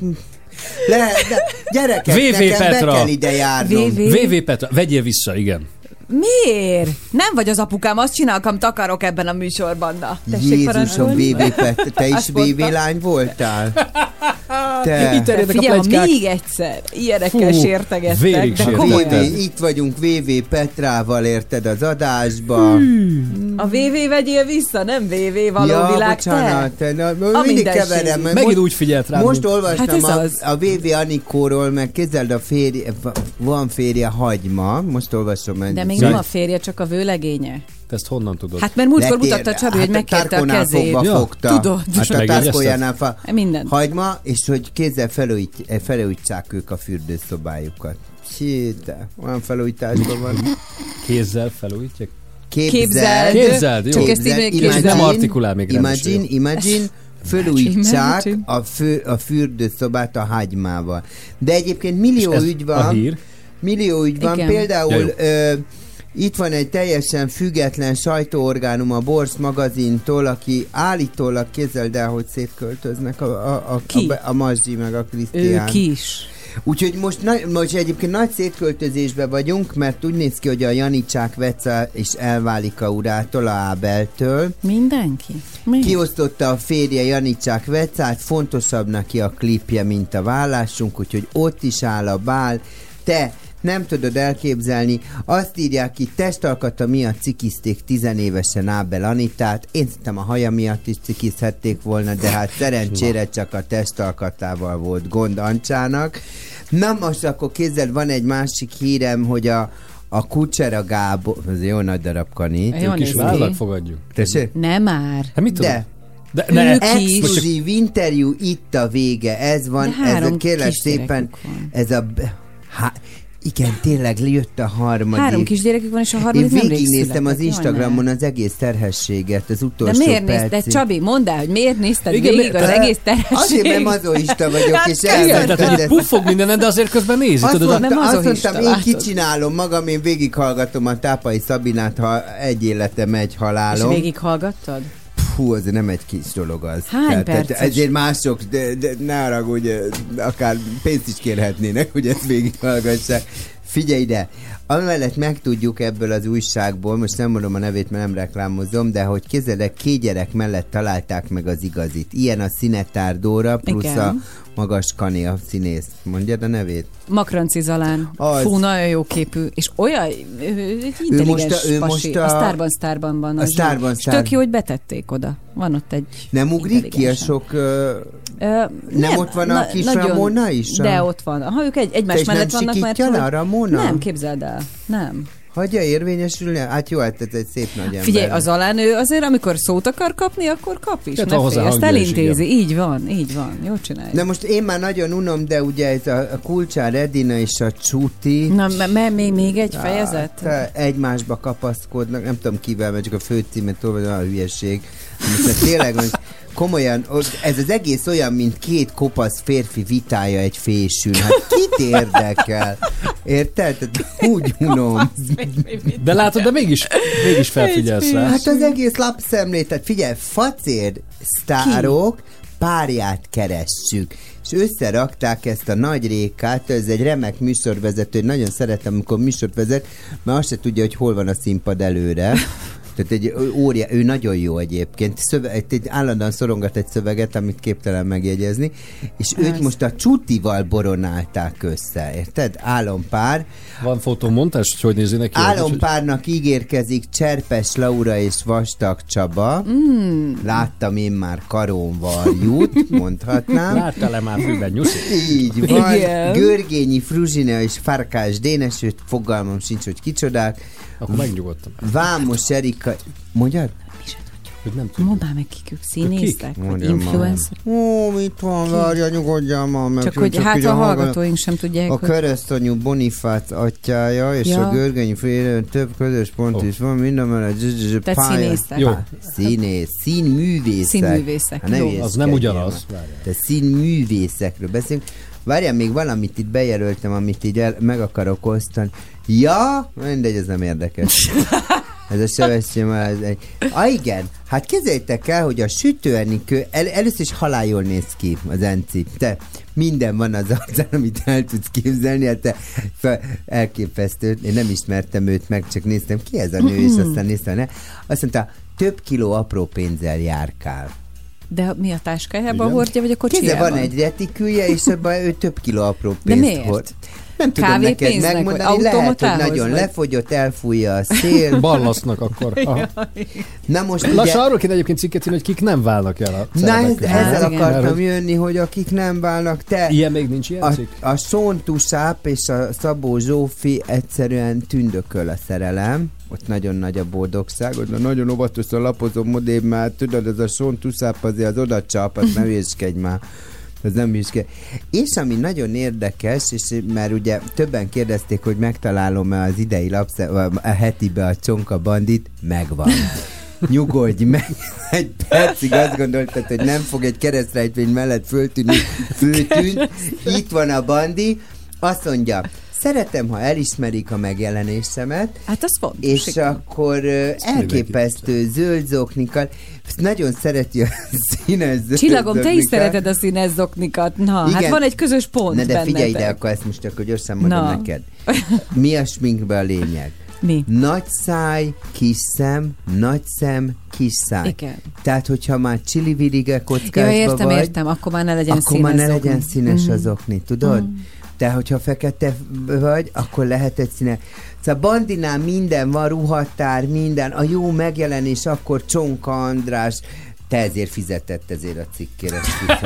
Gyerekek, VV nekem Petra. be kell ide járnom. VV Petra, vegyél vissza, igen. Miért? Nem vagy az apukám, azt csinálok, amit akarok ebben a műsorban. Na, tessék Jézusom, parancsolni. VV Petra, te is VV lány voltál? Te. Figyelj, ha még egyszer ilyenekkel sértegettek, vérig de sértettek. komolyan. Itt vagyunk VV Petrával, érted, az adásba. A VV vegyél vissza, nem VV való világ, bocsánat, mindig mindenség. keverem. Megint úgy figyelt rám. Most olvastam Hát a VV Anikóról, meg képzeld a férje, van férje Hagyma, most olvasom. De még nem a férje, csak a vőlegénye. Te ezt honnan tudod? Hát mert múltkor mutatta a Csabi, hogy megkérte a kezét. Fogta. Tudod. Hát a tárkójánál minden. Hagyma, és hogy kézzel felújtsák ők a fürdőszobájukat. Sít, olyan felújításban van. Kézzel felújítják? Képzeld, jó. Csak ezt így nem artikulál még Imagine, fölújítsák a fürdőszobát a hagymával. De egyébként millió ügy van. A hír? Millió ügy van. Igen. Például itt van egy teljesen független sajtóorgánum a Borsz magazintól, aki állítólag, képzeld el, hogy szétköltöznek a Mazsi meg a Krisztián. Ők is. Úgyhogy most egyébként nagy szétköltözésben vagyunk, mert úgy néz ki, hogy a Janicsák Veca is elválik a urától, a Ábeltől. Mindenki? Kiosztotta a férje Janicsák Vecát, fontosabb neki a klipje, mint a vállásunk, úgyhogy ott is áll a bál. Te nem tudod elképzelni, azt írják ki, testalkata miatt cikizték 10 évesen Ábel Anitát, én szerintem a haja miatt is cikizhették volna, de hát szerencsére csak a testalkatával volt gond Ancsának. Na most akkor kézzel van egy másik hírem, hogy a Kucsera Gábor, ez jó nagy darab Kani. Ők is vállalak, fogadjuk. Tessék? Nem már. Hát mit tudom? De exkluzív interjú, itt a vége, ez van, ez a kérlek szépen, ez a... Igen, tényleg jött a harmadik. 3 kisgyerekük van, és a harmadik nem rég végignéztem az Instagramon az egész terhességet, az utolsó De miért percig. nézted, Csabi, mondd el, hogy miért nézted végig az egész terhességet? Azért, mert mazoista vagyok, és tehát puffog mindenen, de azért közben nézi. Azt mondtam, én kicsinálom magam, én végighallgatom a Tápai Szabinát, ha egy életem, egy halálom. És végighallgattad? Hú, azért nem egy kis dolog az. Hány perces? Ezért mások, de ne haragudj, akár pénzt is kérhetnének, hogy ezt végighallgassák. Figyelj ide, amellett megtudjuk ebből az újságból, most nem mondom a nevét, mert nem reklámozom, de hogy kézzelek 2 gyerek mellett találták meg az igazit. Ilyen a Szinetár Dóra, plusz igen. A Magas Kani, a színész. Mondjad a nevét? Makranci Zalán. Fú, nagyon jó képű. És olyan intelligens pasi. A Starban van. A Starban. És tök jó, hogy betették oda. Van ott egy... Nem ugrik ki a sok... nem ott van a kis Ramona is? De ott van. Ha ők egymás mellett vannak, mert... a Ramona? Nem, képzeld el. Nem. Hagyja érvényesülni? Hát jó, hát ez egy szép nagy ember. Figyelj, az Alán ő azért, amikor szót akar kapni, akkor kap is. Ne félj, ezt elintézi. Így van. Jó csinálja. De most én már nagyon unom, de ugye ez a Kulcsár Edina és a Csuti. Na, még egy fejezet? Egymásba kapaszkodnak, nem tudom kivel, mert csak a főcímet olvasom, a hülyeség. Most tényleg komolyan, ez az egész olyan, mint 2 kopasz férfi vitája egy fésűn. Hát kit érdekel? Érted? Úgy unom. De látod, de mégis felfigyelsz rá. Hát az egész lapszemlétet, figyelj, facér sztárok párját keressük. És összerakták ezt a Nagy Rékát, ez egy remek műsorvezető, nagyon szeretem, amikor műsort vezet, mert azt se tudja, hogy hol van a színpad előre. Tehát ő nagyon jó egyébként. Állandóan szorongat egy szöveget, amit képtelen megjegyezni, és őt most a Csutival boronálták össze, érted? Álompár. Van fotómontás, hogy nézi neki? Álompárnak ígérkezik Cserpes Laura és Vastag Csaba. Láttam én már Karónval jut, mondhatnám. Láttál-e már fűben nyuszi? Így van. Igen. Görgényi Fruzsina és Farkás Dénes, őt fogalmam sincs, hogy kicsodák. Akkor megnyugodtam. Vámos Erika... Mondjad? Hogy nem tudom. Mondd már meg, kik ők, színészek, vagy influencer. Mit van, várja, nyugodjam már meg. Csak hogy hát a hallgatóink sem tudják. A keresztanyú Bonifác atyája és a Görgényi félre több közös pont is van, minden mellett tehát színészek. Jó. Színművészek. Színművészek, jó. Az nem ugyanaz. De színművészekről beszélünk. Várjál, még valamit itt bejelöltem, amit így meg akarok osztani. Ja, mindegy, ez nem érdekes. Ez a Sebestyén igen, hát képzeljétek el, hogy a sütőenikő először is halál jól néz ki az Enci. Te minden van az arcán, amit el tudsz képzelni, hát te elképesztő. Én nem ismertem őt meg, csak néztem, ki ez a nő, és aztán néztem, ne? Azt mondta, több kiló apró pénzzel járkál. De mi a táskájában hordja, vagy a kocsijában? Kézzel van egy retikülje, és abban ő több kiló apró pénzt hord. Nem tudom neked megmondani, lehet, hogy nagyon lefogyott, elfújja a szél. Ballasznak akkor. Na most lassan arról kéne egyébként cikket írni, hogy kik nem válnak el a szerepekkel. Na, ezzel akartam jönni, hogy akik nem válnak, te... Ilyen még nincs ilyen cikk? A Sontusáp és a Szabó Zsófi egyszerűen tündököl a szerelem. Ott nagyon nagy a boldogság, hogy nagyon óvatosan lapozom odébb, már tudod, ez a Sontusáp azért az oda csap, azt nem érskedj már. Ez nem is kell. És ami nagyon érdekes, és mert ugye többen kérdezték, hogy megtalálom-e az idei a hetibe a Csonka Bandit, megvan. Nyugodj meg, egy percig azt gondoltad, hogy nem fog egy keresztrejtvény mellett föltűnt. Itt van a Bandi, azt mondja, szeretem, ha elismerik a megjelenésemet. Hát az fontos. És akkor elképesztő zöld zoknikkal. Nagyon szereti a színes zöld Csillagom, te is szereted a színes zoknikat. Na, igen. Hát van egy közös pont bennetek. De figyelj ide, akkor ezt most akkor gyorsan mondom neked. Mi a sminkben a lényeg? Mi? Nagy száj, kis szem, nagy szem, kis száj. Igen. Tehát, hogyha már csili-virige kockásba vagy, értem, akkor már ne legyen akkor színes már ne legyen színes az okni, tudod? De hogyha fekete vagy, akkor lehet egy színe. Szóval Bandinál minden van, ruhatár, minden. A jó megjelenés, akkor Csonka András. Te ezért fizetett ezért a cikkére.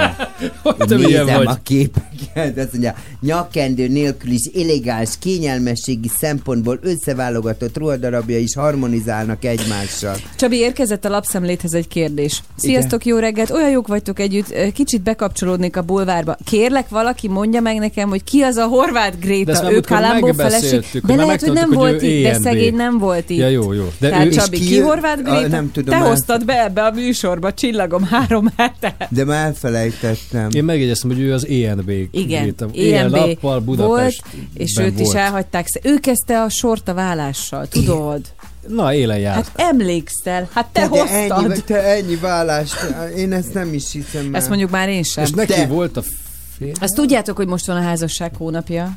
Nézem a képeket. Azt mondja, nyakkendő nélkül is elegáns, kényelmességi szempontból összeválogatott ruhadarabja is harmonizálnak egymással. Csabi, érkezett a lapszemléthez egy kérdés. Sziasztok, jó reggelt! Olyan jók vagytok együtt, kicsit bekapcsolódnék a bulvárba. Kérlek, valaki mondja meg nekem, hogy ki az a Horváth Gréta, ő Kalambó feleség. De lehet, hogy nem volt itt, de szegény nem volt itt. Ja, jó. De tehát Csabi, ki Horváth Gréta? Te hoztad be ebbe a műsorba, Csillagom, 3 hete. De már elfelejtettem. Én megjegyeztem, hogy ő az ENB. Igen, ENB volt, és őt is elhagyták. Ő kezdte a sort a vállással, tudod? Na, élen járt. Hát emlékszel, hát te hoztad. Ennyi vállást, én ezt nem is hiszem el. Ezt mondjuk már én sem. És neki volt a férje? Azt tudjátok, hogy most van a házasság hónapja?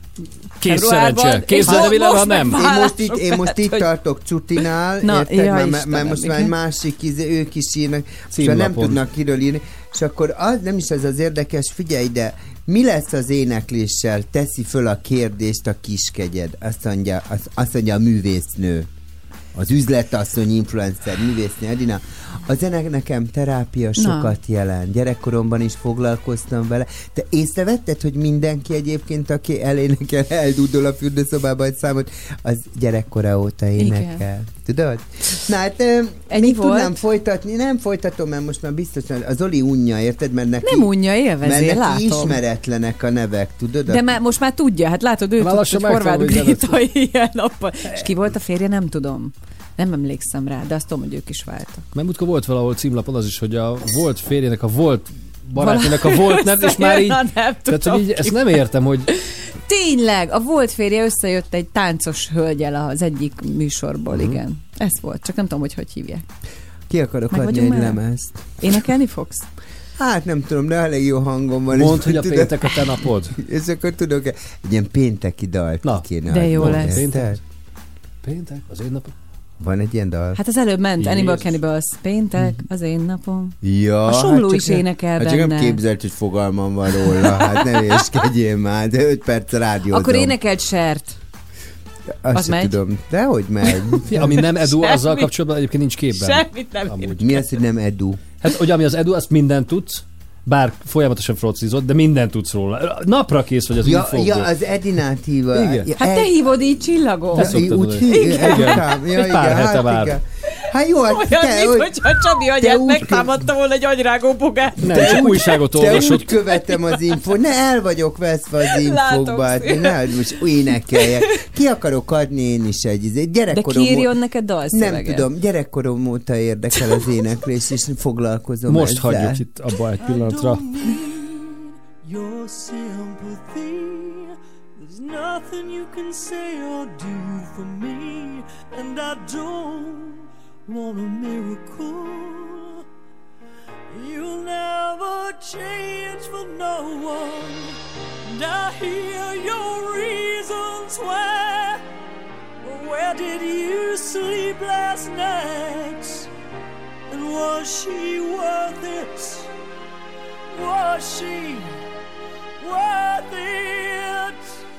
Kész szerencse. Képzeld a világ, ha nem. Én most itt tartok Cutinál, érted? Mert most már egy másik, ők is írnak, és nem tudnak kiről írni. És akkor az, nem is ez az érdekes, figyelj ide, mi lesz az énekléssel? Teszi föl a kérdést a kiskegyed. Azt mondja a művésznő. Az üzletasszony, influencer, művésznő Edina. A zene nekem terápia sokat jelent. Gyerekkoromban is foglalkoztam vele. Te észrevetted, hogy mindenki egyébként, aki elénekel, eldúdol a fürdőszobában egy számot, az gyerekkora óta énekel. Igen. Tudod? Na hát még tudnám folytatni. Nem folytatom, mert most már biztos, az Zoli unja, érted? Mert neki, nem unja, élvezi, mert látom. Ismeretlenek a nevek, tudod? De most már tudja, hát látod, ő tudja, hogy Horváth Gréta ilyen nappal. És ki volt a férje, nem tudom. Nem emlékszem rá, de azt tudom, hogy ők is váltak. Mert múltkor volt valahol címlapon az is, hogy a volt férjének a volt barátjának a volt nem, és már így... Tehát, hogy így ezt nem értem, hogy... Tényleg, a volt férje összejött egy táncos hölgyel az egyik műsorból, igen. Ez volt, csak nem tudom, hogy hívják. Ki akarok adni egy lemezt? Énekelni fogsz? Hát nem tudom, de elég jó hangom van. Mondd, hogy a péntek a te napod. És akkor tudok egy ilyen pénteki dalt kéne. De jó lesz. Péntek? Az én napod? Van egy ilyen dal? Hát az előbb ment, Animal Cannibals. Péntek, az én napom. Ja, a Somló is énekel benne. Hát csak nem képzelt, hogy fogalmam van róla. Hát ne véskedjél már, de 5 perc a rádiózom. Akkor énekelt Sert. Azt megy? Tudom. De hogy megy? Ami nem Edu, azzal kapcsolatban egyébként nincs képben. Semmit nem. Mi az, hogy nem Edu? Hát, hogy ami az Edu, azt mindent tudsz, bár folyamatosan frocizott, de mindent tudsz róla. Napra kész vagy az infókból. Ja, az Edinát hívva. Igen. Hát te hívod így Csillagom. Úgy hívják. Egy pár hete már. Hát jó, olyan, mintha Csabi agyát megtámadta volna egy agyrágó bogát. Nem, csak újságot olvasott. Te úgy követem az infót, ne el vagyok veszve az infókba. Ne, most énekeljek. Ki akarok adni én is egy gyerekkorom. De ki írjon neked dalszöveget? Nem tudom, gyerekkorom óta érdekel az éneklés, és foglalkozom most ezzel. hagyjuk itt abba egy pillanatra. Your sympathy, there's nothing you can say or do for me, and I don't want a miracle. You'll never change for no one, and I hear your reasons why. Where did you sleep last night? And was she worth it? Was she worth it?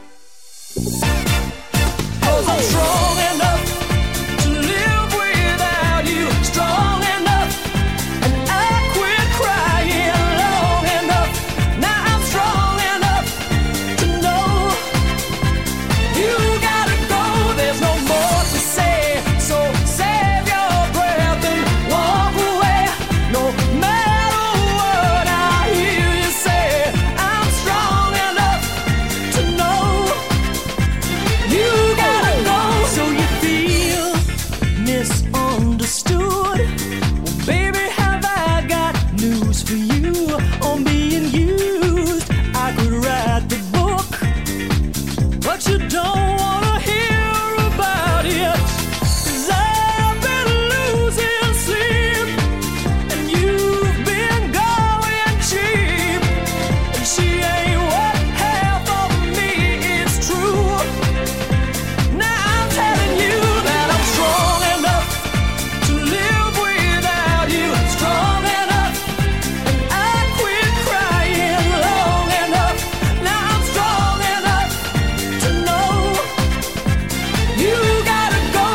'Cause I'm strong enough to live without you, strong enough, and I quit crying long enough. Now I'm strong enough to know you gotta go. There's no more to say, so save your breath and walk away. No matter what I hear you say, I'm strong enough to know you gotta go. So you feel misunderstood? Well, baby, have I got news for you on being used? I could write the book, but you don't wanna hear about it. 'Cause I've been losing sleep, and you've been going cheap. And she ain't what half of me is true. Now I'm telling you that I'm strong enough to live without you, strong enough, and I quit crying long enough. Now I'm strong enough to know you gotta go.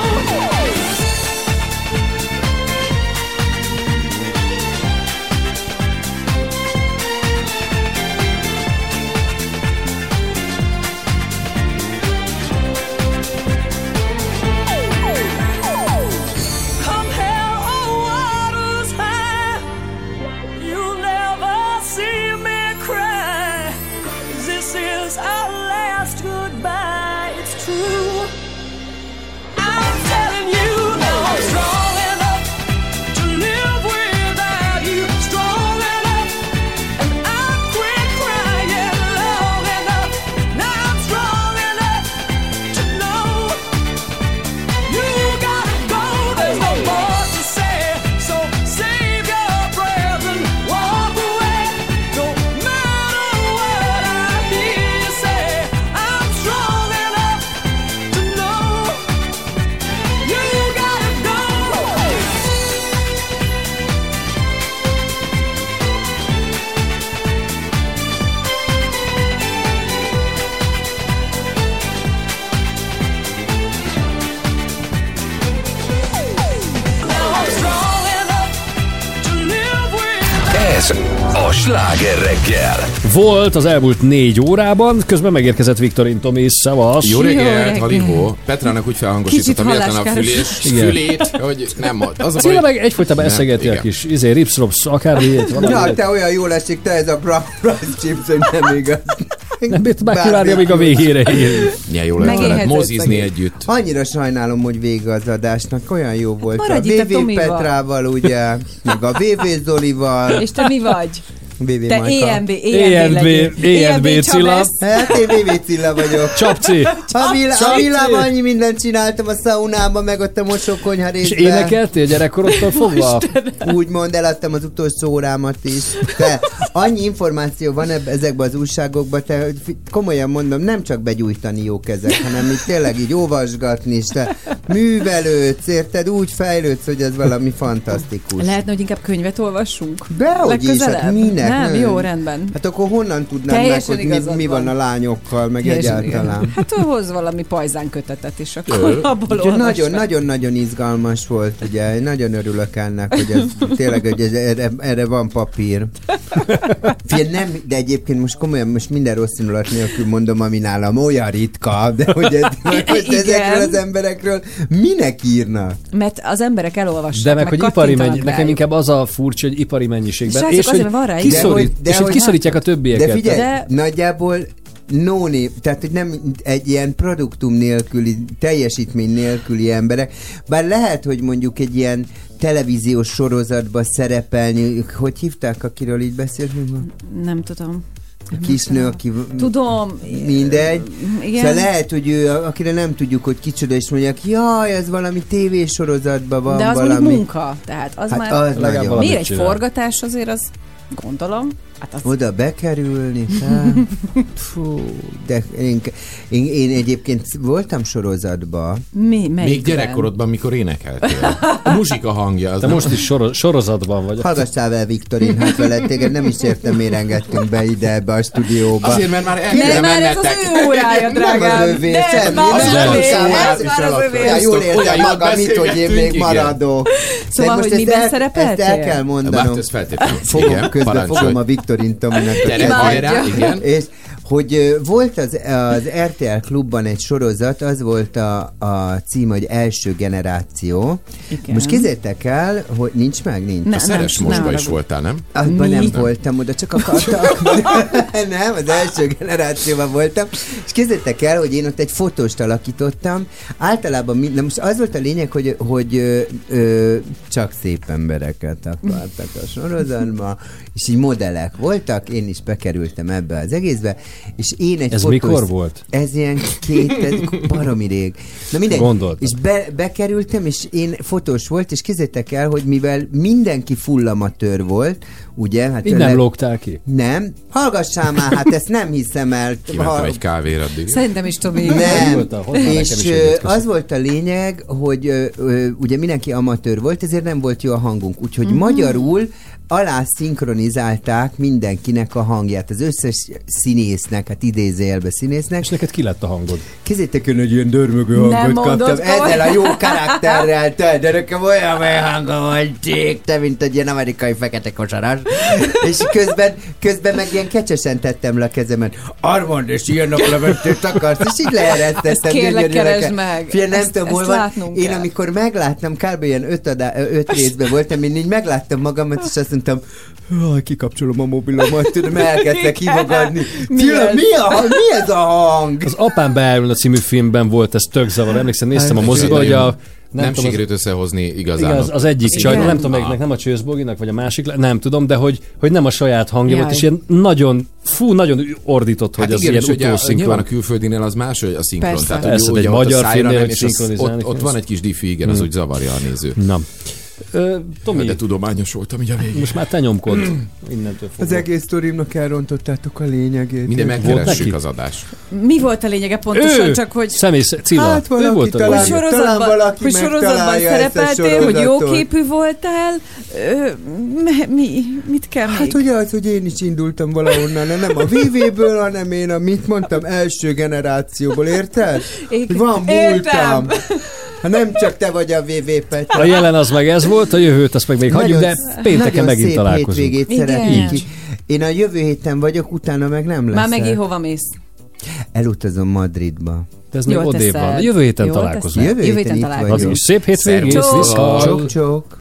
Come hell or waters high, you'll never see me cry. This is our last goodbye, it's true. I'm telling you now I'm strong enough to live without you, strong enough, and I quit crying long enough. Now I'm strong enough to know you gotta go. There's no more to say, so save your breath and walk away. No matter what I hear you say, I'm strong enough to know you gotta go. Now I'm strong enough to live with. Ez a Sláger reggel. Volt az elmúlt 4 órában, közben megérkezett Viktorin Tomi, szevasz. Jó reggelt, halihó. Petrának úgy felhangosította véletlen a fülét, hogy nem az a Cilla meg egyfolytában eszegeti a kis ripsrops, akármilyet. Na, te olyan jól esik, te ez a Price Chips, hogy nem igaz. Nem bírt már kivárni, amíg a végére ér. Milyen jó lehet mozizni együtt. Annyira sajnálom, hogy vége az adásnak, olyan jó volt. Maradj A itt a VV Tomival. Petrával, ugye, meg a VV Zolival. És te mi vagy? Te ENB Cilla. Hát én VV Cilla vagyok. Csapci. A villában annyi mindent csináltam a szaunában, meg ott a mosókonyha részben. És énekeltél gyerekkorodtól fogva? Úgymond eladtam az utolsó órámat is. De annyi információ van ezekben az újságokban, te komolyan mondom, nem csak begyújtani jók ezek, hanem így tényleg így olvasgatni, és te művelődsz, érted? Úgy fejlődsz, hogy ez valami fantasztikus. Lehetne, hogy inkább könyvet olvassunk? Dehogy is, hát minek? Nem, jó, rendben. Hát akkor honnan tudnám meg, hogy mi van a lányokkal, meg teljesen egyáltalán? Igen. Hát hoz valami pajzán kötetet, és akkor abból olvasva. Nagyon izgalmas volt, ugye. Nagyon örülök ennek, hogy ez tényleg, hogy erre van papír. Nem, de egyébként most komolyan, most minden rossz indulat nélkül mondom, ami nálam olyan ritka, de hogy ezekről az emberekről minek írnak? Mert az emberek elolvassák, de meg hogy ipari nekem inkább az a furcsa, hogy ipari mennyiségben. És azért van rá, és hogy kiszorítják a többieket. De figyelj, nagyjából tehát hogy nem egy ilyen produktum nélküli, teljesítmény nélküli emberek, bár lehet, hogy mondjuk egy ilyen televíziós sorozatba szerepelni, hogy hívták, akiről így beszéltünk? Nem tudom. A kisnő, aki... Tudom. Mindegy. Igen. Szóval lehet, hogy ő, akire nem tudjuk, hogy kicsoda, és mondják, jaj, ez valami tévésorozatban van. De az valami. mondjuk munka. Tehát az hát már... Az nagyon. Miért egy forgatás azért, az gondolom. Hát az... Oda bekerülni, fú, de én egyébként voltam sorozatban. Még gyerekkorodban, mikor énekeltél. A muzsika hangja. Az de most is sorozatban vagy. Hallgassál el, Viktorin, hát veled téged nem is értem, miért engedtünk be ide ebbe a stúdióba. Azért, mert már el kell mennetek. Ez az ő órája, drágám. Nem az övé, semmi. Jól értem magam, mit, hogy én még maradok. Szóval, hogy miben szerepeltél? Ezt el kell mondanom. Ez feltétlenül. Közben fogom a Viktorin Tominak. És hogy volt az RTL Klubban egy sorozat, az volt a cím, hogy Első generáció. Igen. Most képzeljétek el, hogy nincs meg? Nincs. A Szeres Mosba is voltál, nem? Abban nem voltam, oda csak akartak. Nem, az Első generációban voltam. És képzeljétek el, hogy én ott egy fotóst alakítottam. Általában, most az volt a lényeg, hogy csak szép embereket akartak a sorozatban, és így modellek voltak, én is bekerültem ebbe az egészbe, és én egy ez mikor volt? Ez ilyen baromi rég. Na mindegy. Gondoltam. És bekerültem, és én fotós volt, és képzeljétek el, hogy mivel mindenki fullamatőr volt, ugye? Hát így nem lógtál ki? Nem. Hallgassál már, hát ezt nem hiszem el. Kimentem egy kávéra addig. Szerintem is, Tomi. Nem. És az volt a lényeg, hogy ugye mindenki amatőr volt, ezért nem volt jó a hangunk. Úgyhogy magyarul alá szinkronizálták mindenkinek a hangját, az összes színésznek, hát idézőjelbe színésznek. És neked ki lett a hangod? Kézzétek ön, hogy ilyen dörmögő hangot kaptam. Ezzel a jó karakterrel, de nekem olyan hanga vagy, te, mint egy ilyen amerikai fekete kosaras. És közben meg ilyen kecsesen tettem le a kezemet. Armand, és ilyen naplementőt akarsz, és így leeresztettem. Ezt kérlek, keresd meg. Fél, nem tudom, hol van. Én amikor megláttam, kb. Ilyen 5 részben voltam, én így megláttam magamat, és azt mondtam, kikapcsolom a mobilomat, tudom, elkezdtek hívogatni. Mi ez a hang? Az Apám beárulna című filmben volt ez tök zavar. Emlékszem, néztem a moziba, hogy nem sikerült összehozni igazán. Igaz, az egyik csaj, nem tudom melyiknek, nem a Csőszboginak, vagy a másik, nem tudom, de hogy nem a saját hangja volt, és ilyen nagyon ordított, hogy az ilyen utószinkron. Nyilván a külföldinél az más, hogy a szinkron. Persze, egy magyar filmnél, hogy szinkronizálni. Ott van egy kis diffi, igen, az úgy zavarja a nézőt. Na. Tomi, de tudományos voltam így a végén. Most már te nyomkod. Innentől fogva. Az egész sztorimnak elrontottátok a lényegét. Minden megkeressük az adást. Mi volt a lényege pontosan? Csak hogy... Cilla. Hát valaki talán sorozatban szerepeltél, hogy jóképű voltál. Mit kell még? Hát ugye az, hogy én is indultam valahonnan, nem a VV-ből, hanem én mit mondtam, első generációból, érted? Van múltam. Ha nem csak te vagy a VV Petya. A jelen az meg ez volt, a jövőt azt meg még hagyjuk, de pénteken megint találkozunk. Én a jövő héten vagyok, utána meg nem lesz. Már megint hova mész? Elutazom Madridba. De ez még odébb van. Jövő héten találkozunk. Jövő héten találkozunk. Szép hétvégét. Csók.